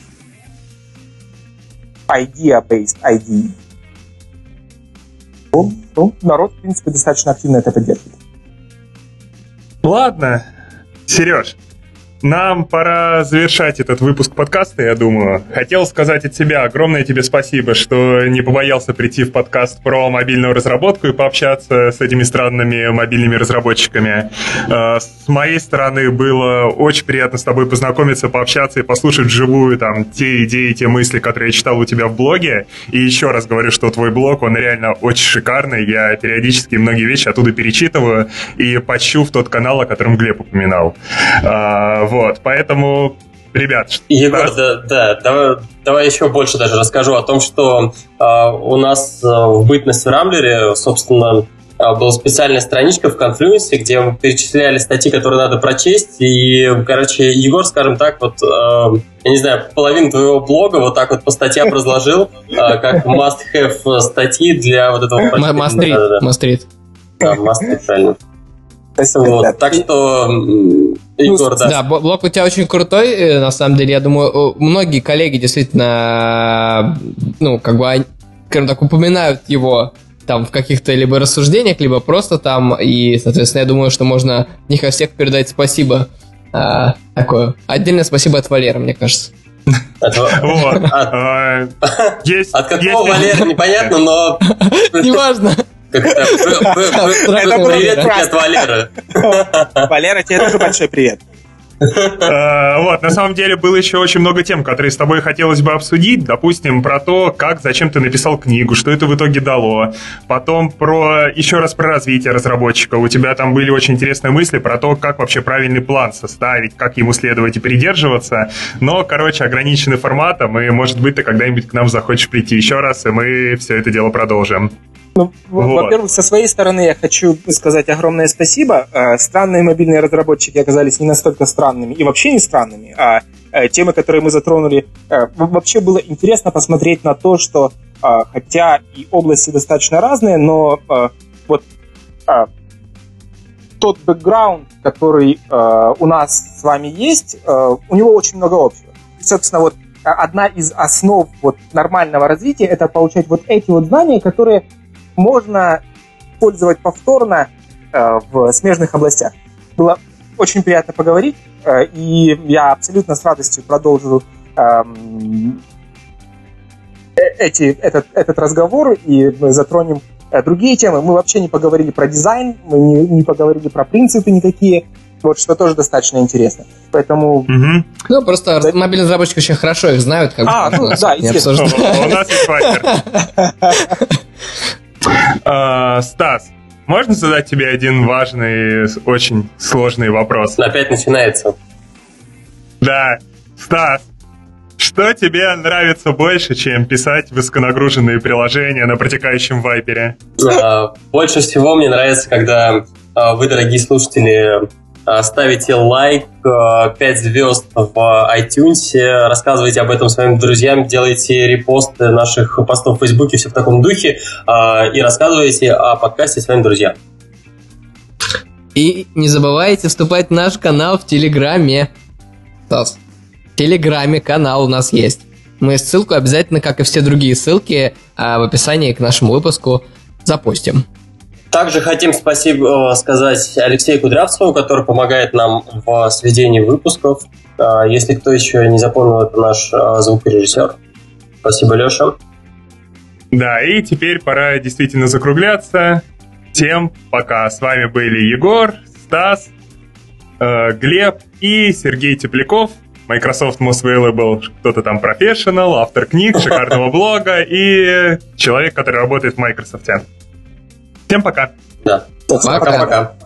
IDE. Ну, народ, в принципе, достаточно активно это поддерживает. Ладно, Сереж, нам пора завершать этот выпуск подкаста, я думаю. Хотел сказать от себя огромное тебе спасибо, что не побоялся прийти в подкаст про мобильную разработку и пообщаться с этими странными мобильными разработчиками. С моей стороны было очень приятно с тобой познакомиться, пообщаться и послушать вживую там те идеи, те мысли, которые я читал у тебя в блоге. И еще раз говорю, что твой блог, он реально очень шикарный. Я периодически многие вещи оттуда перечитываю и почу в тот канал, о котором Глеб упоминал. Вот, поэтому, ребят... Егор, давай еще больше даже расскажу о том, что у нас в бытность в Рамблере, собственно, была специальная страничка в Confluence, где мы перечисляли статьи, которые надо прочесть, и, короче, Егор, скажем так, я не знаю, половину твоего блога вот так вот по статьям разложил, как must-have статьи для вот этого... Must-read. Да, must-read, правильно. Вот, так что, Егор, да. Да, блог у тебя очень крутой, на самом деле, я думаю, многие коллеги действительно, скажем так, упоминают его там в каких-то либо рассуждениях, либо просто там, и, соответственно, я думаю, что можно в них всех передать спасибо. Такое. Отдельное спасибо от Валеры, мне кажется. От какого Валера, непонятно, но... Неважно. Привет от Валеры. Валера, тебе тоже большой привет. Вот, на самом деле было еще очень много тем, которые с тобой хотелось бы обсудить. Допустим, про то, зачем ты написал книгу, что это в итоге дало. Потом еще раз про развитие разработчика. У тебя там были очень интересные мысли про то, как вообще правильный план составить, как ему следовать и придерживаться. Но, ограничены форматом, и, может быть, ты когда-нибудь к нам захочешь прийти еще раз, и мы все это дело продолжим. Во-первых, со своей стороны я хочу сказать огромное спасибо. Странные мобильные разработчики оказались не настолько странными и вообще не странными, а темы, которые мы затронули, вообще было интересно посмотреть на то, что хотя и области достаточно разные, но тот бэкграунд, который у нас с вами есть, у него очень много общего. И, собственно, одна из основ нормального развития — это получать эти знания, которые можно использовать повторно в смежных областях. Было очень приятно поговорить, и я абсолютно с радостью продолжу этот разговор, и мы затронем другие темы. Мы вообще не поговорили про дизайн, мы не поговорили про принципы никакие, что тоже достаточно интересно. Поэтому... Ну, просто мобильные разработчики очень хорошо их знают, как бы. Да, естественно. У нас есть Вайпер. Стас, можно задать тебе один важный, очень сложный вопрос? Опять начинается. Да. Стас, что тебе нравится больше, чем писать высоконагруженные приложения на протекающем Вайпере? Больше всего мне нравится, когда вы, дорогие слушатели, ставите лайк, 5 звезд в iTunes, рассказывайте об этом своим друзьям, делайте репосты наших постов в Фейсбуке, все в таком духе, и рассказывайте о подкасте своим друзьям. И не забывайте вступать в наш канал в Телеграме. Стас, в Телеграме канал у нас есть. Мы ссылку обязательно, как и все другие ссылки, в описании к нашему выпуску запустим. Также хотим спасибо сказать Алексею Кудрявцеву, который помогает нам в сведении выпусков. Если кто еще не запомнил, это наш звукорежиссер. Спасибо, Леша. Да, и теперь пора действительно закругляться. Всем пока. С вами были Егор, Стас, Глеб и Сергей Тепляков. Microsoft Most Valuable, кто-то там профессионал, автор книг, шикарного блога и человек, который работает в Microsoft. Всем пока. Да. Пока-пока. Пока-пока.